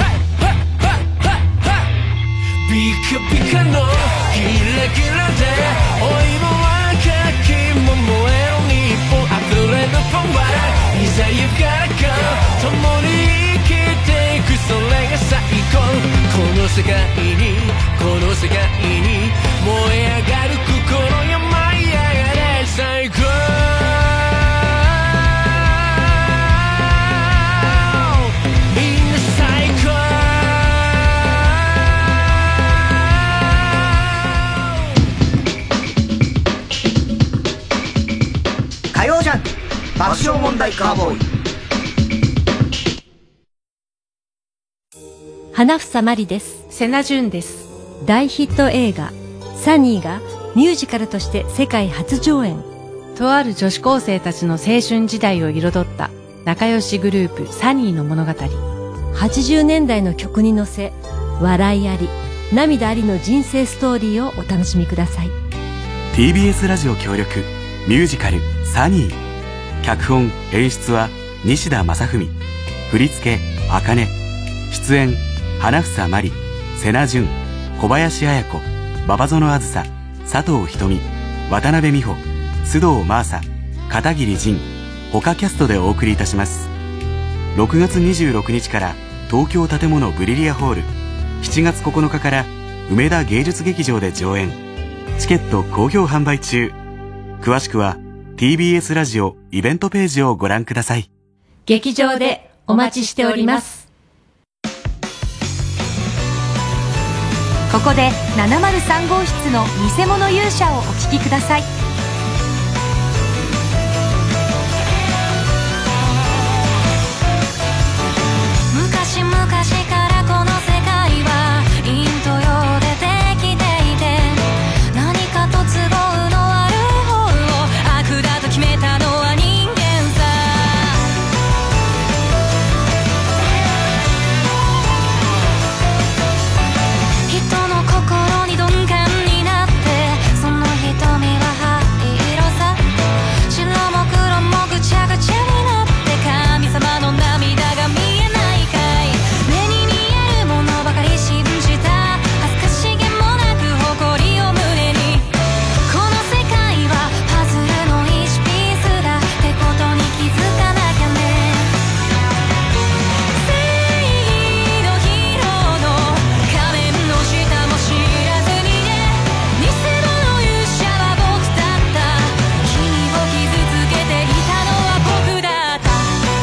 [SPEAKER 10] ビカビカのキラキラで老いも若きも燃える日本溢れるパワー、いざゆからか共に生きていく、それが最高。この世界にこの世界に燃え上がる心よ舞い上がれ最高。みんな最高。
[SPEAKER 1] 火曜ジャンク爆笑問題カーボーイ。
[SPEAKER 19] 花房まりです。
[SPEAKER 15] 瀬名淳です。
[SPEAKER 19] 大ヒット映画サニーがミュージカルとして世界初上演。
[SPEAKER 15] とある女子高生たちの青春時代を彩った
[SPEAKER 19] 仲良しグループサニーの物語。
[SPEAKER 12] はちじゅうねんだいの曲に乗せ、笑いあり、涙ありの人生ストーリーをお楽しみください。
[SPEAKER 20] ティービーエス ラジオ協力ミュージカルサニー。脚本演出は西田正文。振り付けあかね。出演花房まり、瀬名淳、小林綾子、馬場園あずさ、佐藤ひとみ、渡辺美穂、須藤真麻、片桐仁、他キャストでお送りいたします。ろくがつにじゅうろくにちから東京建物ブリリアホール、しちがつここのかから梅田芸術劇場で上演。チケット好評販売中。詳しくは ティービーエス ラジオイベントページをご覧ください。
[SPEAKER 19] 劇場でお待ちしております。
[SPEAKER 7] ここでななまるさんごうしつの偽物勇者をお聞きください。
[SPEAKER 13] 昔々からこの世界はインド洋でできていて、何かと都合の悪い方を悪だと決めたのは人間さ。人の心に鈍感になって、その瞳は灰色さ。白も黒もぐちゃぐちゃになって、神様の涙が見えないかい。目に見えるものばかり信じた、恥ずかしげもなく誇りを胸に。この世界はパズルの一ピースだってことに気づかなきゃね。正義のヒーローの仮面の下も知らずにね。偽物勇者は僕だった。君を傷つけていたのは僕だった。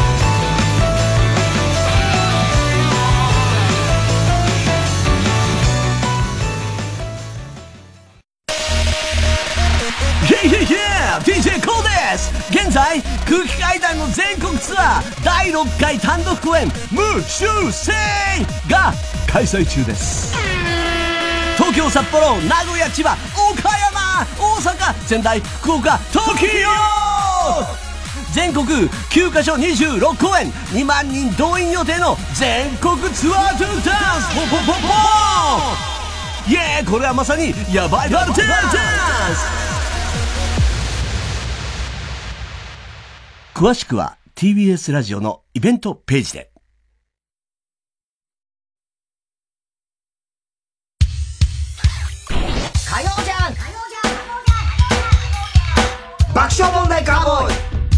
[SPEAKER 21] イェイイェイイェイ ディージェー コーです。現在空気階段の全国ツアーだいろっかい単独公演無修正が開催中です。東京、札幌、名古屋、千葉、岡山、大阪、仙台、福岡、東京全国きゅうかしょにじゅうろっこうえん、にまんにん動員予定の全国ツアートゥーダンスポンポンポンポン。イエーイ、これはまさにヤバいバルテンダンス。詳しくは ティービーエス ラジオのイベントページで。
[SPEAKER 1] 火曜じゃん爆笑問題カーボーイ。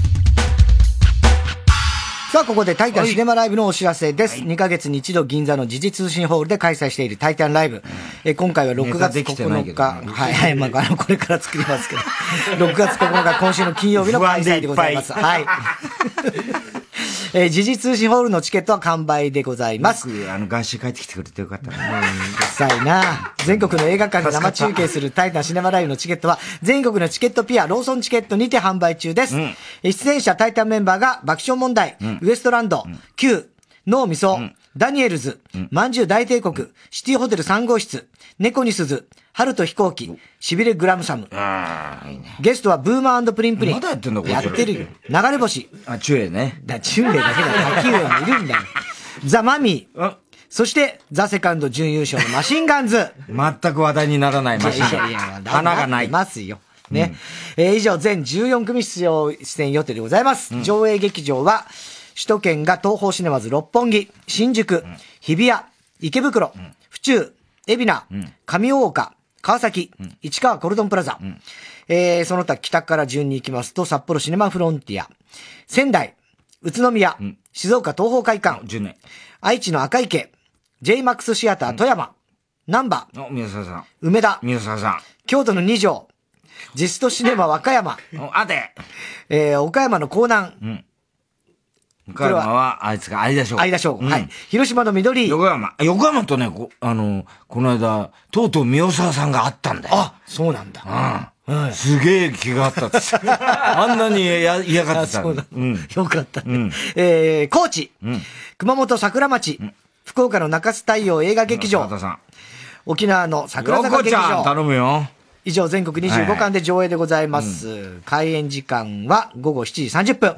[SPEAKER 1] さあ、ここでタイタンシネマライブのお知らせです。はい、にかげつに一度銀座の時事通信ホールで開催しているタイタンライブ。うん、え今回はろくがつここのか、ね、はいはい、まあ、あの、これから作りますけど、ろくがつここのか今週の金曜日の開催でございます。はい。えー、時事通信ホールのチケットは完売でございます。
[SPEAKER 2] 僕、あの、元週帰ってきてくれてよかったね。
[SPEAKER 1] うん、うるさいな。全国の映画館で生中継するタイタンシネマライブのチケットは、全国のチケットピア、ローソンチケットにて販売中です。うん、出演者タイタンメンバーが爆笑問題、うん、ウエストランド、うん、Q、脳みそ、うん、ダニエルズ、うん、まんじゅう大帝国、シティホテルさん号室、猫に鈴、春と飛行機、しびれグラムサム。あいいね、ゲストはブーマー&プリンプリン。
[SPEAKER 2] まだやってんのこれ。
[SPEAKER 1] やってるよ。流れ星。
[SPEAKER 2] あ、チュエね。
[SPEAKER 1] だ、チュエだけだ。滝上にいるんだよ。ザ・マミー。そして、ザ・セカンド準優勝のマシンガンズ。
[SPEAKER 2] 全く話題にならないマシンガンズ。花がない。
[SPEAKER 1] ますよ。ね。うん、えー、以上、全じゅうよんくみ出場出演予定でございます。うん、上映劇場は、首都圏が東宝シネマズ六本木、新宿、うん、日比谷、池袋、うん、府中、海老名、うん、上大岡、川崎、うん、市川コルドンプラザ、うん、えー、その他北から順に行きますと、札幌シネマフロンティア、仙台、宇都宮、うん、静岡東宝会館、
[SPEAKER 2] じゅうねん、
[SPEAKER 1] 愛知の赤池、ジェイマックス シアター富山、難波、
[SPEAKER 2] うん、宮沢さん、
[SPEAKER 1] 梅田、
[SPEAKER 2] 宮沢さん、
[SPEAKER 1] 京都の二条、ジストシネマ和歌山、
[SPEAKER 2] あて、
[SPEAKER 1] えー、岡山の江南、うん、
[SPEAKER 2] 岡山は、あいつが相田翔。
[SPEAKER 1] 相田翔。うん、はい。広島の緑。
[SPEAKER 2] 横山。横山とね、こあの、この間、とうとう宮沢さんがあったんだよ。
[SPEAKER 1] あ、そうなんだ。
[SPEAKER 2] うん。はい、すげえ気があったって。あんなに嫌がってた。
[SPEAKER 1] そうだ。うん。よかったね。うん、えー、高知。うん。熊本桜町。うん、福岡の中洲太陽映画劇場。
[SPEAKER 2] さん
[SPEAKER 1] 沖縄の桜坂劇場。
[SPEAKER 2] よこちゃん頼むよ。
[SPEAKER 1] 以上、全国にじゅうごかんで上映でございます。はい、開演時間はごごしちじさんじゅっぷん。うん、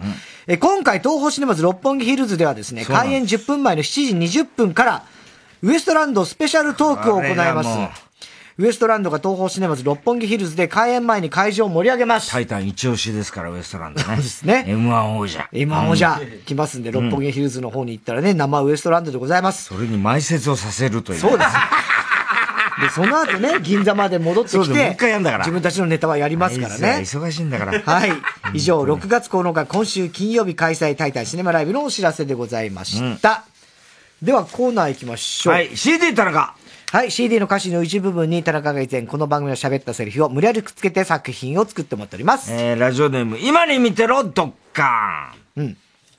[SPEAKER 1] え今回東宝シネマズ六本木ヒルズではですね、開演じゅっぷんまえのしちじにじゅっぷんから、ウエストランドスペシャルトークを行います。ウエストランドが東宝シネマズ六本木ヒルズで開演前に会場を盛り上げます。
[SPEAKER 2] タイタン一押しですから、ウエストランドね。
[SPEAKER 1] そうですね。
[SPEAKER 2] エムワン 王者。
[SPEAKER 1] エムワン 王者、来ますんで、六本木ヒルズの方に行ったらね、生ウエストランドでございます。
[SPEAKER 2] それに埋設をさせるという。
[SPEAKER 1] そうです。で、その後ね、銀座まで戻ってきて、
[SPEAKER 2] もう一回やんだから。
[SPEAKER 1] 自分たちのネタはやりますからね。
[SPEAKER 2] 忙しいんだから。
[SPEAKER 1] はい。以上、ろくがつここのか、今週金曜日開催タイタンシネマライブのお知らせでございました。うん、では、コーナー行きましょう。
[SPEAKER 2] はい、シーディー 田中。
[SPEAKER 1] はい、シーディー の歌詞の一部分に田中が以前この番組の喋ったセリフを無理やりくっつけて作品を作ってもらっております。
[SPEAKER 2] えー、ラジオネーム、今に見てろ、ドッカーン。うん。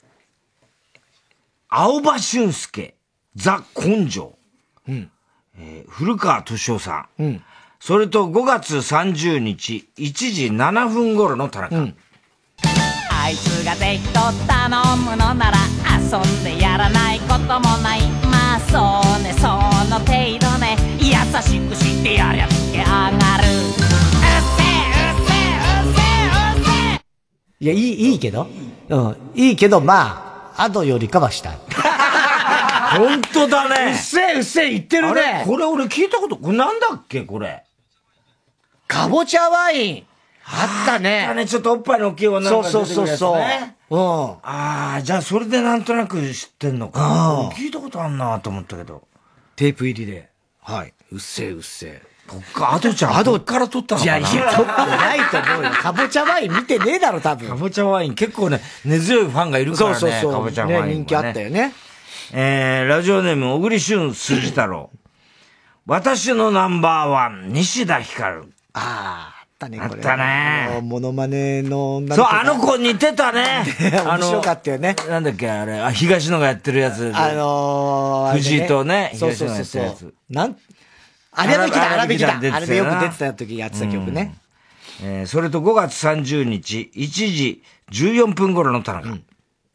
[SPEAKER 2] 青葉俊介、ザ・根性。うん。えー、古川敏夫さん。うん。それとごがつさんじゅうにち、いちじななふん頃の田中。うん。
[SPEAKER 8] あいつがぜひと頼むのなら遊んでやらないこともない。まあそうね、その程度ね、優しくしてやりゃつけ上がる。うっせえうっせえうっせえうっせえ。
[SPEAKER 1] いや、いい、いいけどうん。いいけど、まあ、アドよりかはしたい。
[SPEAKER 2] 本当だね。
[SPEAKER 1] うっせえうっせえ言ってるね。
[SPEAKER 2] あれこれ俺聞いたこと、これなんだっけこれ。
[SPEAKER 1] かぼちゃワイン。あったね。
[SPEAKER 2] あったね、ちょっとおっぱいの大きい女の子が出てくるやつね。そうそうそうそう。うん。ああ、じゃあそれでなんとなく知ってんのか。聞いたことあんなと思ったけど。
[SPEAKER 1] テープ入りで。はい。うっせえうっせえ。
[SPEAKER 2] こっか、アドちゃん、アドから撮ったのかな。
[SPEAKER 1] いやいや、撮ってないと思うよ。かぼちゃワイン見てねえだろ、多分。
[SPEAKER 2] かぼちゃワイン、結構ね、根強いファンがいるからね。
[SPEAKER 1] そうそうそう。
[SPEAKER 2] かぼちゃワイン、ね。
[SPEAKER 1] 人気あったよね。
[SPEAKER 2] えー、ラジオネーム、小栗旬筋太郎。私のナンバーワン、西田ひかる。
[SPEAKER 1] ああ。あったね、
[SPEAKER 2] あったね。
[SPEAKER 1] モノマネの女
[SPEAKER 2] の子。そう、あの子似てたね。
[SPEAKER 1] 面白かったよね。
[SPEAKER 2] なんだっけ、あれ、あ、東野がやってるやつ。
[SPEAKER 1] あの
[SPEAKER 2] ー、藤井とね、
[SPEAKER 1] 東野がやってるやつ。なん、あれの日だ、あれの日だ。あれでよく出てた時やってた曲ね。
[SPEAKER 2] えー、それとごがつさんじゅうにち、いちじじゅうよんぷん頃の田中。うん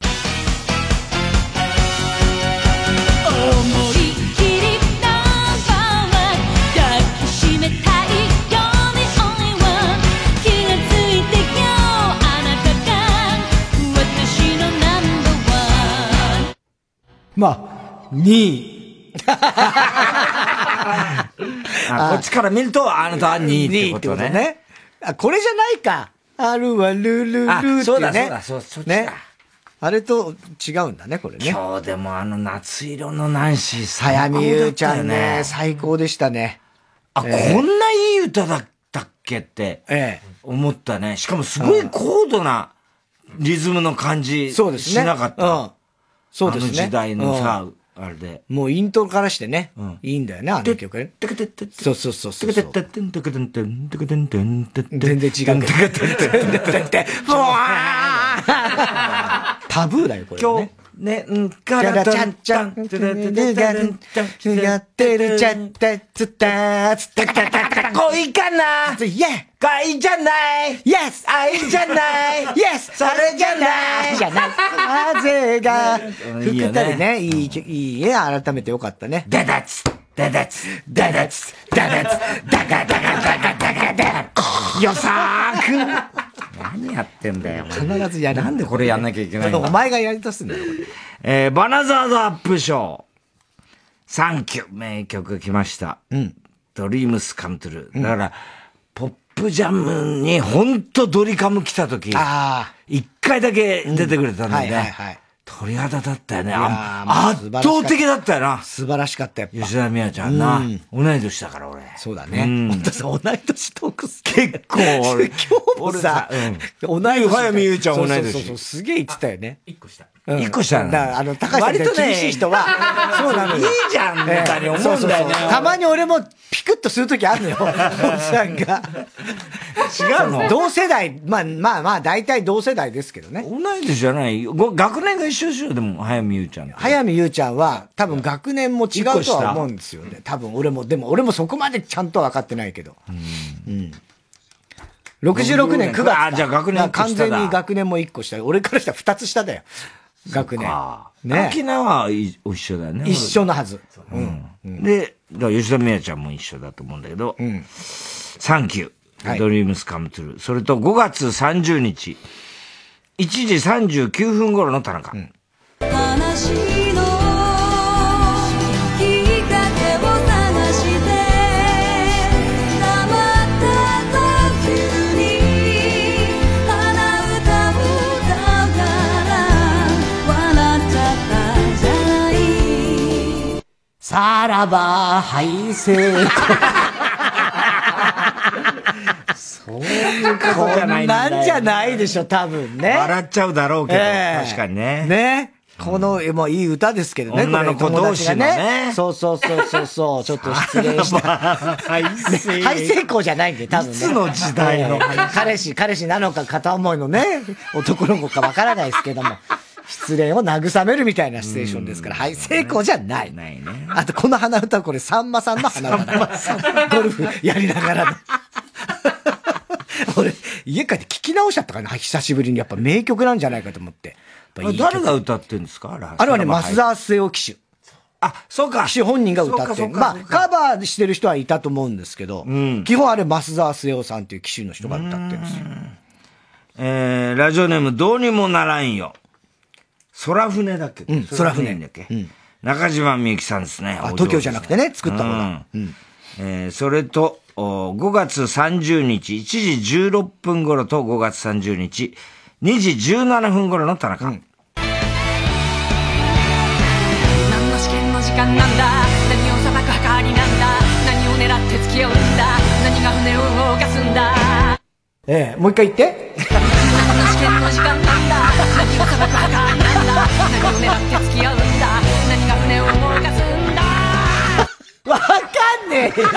[SPEAKER 1] まあ、にい。
[SPEAKER 2] あこっちから見ると、あなたはにいってことね。ね
[SPEAKER 1] あ、これじゃないか。あるはルルルルっていうね。
[SPEAKER 2] そうだそうだ、そうそっちだ。ね。
[SPEAKER 1] あれと違うんだね、これね。
[SPEAKER 2] 今日でもあの夏色のナンシー
[SPEAKER 1] さやみゆうちゃんね、最高でしたね。
[SPEAKER 2] あ、えー、こんないい歌だったっけって、ええ、思ったね。しかもすごい高度なリズムの感じしなかった。うんそうですね。あの時代のさ、うん、あれで。
[SPEAKER 1] もうイントロからしてね、うん、いいんだよね、あの曲ね。そうそうそうそう。全然違う。タブーだよ、これ、ね。
[SPEAKER 2] 今日、ね、んからちゃんちゃん、つるるるがるちゃん、やってるちゃん、たつたつたたたた恋かなイェ恋じゃないイエス愛じゃないイエスそれじゃない
[SPEAKER 1] じゃない風が吹けたりね、いい、いいね、改めてよかったね。
[SPEAKER 2] ダダツダダツダダツダダツダガダガダガダガダよさーく何やってんだよ。
[SPEAKER 1] 必ずやる。
[SPEAKER 2] なんでこれやんなきゃいけないの
[SPEAKER 1] お前がやりとすんだよ、これ。
[SPEAKER 2] えー、バナザードアップショー。サンキュー。名曲来ました。うん。ドリームスカムトゥルー。だから、うん、ポップジャムにほんとドリカム来た時、ああ。一回だけ出てくれたんだよね。うん、はいはいはい。鳥肌だったよね。圧倒的だったよな。
[SPEAKER 1] 素晴らしかったよ。
[SPEAKER 2] 吉田美和ちゃんな。同い年だから俺。
[SPEAKER 1] そうだね。本当さ、同い年トーク
[SPEAKER 2] 結構
[SPEAKER 1] 俺。今日もさ、同い年。
[SPEAKER 2] 早見優ちゃん同い年。
[SPEAKER 1] そうそうそう。すげえ言ってたよね。
[SPEAKER 3] 一個下。
[SPEAKER 2] 一個下
[SPEAKER 1] なの。だから、あの、高橋さんみたいな厳しい人は、
[SPEAKER 2] そうなのよ。いいじゃん、みたいに思うんだよね。
[SPEAKER 1] たまに俺もピクッとするときあるのよ。おっさんが。違うの同世代、まあまあまあ、大体同世代ですけどね。
[SPEAKER 2] 同い年じゃないよ。学年が一緒でしょ、でも、早見優ちゃん。
[SPEAKER 1] 早見優ちゃんは、多分学年も違うとは思うんですよね。多分俺も、でも俺もそこまでちゃんとは分かってないけど。うん。うん。ろくじゅうろくねんくがつ。あ、
[SPEAKER 2] じゃあ学年
[SPEAKER 1] 完全に学年もいっこ下。俺からしたらふたつ下だよ。学年。
[SPEAKER 2] ね。沖縄は一緒だよね。
[SPEAKER 1] 一緒のはず。
[SPEAKER 2] うん。で、だから吉田美和ちゃんも一緒だと思うんだけど、うん。サンキュー。ドリームスカムトゥルー。それとごがつさんじゅうにち、 いちじさんじゅうきゅうふん頃の田中。うん、
[SPEAKER 13] 話のきっかけを探して黙った時に鼻歌歌うから笑っちゃったじゃない。
[SPEAKER 1] さらば敗戦。そういうことじゃないんだよ。なんじゃないでしょ、多分ね。
[SPEAKER 2] 笑っちゃうだろうけど、えー、確かにね。
[SPEAKER 1] ね。この、もういい歌ですけどね。
[SPEAKER 2] 女の子同士のね。
[SPEAKER 1] そうそうそうそうそう、ちょっと失礼した。
[SPEAKER 2] 敗成。
[SPEAKER 1] 敗成功じゃないんで、多分ね。
[SPEAKER 2] いつの時代の。
[SPEAKER 1] 彼氏、彼氏なのか片思いのね、男の子かわからないですけども。失恋を慰めるみたいなシチュエーションですから、はい、成功じゃない。
[SPEAKER 2] ないね。
[SPEAKER 1] あと、この鼻歌はこれ、さんまさんの鼻歌だ。ゴルフやりながらね。俺、家帰って聞き直しちゃったかな、久しぶりに。やっぱ名曲なんじゃないかと思って。
[SPEAKER 2] いい誰が歌ってんですか？
[SPEAKER 1] あれはね、増田末男騎手。
[SPEAKER 2] あ、そうか。
[SPEAKER 1] 騎手本人が歌ってる。まあ、カバーしてる人はいたと思うんですけど、うん、基本あれ、増田末男さんっていう騎手の人が歌ってるんですよ。
[SPEAKER 2] えー、ラジオネーム、どうにもならんよ。空船だっけ？
[SPEAKER 1] うん、空船
[SPEAKER 2] だっけ？うん、中島みゆきさんですね。
[SPEAKER 1] あ、東京じゃなくてね、作った方だ。うん。
[SPEAKER 2] うん、えー、それと、ごがつさんじゅうにち、いちじじゅうろっぷん頃とごがつさんじゅうにち、にじじゅうななふん頃の田中。うん、
[SPEAKER 8] 何の試験の時間なんだ、何を裁く計りなんだ、何を狙って付き合うんだ、何が船を動かすんだ。
[SPEAKER 1] ええ、もう一回言って。
[SPEAKER 8] 何の試験の時間なんだ、何を裁く計りなんだ、何を狙って付き合うんだ、何が船を動かすんだ。
[SPEAKER 1] わかんねえよ。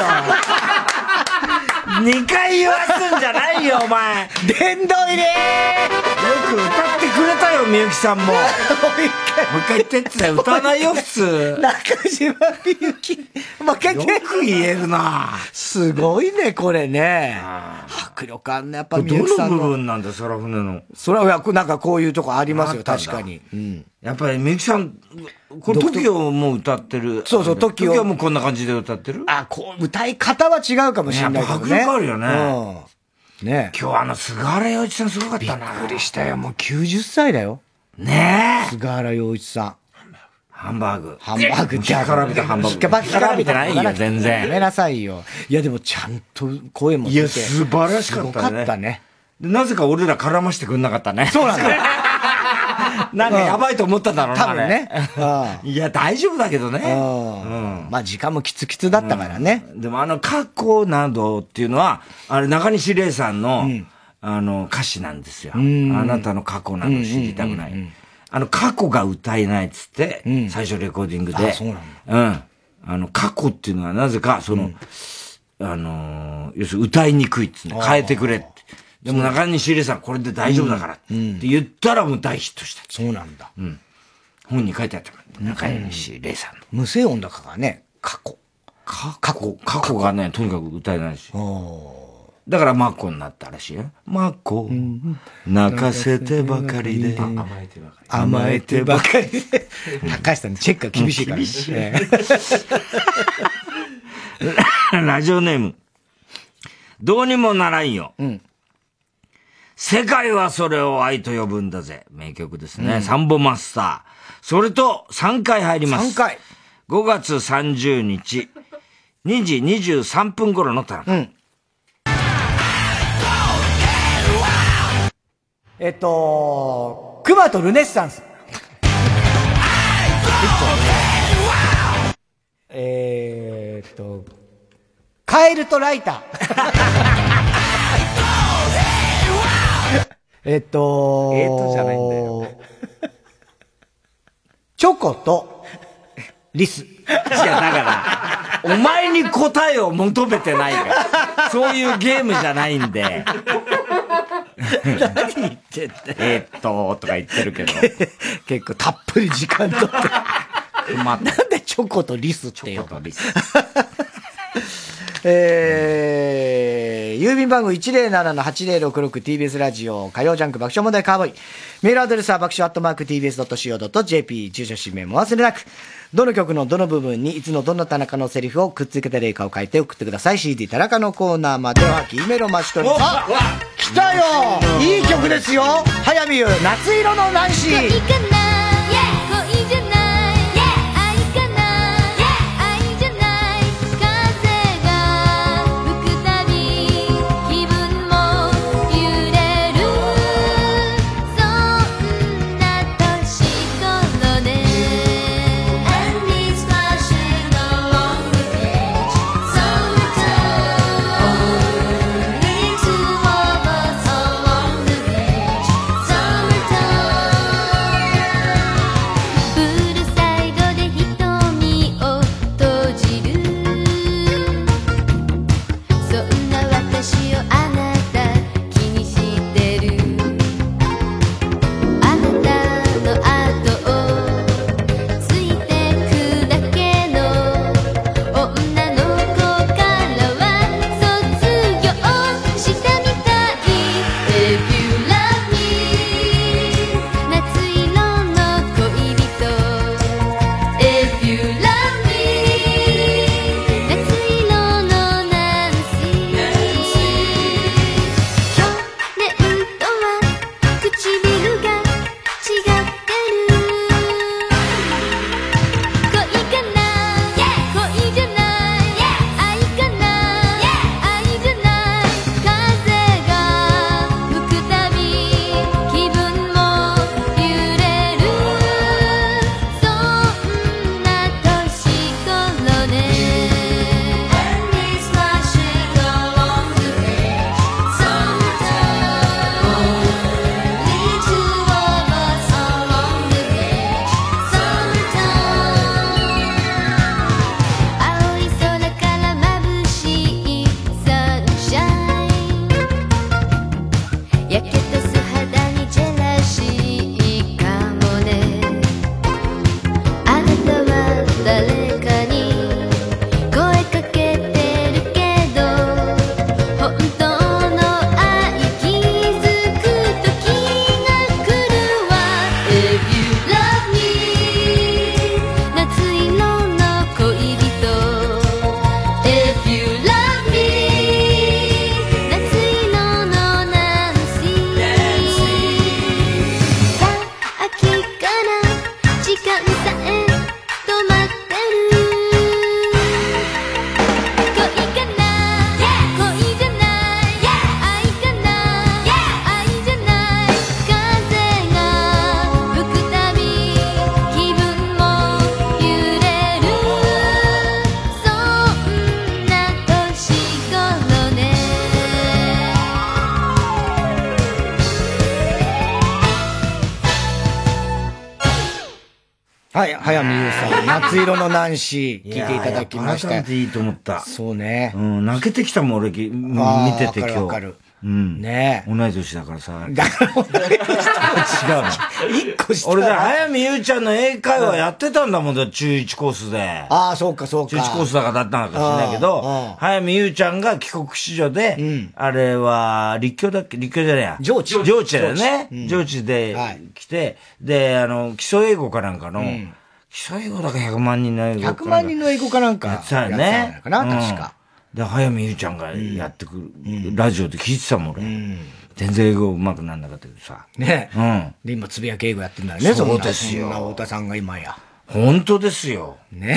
[SPEAKER 2] 二回言わすんじゃないよ、お前。
[SPEAKER 1] 殿堂入り。よ
[SPEAKER 2] く歌ってくれたよ、みゆきさんも。もう一回。もう一回言ってって言ったら歌わないよ、普通。
[SPEAKER 1] 中島みゆき。もう一回言って。
[SPEAKER 2] よく言えるな。
[SPEAKER 1] すごいね、これね。迫力あんね、やっぱみゆきさんの。
[SPEAKER 2] どの部分なんだ、空船の。
[SPEAKER 1] それは、なんかこういうとこありますよ、確かに。
[SPEAKER 2] うん。やっぱりみゆきさん、これ トキオ も歌ってる。
[SPEAKER 1] そうそう、トキオ。
[SPEAKER 2] トキオもこんな感じで歌ってる？
[SPEAKER 1] あ、こう、歌い方は違うかもしれないけどね。
[SPEAKER 2] 迫力あるよね。
[SPEAKER 1] うん。ね
[SPEAKER 2] 今日あの、菅原洋一さんすごかったな。
[SPEAKER 1] びっくりしたよ、もうきゅうじゅっさいだよ。
[SPEAKER 2] ねえ。
[SPEAKER 1] 菅原洋一さん。
[SPEAKER 2] ハンバーグ。
[SPEAKER 1] ハンバーグ
[SPEAKER 2] じゃあ。絡めたハンバーグ。絡めてないよ、全然。
[SPEAKER 1] やめなさいよ。いや、でもちゃんと声も
[SPEAKER 2] 出て。いや、素晴らしかったね。
[SPEAKER 1] すごかったね。
[SPEAKER 2] なぜか俺ら絡ましてくんなかったね。
[SPEAKER 1] そうなんだよ。
[SPEAKER 2] なんかやばいと思ったんだろうな。
[SPEAKER 1] 多分ね。
[SPEAKER 2] いや、大丈夫だけどね。
[SPEAKER 1] うん。まあ時間もきつきつだったからね。
[SPEAKER 2] でもあの過去などっていうのは、あれ中西礼さんの、あの歌詞なんですよ。あなたの過去など知りたくない。あの過去が歌えないっつって、最初レコーディングで。
[SPEAKER 1] あ、そうなんだ。
[SPEAKER 2] うん。あの過去っていうのはなぜか、その、あの、要するに歌いにくいっつって変えてくれって。でも中西礼さんこれで大丈夫だからって言ったらもう大ヒットした。
[SPEAKER 1] そうなんだ。
[SPEAKER 2] うん。本に書いてあったから、中西礼さんの。
[SPEAKER 1] 無声音だからね、過去。
[SPEAKER 2] 過去、過去がね、とにかく歌えないし。だからマッコになったらしいよ。マッコ、泣かせてばかりで。
[SPEAKER 3] 甘えてばかりで。
[SPEAKER 2] 甘えてばかりで。
[SPEAKER 1] 高橋さんのチェックが厳しいから。厳しい。
[SPEAKER 2] ラジオネーム。どうにもならんよ。うん。世界はそれを愛と呼ぶんだぜ。名曲ですね。うん、サンボマスター。それとさんかい入ります。
[SPEAKER 1] さんかい。
[SPEAKER 2] ごがつさんじゅうにち、にじにじゅうさんぷん頃の田中。うん。
[SPEAKER 1] えっと、クマとルネッサンス。えーっと、カエルとライター。えっと、
[SPEAKER 2] えーとじゃないんだよ。
[SPEAKER 1] チョコとリス。
[SPEAKER 2] いや、だから、お前に答えを求めてないから。そういうゲームじゃないんで。
[SPEAKER 1] 何言ってんだよ。
[SPEAKER 2] えーっと、とか言ってるけど。
[SPEAKER 1] 結構たっぷり時間とって。まあ、なんでチョコとリスってよ。
[SPEAKER 2] チョコとリス。
[SPEAKER 1] えー、郵便番号 いちゼロななのはちゼロろくろく ティービーエス ラジオ火曜ジャンク爆笑問題カーボーイ。メールアドレスは爆笑アットマーク ティービーエスドットシーオードットジェーピー。 住所氏名も忘れなく。どの曲のどの部分にいつのどの田中のセリフをくっつけた例かを書いて送ってください。 シーディー 田中のコーナーまでは E メロ待ち取り。あ、来来たよいい曲ですよ早見優夏色のナンシーはい、早見優さん、夏色のナンシー、聞いていただきました。
[SPEAKER 2] 改めていいと思った。
[SPEAKER 1] そうね。
[SPEAKER 2] うん、泣けてきたもん、俺、見てて今日。
[SPEAKER 1] わかるわかる。
[SPEAKER 2] うん。
[SPEAKER 1] ね
[SPEAKER 2] え。同い年だからさ。
[SPEAKER 1] だから同い年と違うの。一個下。
[SPEAKER 2] 俺だ、早見優ちゃんの英会話やってたんだもんだ、中いちコースで。
[SPEAKER 1] ああ、そうか、そうか。
[SPEAKER 2] 中いちコースだからだったのかもしれないけど、早見優ちゃんが帰国子女で、あれは、立教だっけ立教じゃねえや。
[SPEAKER 1] 上智。
[SPEAKER 2] 上智だよね。上智で来て、で、あの、基礎英語かなんかの、基礎英語だかひゃくまんにんの英語か。
[SPEAKER 1] ひゃくまんにんの英語かなんか。
[SPEAKER 2] やってたよね。
[SPEAKER 1] かな、確か。
[SPEAKER 2] で、早見優ちゃんがやってくる、ラジオで聞いてたもん、俺。全然英語上手くなんなかったけどさ。
[SPEAKER 1] ね
[SPEAKER 2] うん。
[SPEAKER 1] で、今、つぶやき英語やってんだよね、
[SPEAKER 2] そうですよ。
[SPEAKER 1] そんな太田さんが今や。
[SPEAKER 2] 本当ですよ。
[SPEAKER 1] ね。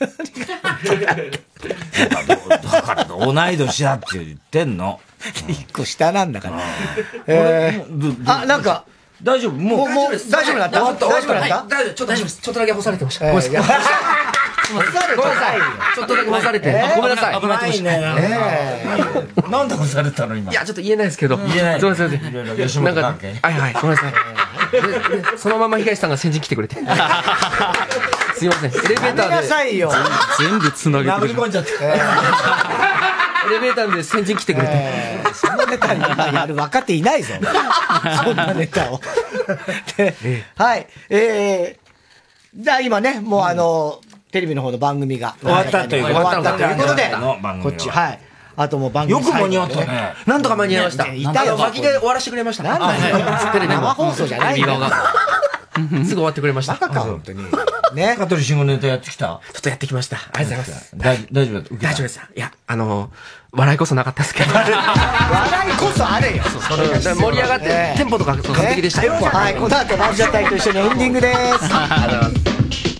[SPEAKER 2] だから、同い年だって言ってんの。
[SPEAKER 1] 一個下なんだから。えあ、なんか、
[SPEAKER 2] 大丈夫もう、
[SPEAKER 1] もう、大丈夫だった大丈夫だった
[SPEAKER 3] 大丈夫、ちょっと大丈夫です。ちょっとだけ干されてました。ごめんなさい。ごめんなさい。ちょっとだけ干されて。ごめんなさい。
[SPEAKER 2] 危ないね。なんで干されたの今。
[SPEAKER 3] いや、ちょっと言えないですけど。
[SPEAKER 2] 言えない。
[SPEAKER 3] すいません。いろいろ吉本関係。はいはい。ごめんなさい。そのまま東さんが先陣来てくれて。すいません。エレベーターで。
[SPEAKER 1] なさいよ。
[SPEAKER 11] 全部繋げて。
[SPEAKER 2] 殴り込んじゃって。
[SPEAKER 3] エレベーターで先陣来てくれて。
[SPEAKER 1] そんなネタにやる若手いないぞ。そんなネタを。はい。えー、じゃあ今ね、もうあの、テレビの方の番組が
[SPEAKER 2] 終わったという
[SPEAKER 1] 終わったということで、
[SPEAKER 2] こ
[SPEAKER 1] っち、はい。あともう番組
[SPEAKER 2] よく間に合ったね。
[SPEAKER 3] なんとか間に合いました。
[SPEAKER 1] いたよ。
[SPEAKER 3] 巻きで終わらせてくれました。
[SPEAKER 1] なんだよ。テレビ生放送じゃないよ。
[SPEAKER 3] すぐ終わってくれました。
[SPEAKER 1] バカか、本当に。 ね。
[SPEAKER 2] 香取慎吾ネタやってきた？
[SPEAKER 3] ちょっとやってきました。ありがとうございます。
[SPEAKER 2] 大大丈夫
[SPEAKER 3] 大丈夫です。いや、あの、笑いこそなかったですけど。
[SPEAKER 1] 笑いこそあれよ。
[SPEAKER 3] それ盛り上がって、テンポとか完璧でしたよ。
[SPEAKER 1] はい、この後ランジャタイと一緒にエンディングです。ありがとうございます。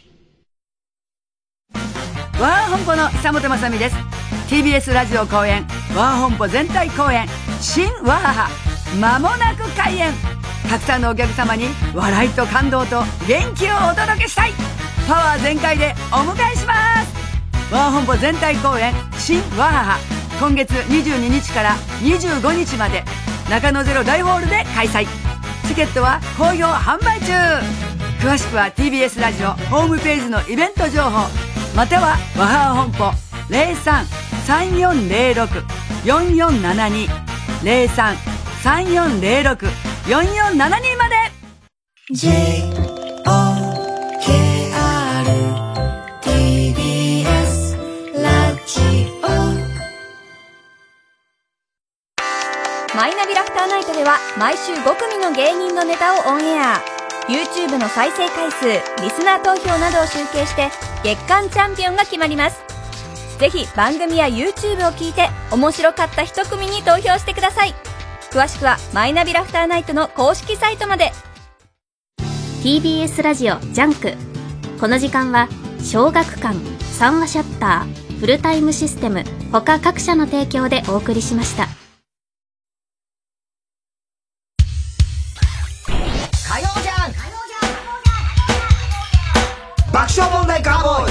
[SPEAKER 9] ワー本舗の久本雅美です。 ティービーエス ラジオ公演ワー本舗全体公演新ワーハまもなく開演。たくさんのお客様に笑いと感動と元気をお届けしたい。パワー全開でお迎えします。ワー本舗全体公演新ワーハ今月にじゅうににちからにじゅうごにちまで中野ゼロ大ホールで開催。チケットは好評販売中。詳しくは ティービーエス ラジオホームページのイベント情報またはワハー本舗 ゼロさん さんよんゼロろく よんよんななに ゼロさん さんよんゼロろく よんよんななに まで。
[SPEAKER 10] ジェイオーケーアール ティービーエス ラジオ
[SPEAKER 4] マイナビラフターナイトでは毎週ごくみの芸人のネタをオンエア。 YouTube の再生回数、リスナー投票などを集計して月間チャンピオンが決まります。ぜひ番組や YouTube を聞いて面白かった一組に投票してください。詳しくはマイナビラフターナイトの公式サイトまで。 ティービーエス ラジオジャンク。この時間は小学館、三話シャッター、フルタイムシステム他各社の提供でお送りしました。
[SPEAKER 1] 火曜ジャン爆笑問題カーボーイ。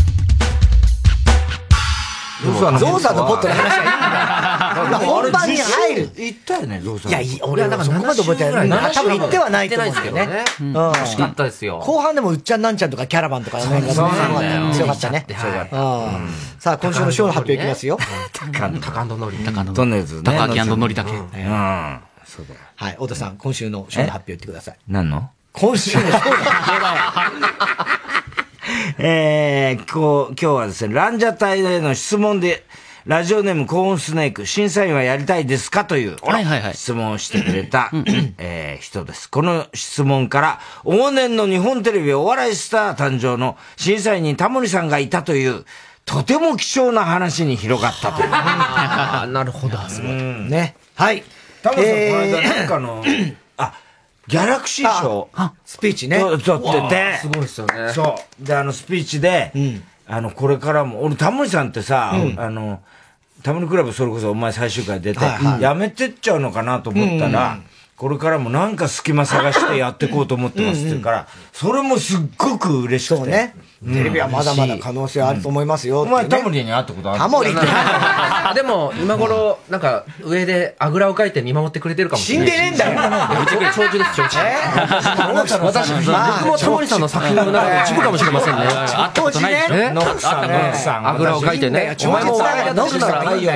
[SPEAKER 1] ゾウさんのポットの話はいいんだ。本番に入る。
[SPEAKER 2] 言ったよね、ゾウさん。
[SPEAKER 1] いや、俺はだからそこまで覚えてない。多分言ってはないと思うんですけどね。
[SPEAKER 3] 楽しかったですよ。
[SPEAKER 1] 後半でもうっちゃんなんちゃんとかキャラバンとかね、強かったね。さあ、今週のショーの発表いきますよ。
[SPEAKER 3] タカンドノリ。
[SPEAKER 11] タカンド
[SPEAKER 2] ノリ。
[SPEAKER 11] タカキノリだけ。
[SPEAKER 2] うん。そうだよ。
[SPEAKER 1] はい、太田さん、今週のショーの発表言ってください。
[SPEAKER 2] 何の？
[SPEAKER 1] 今週のショーの発
[SPEAKER 2] 表。えー、こう、今日はですね、ランジャタイへの質問で、ラジオネームコーンスネーク、審査員はやりたいですかという、はいはいはい、質問をしてくれた、えー、人です。この質問から、往年の日本テレビお笑いスター誕生の審査員にタモリさんがいたという、とても貴重な話に広がったという。
[SPEAKER 3] なるほど。
[SPEAKER 1] すごい。ね。はい。
[SPEAKER 2] タモリさん、この間、なんかの、あ、ギャラクシー賞、
[SPEAKER 1] スピーチね。
[SPEAKER 2] 撮ってて、
[SPEAKER 3] すごいですよね。
[SPEAKER 2] そう。で、あの、スピーチで、あの、これからも、俺、タモリさんってさ、あの、タモリクラブそれこそお前最終回出て、やめてっちゃうのかなと思ったら、これからもなんか隙間探してやっていこうと思ってますって言うから、それもすっごく嬉しくて。そうね。
[SPEAKER 1] テレビはまだまだ可能性あると思いますよ。
[SPEAKER 2] お前タモリに会ったことある？
[SPEAKER 1] タモリって
[SPEAKER 3] でも、今頃、なんか、上であぐらをかいて見守ってくれてるかもしれない。
[SPEAKER 1] 死んでねえんだよ。
[SPEAKER 3] うちこれ長寿です、長寿。私、僕もタモリさんの作品の中で一部かもしれませんね。
[SPEAKER 11] 会ったことないでしょ？
[SPEAKER 2] ノックさん、ノックさん。
[SPEAKER 3] あぐらをかいてね。お前も笑いが出したらいいよ。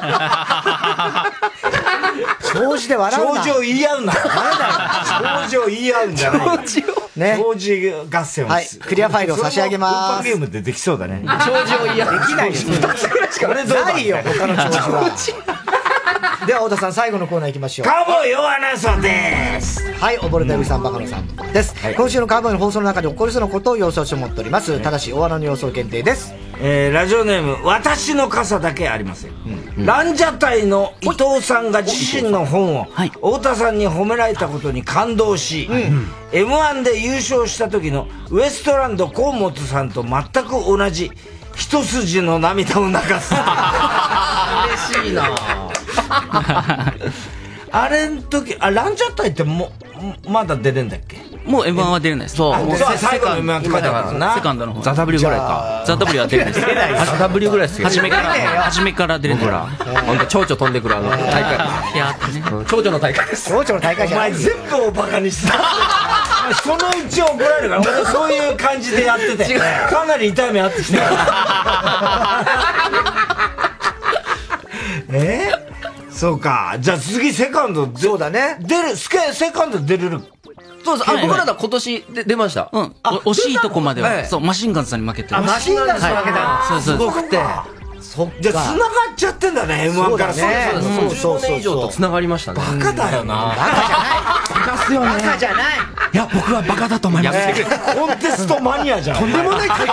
[SPEAKER 1] 長寿で笑うな。
[SPEAKER 2] 長寿を言い合うな。長寿を言い合うんじゃない。
[SPEAKER 1] ね。
[SPEAKER 2] 長寿合戦を。
[SPEAKER 1] はい。クリアファイルを差し上げます。
[SPEAKER 2] ウーパーゲームでできそうだね。
[SPEAKER 3] 長寿を言い合う。
[SPEAKER 1] できないです。二つぐらいしかないよ、他の長寿は。では、太田さん、最後のコーナー行きましょう。
[SPEAKER 2] カーボーイ大アナウンサーです。
[SPEAKER 1] はい、溺れたゆりさん、バカのさんです。今週のカーボーイの放送の中で起こりそうなことを予想してもらっております。ただし、大穴の予想限定です。
[SPEAKER 2] えー、ラジオネーム、私の傘だけありません。うん、ランジャタイの伊藤さんが自身の本を、太田さんに褒められたことに感動し、うん、エムワン で優勝した時のウエストランド河本さんと全く同じ、一筋の涙を流す。
[SPEAKER 3] 嬉しいな
[SPEAKER 2] あれの時、あ、ランジャタイってもう、まだ出れんだっけ？
[SPEAKER 11] もう エムワン は出れないです。
[SPEAKER 2] そう。もう最後の エムワン って書いてあるからな。
[SPEAKER 11] セカンドの方。
[SPEAKER 3] ザ・ W ぐらいか。
[SPEAKER 11] ザ・ W は出れないです。
[SPEAKER 3] ザ・ W ぐらいですよ。
[SPEAKER 11] 初めから、初めから出れない。
[SPEAKER 3] ほら、ほんと、蝶々飛んでくるあの大会。
[SPEAKER 11] いやーってね。
[SPEAKER 3] 蝶々の大会です。
[SPEAKER 1] 蝶々の大会じゃない。
[SPEAKER 2] お前全部をバカにした。そのうち怒られるから、俺そういう感じでやってて、かなり痛い目あってきてる。えそうか。じゃあ次セカンド、
[SPEAKER 1] そうだね。
[SPEAKER 2] 出る、スケ、セカンド出れる。
[SPEAKER 3] そうです。あ、僕らだ今年で出ました。
[SPEAKER 11] うん。惜しいとこまでは。そう、マシンガンズさんに負けて。
[SPEAKER 1] あ、マシンガンズさんに負けた。
[SPEAKER 11] そうそう。
[SPEAKER 1] すごくて。
[SPEAKER 2] そっか。じゃあ繋がっちゃってんだね、エムワン から。
[SPEAKER 1] そうですね。
[SPEAKER 3] じゅうごねん以上と繋がりましたね。
[SPEAKER 2] バカだよな。
[SPEAKER 1] バカじゃない。バカすよね。バカじゃない。
[SPEAKER 2] い
[SPEAKER 3] いや、僕はバカだと思います。
[SPEAKER 2] コンテストマニアじゃん。
[SPEAKER 3] とんでもない大会です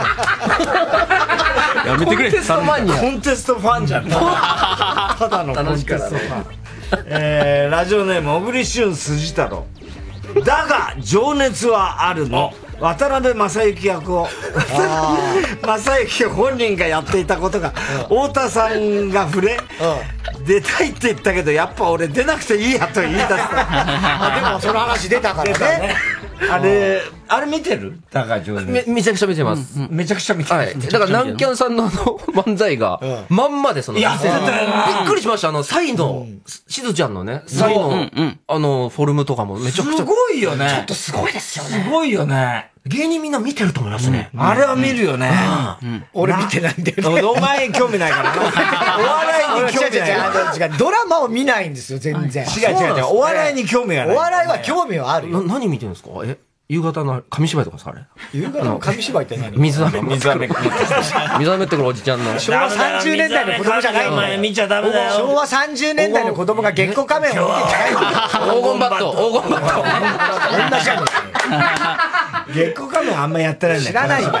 [SPEAKER 11] やめてくれ。
[SPEAKER 3] コンテストマニア。
[SPEAKER 2] コンテストファンじゃん。ただのコンテストファン。えー、ラジオネーム、小栗旬筋太郎。だが、情熱はあるの。渡辺正行役を正行本人がやっていたことが太田さんが触れ出たいって言ったけどやっぱ俺出なくていいやと言い出した
[SPEAKER 1] でもその話出たからね
[SPEAKER 2] あれあれ見てるだから情熱
[SPEAKER 3] めめちゃくちゃ見てます、
[SPEAKER 2] めちゃくちゃ見てる、
[SPEAKER 3] はい、だから南キャンさんのあの漫才がまんまでその、
[SPEAKER 2] いやそうだよな
[SPEAKER 3] びっくりしました。あのサイのしずちゃんのねサイのあのフォルムとかもめちゃくちゃ
[SPEAKER 2] すごいよね。
[SPEAKER 3] ちょっとすごいですよね。
[SPEAKER 2] すごいよね。
[SPEAKER 3] 芸人みんな見てると思いますね。
[SPEAKER 2] あれは見るよね。
[SPEAKER 1] 俺見てないんだよね。
[SPEAKER 2] お前興味ないからな。お笑いに興味ない。
[SPEAKER 1] ドラマを見ないんですよ、全然。
[SPEAKER 2] 違う違う違う。お笑いに興味がない。
[SPEAKER 1] お笑いは興味はあるよ。
[SPEAKER 3] 何見てるんですか？え夕方の紙芝居とかですかあれ？
[SPEAKER 1] 夕方の紙芝居って何？
[SPEAKER 3] 水飴。
[SPEAKER 2] 水飴。
[SPEAKER 3] 水飴ってくるおじちゃんの。
[SPEAKER 1] 昭和さんじゅうねんだいの子供じゃない
[SPEAKER 2] お前見ちゃダメだよ。
[SPEAKER 1] 昭和さんじゅうねんだいの子供が月光仮面を見てない。
[SPEAKER 3] 黄金バット、黄金バット。
[SPEAKER 1] 同じやね
[SPEAKER 2] ん。月光仮面あんまやってないんだよ。
[SPEAKER 1] 知らないよ。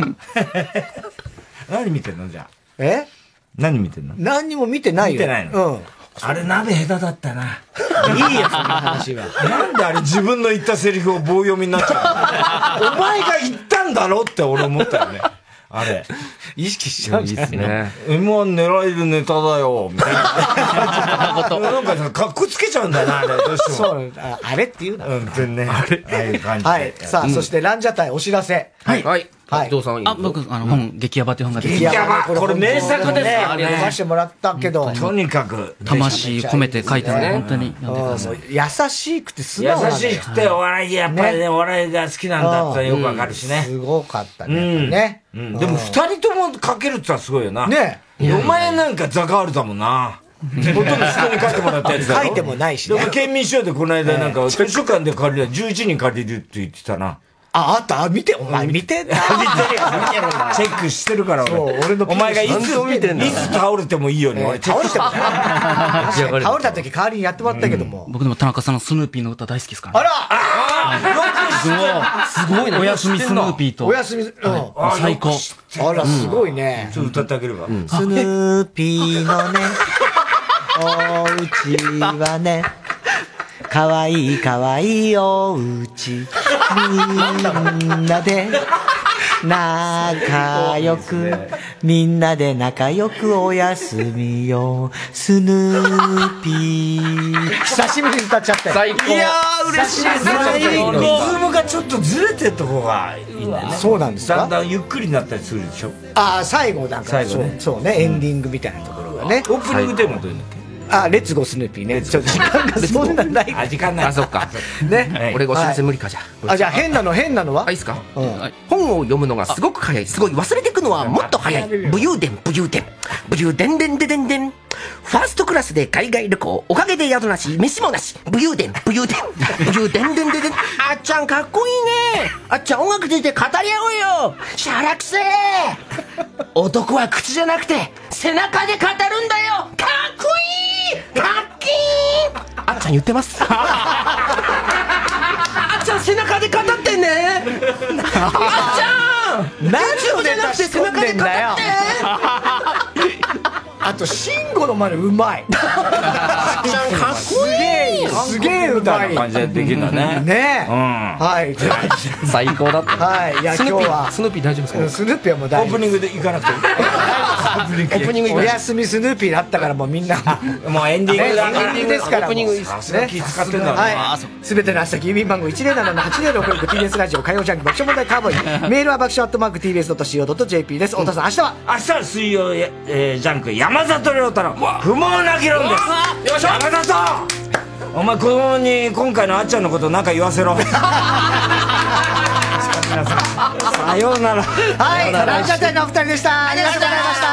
[SPEAKER 2] 何見てんのじゃあ。
[SPEAKER 1] え？
[SPEAKER 2] 何見てんの？
[SPEAKER 1] 何にも見てないよ。
[SPEAKER 2] 見てないの？
[SPEAKER 1] うん。
[SPEAKER 2] あれ鍋下手だったな。
[SPEAKER 1] いいよ、そんな話は。
[SPEAKER 2] なんであれ自分の言ったセリフを棒読みになっちゃうの？お前が言ったんだろって俺思ったよね。あれ。
[SPEAKER 1] 意識しちゃうんじゃない
[SPEAKER 3] ね。
[SPEAKER 2] エムワン 狙えるネタだよ、みたいな。なんかさ、かっこつけちゃうんだよな、あれ。どうしても。
[SPEAKER 1] そう、ああれって言うな。
[SPEAKER 2] うん、ね。あれああいう感じで。
[SPEAKER 1] はい。さあ、そしてランジャタイお知らせ。
[SPEAKER 3] はい。はい。
[SPEAKER 1] はい。
[SPEAKER 3] どうさん
[SPEAKER 11] あ、僕、あの、本、激ヤバっていう本が出て
[SPEAKER 2] 激ヤバ。これ名作です
[SPEAKER 1] からね。読ませてもらったけど。
[SPEAKER 2] とにかく。
[SPEAKER 11] 魂込めて書いてある。本当に読んでください。
[SPEAKER 1] 優しくて素直な。
[SPEAKER 2] 優しくてお笑い、やっぱりね、お笑いが好きなんだってよくわかるしね。
[SPEAKER 1] すごかったね。ね。
[SPEAKER 2] でも二人とも書けるってのはすごいよな。
[SPEAKER 1] ね。
[SPEAKER 2] お前なんかザカールだもんな。ほとんど人に書いてもらったやつだろ。
[SPEAKER 1] 書いてもないし
[SPEAKER 2] ね。でも県民賞でこの間なんか図書館で借りるじゅういちにん借りるって言ってたな。
[SPEAKER 1] あ、あった、見て、お前見てんだ。見てるよ、見てるんだ。
[SPEAKER 2] チェックしてるから俺。そう、
[SPEAKER 1] 俺の
[SPEAKER 2] お前がいつ、いつ倒れてもいいように俺チェックしてる。
[SPEAKER 1] 倒れた時代わりにやってもらったけども。
[SPEAKER 11] 僕でも田中さんのスヌーピーの歌大好きですから。
[SPEAKER 1] あら
[SPEAKER 11] すごいね。おやすみスヌーピーと。
[SPEAKER 1] おやすみ、うん。
[SPEAKER 11] 最高。
[SPEAKER 1] あら、すごいね。
[SPEAKER 2] ちょっと歌ってあげれば。
[SPEAKER 1] スヌーピーのね、おうちはね、かわいいかわいいおうち、みんなで仲良く、みんなで仲良くおやすみよ、スヌーピー。久しぶりに歌っちゃったよ。
[SPEAKER 3] 最高。
[SPEAKER 2] いやー、嬉しいですね。リズムがちょっとずれてるとこがいいんだよね。
[SPEAKER 1] そうなんですか？
[SPEAKER 2] だんだんゆっくりになったりするでしょ。
[SPEAKER 1] ああ、最後なんか、
[SPEAKER 2] 最後ね。
[SPEAKER 1] そうね、エンディングみたいなところがね。
[SPEAKER 2] オープニングテーマどういうんだっけ？
[SPEAKER 1] あ、レッツゴースヌーピーね。ちょっと時間がそんなない。
[SPEAKER 2] あ、時間ない。
[SPEAKER 3] あ、そっか。
[SPEAKER 1] ね。
[SPEAKER 3] 俺お知らせ無理かじゃ。
[SPEAKER 1] あ、じゃあ変なの変なのは？
[SPEAKER 3] あ、いいっすか？本を読むのがすごく早い。すごい忘れていくのはもっと早い。武勇伝、武勇伝。武勇伝伝で伝伝。ファーストクラスで海外旅行。おかげで宿なし、飯もなし。武勇伝、武勇伝。武勇伝伝で伝。あっちゃんかっこいいね。あっちゃん音楽ついて語り合おうよ。しゃらくせえ。男は口じゃなくて背中で語るんだよ。かっこいい。かっきーん。あっちゃん言ってます。あっちゃん背中で語ってね。あっちゃん。
[SPEAKER 1] 何を
[SPEAKER 3] じゃなくて背中で語って。
[SPEAKER 1] あと、シンゴのまでうまい。
[SPEAKER 3] あっちゃんかっこいい。
[SPEAKER 1] すげえ歌い。
[SPEAKER 2] 感じでできるんだね。
[SPEAKER 1] ねえ。
[SPEAKER 2] うん。
[SPEAKER 1] はい。
[SPEAKER 3] 最高だった。
[SPEAKER 1] はい。いや、今日は。
[SPEAKER 3] スヌーピー大丈夫ですか？
[SPEAKER 1] スヌーピーはもう大丈夫。
[SPEAKER 2] オープニングで行かなくていい。
[SPEAKER 1] オープニングおやすみスヌーピーだったからもうみんな。
[SPEAKER 2] もうエンディングだから。
[SPEAKER 1] エンディングですから。
[SPEAKER 3] オープニングです
[SPEAKER 2] ね。気使ってんだろうな。
[SPEAKER 1] はい。すべての明日郵便番号いちゼロななのはちゼロろくろく ティービーエス ラジオ火曜ジャンク爆笑問題カーボーイ。メールは爆笑アットマーク ティービーエスドットシーオードットジェーピー です。太田さん、明日は
[SPEAKER 2] 明日は水曜えージャンク山里亮太の不毛な議論です。よいしょ。山里。お前子供に今回のあっちゃんのことなんか言わせろ。さようなら。
[SPEAKER 1] はい。ランジャタイのお二人でした。ありがとうございました。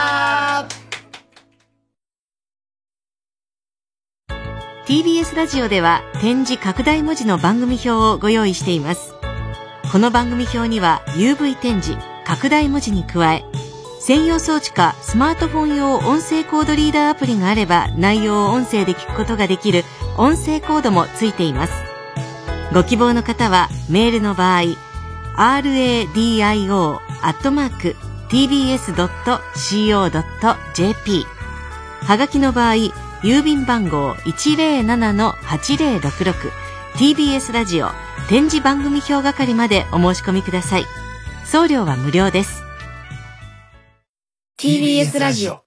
[SPEAKER 12] ティービーエス ラジオでは展示拡大文字の番組表をご用意しています。この番組表には ユーブイ 展示、拡大文字に加え、専用装置かスマートフォン用音声コードリーダーアプリがあれば内容を音声で聞くことができる音声コードもついています。
[SPEAKER 6] ご希望の方はメールの場合 アールエーディーアイオー アットマーク ティービーエス ドット シーオー ドット ジェーピー はがきの場合郵便番号 いちまるなな はちまるろくろく ティービーエス ラジオ展示番組表係までお申し込みください。送料は無料です。
[SPEAKER 15] ティービーエス ラジオ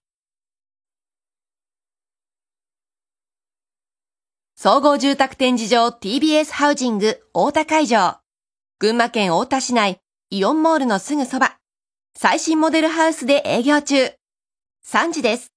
[SPEAKER 15] 総合住宅展示場 ティービーエス ハウジング大田会場。群馬県太田市内イオンモールのすぐそば。最新モデルハウスで営業中。さんじです。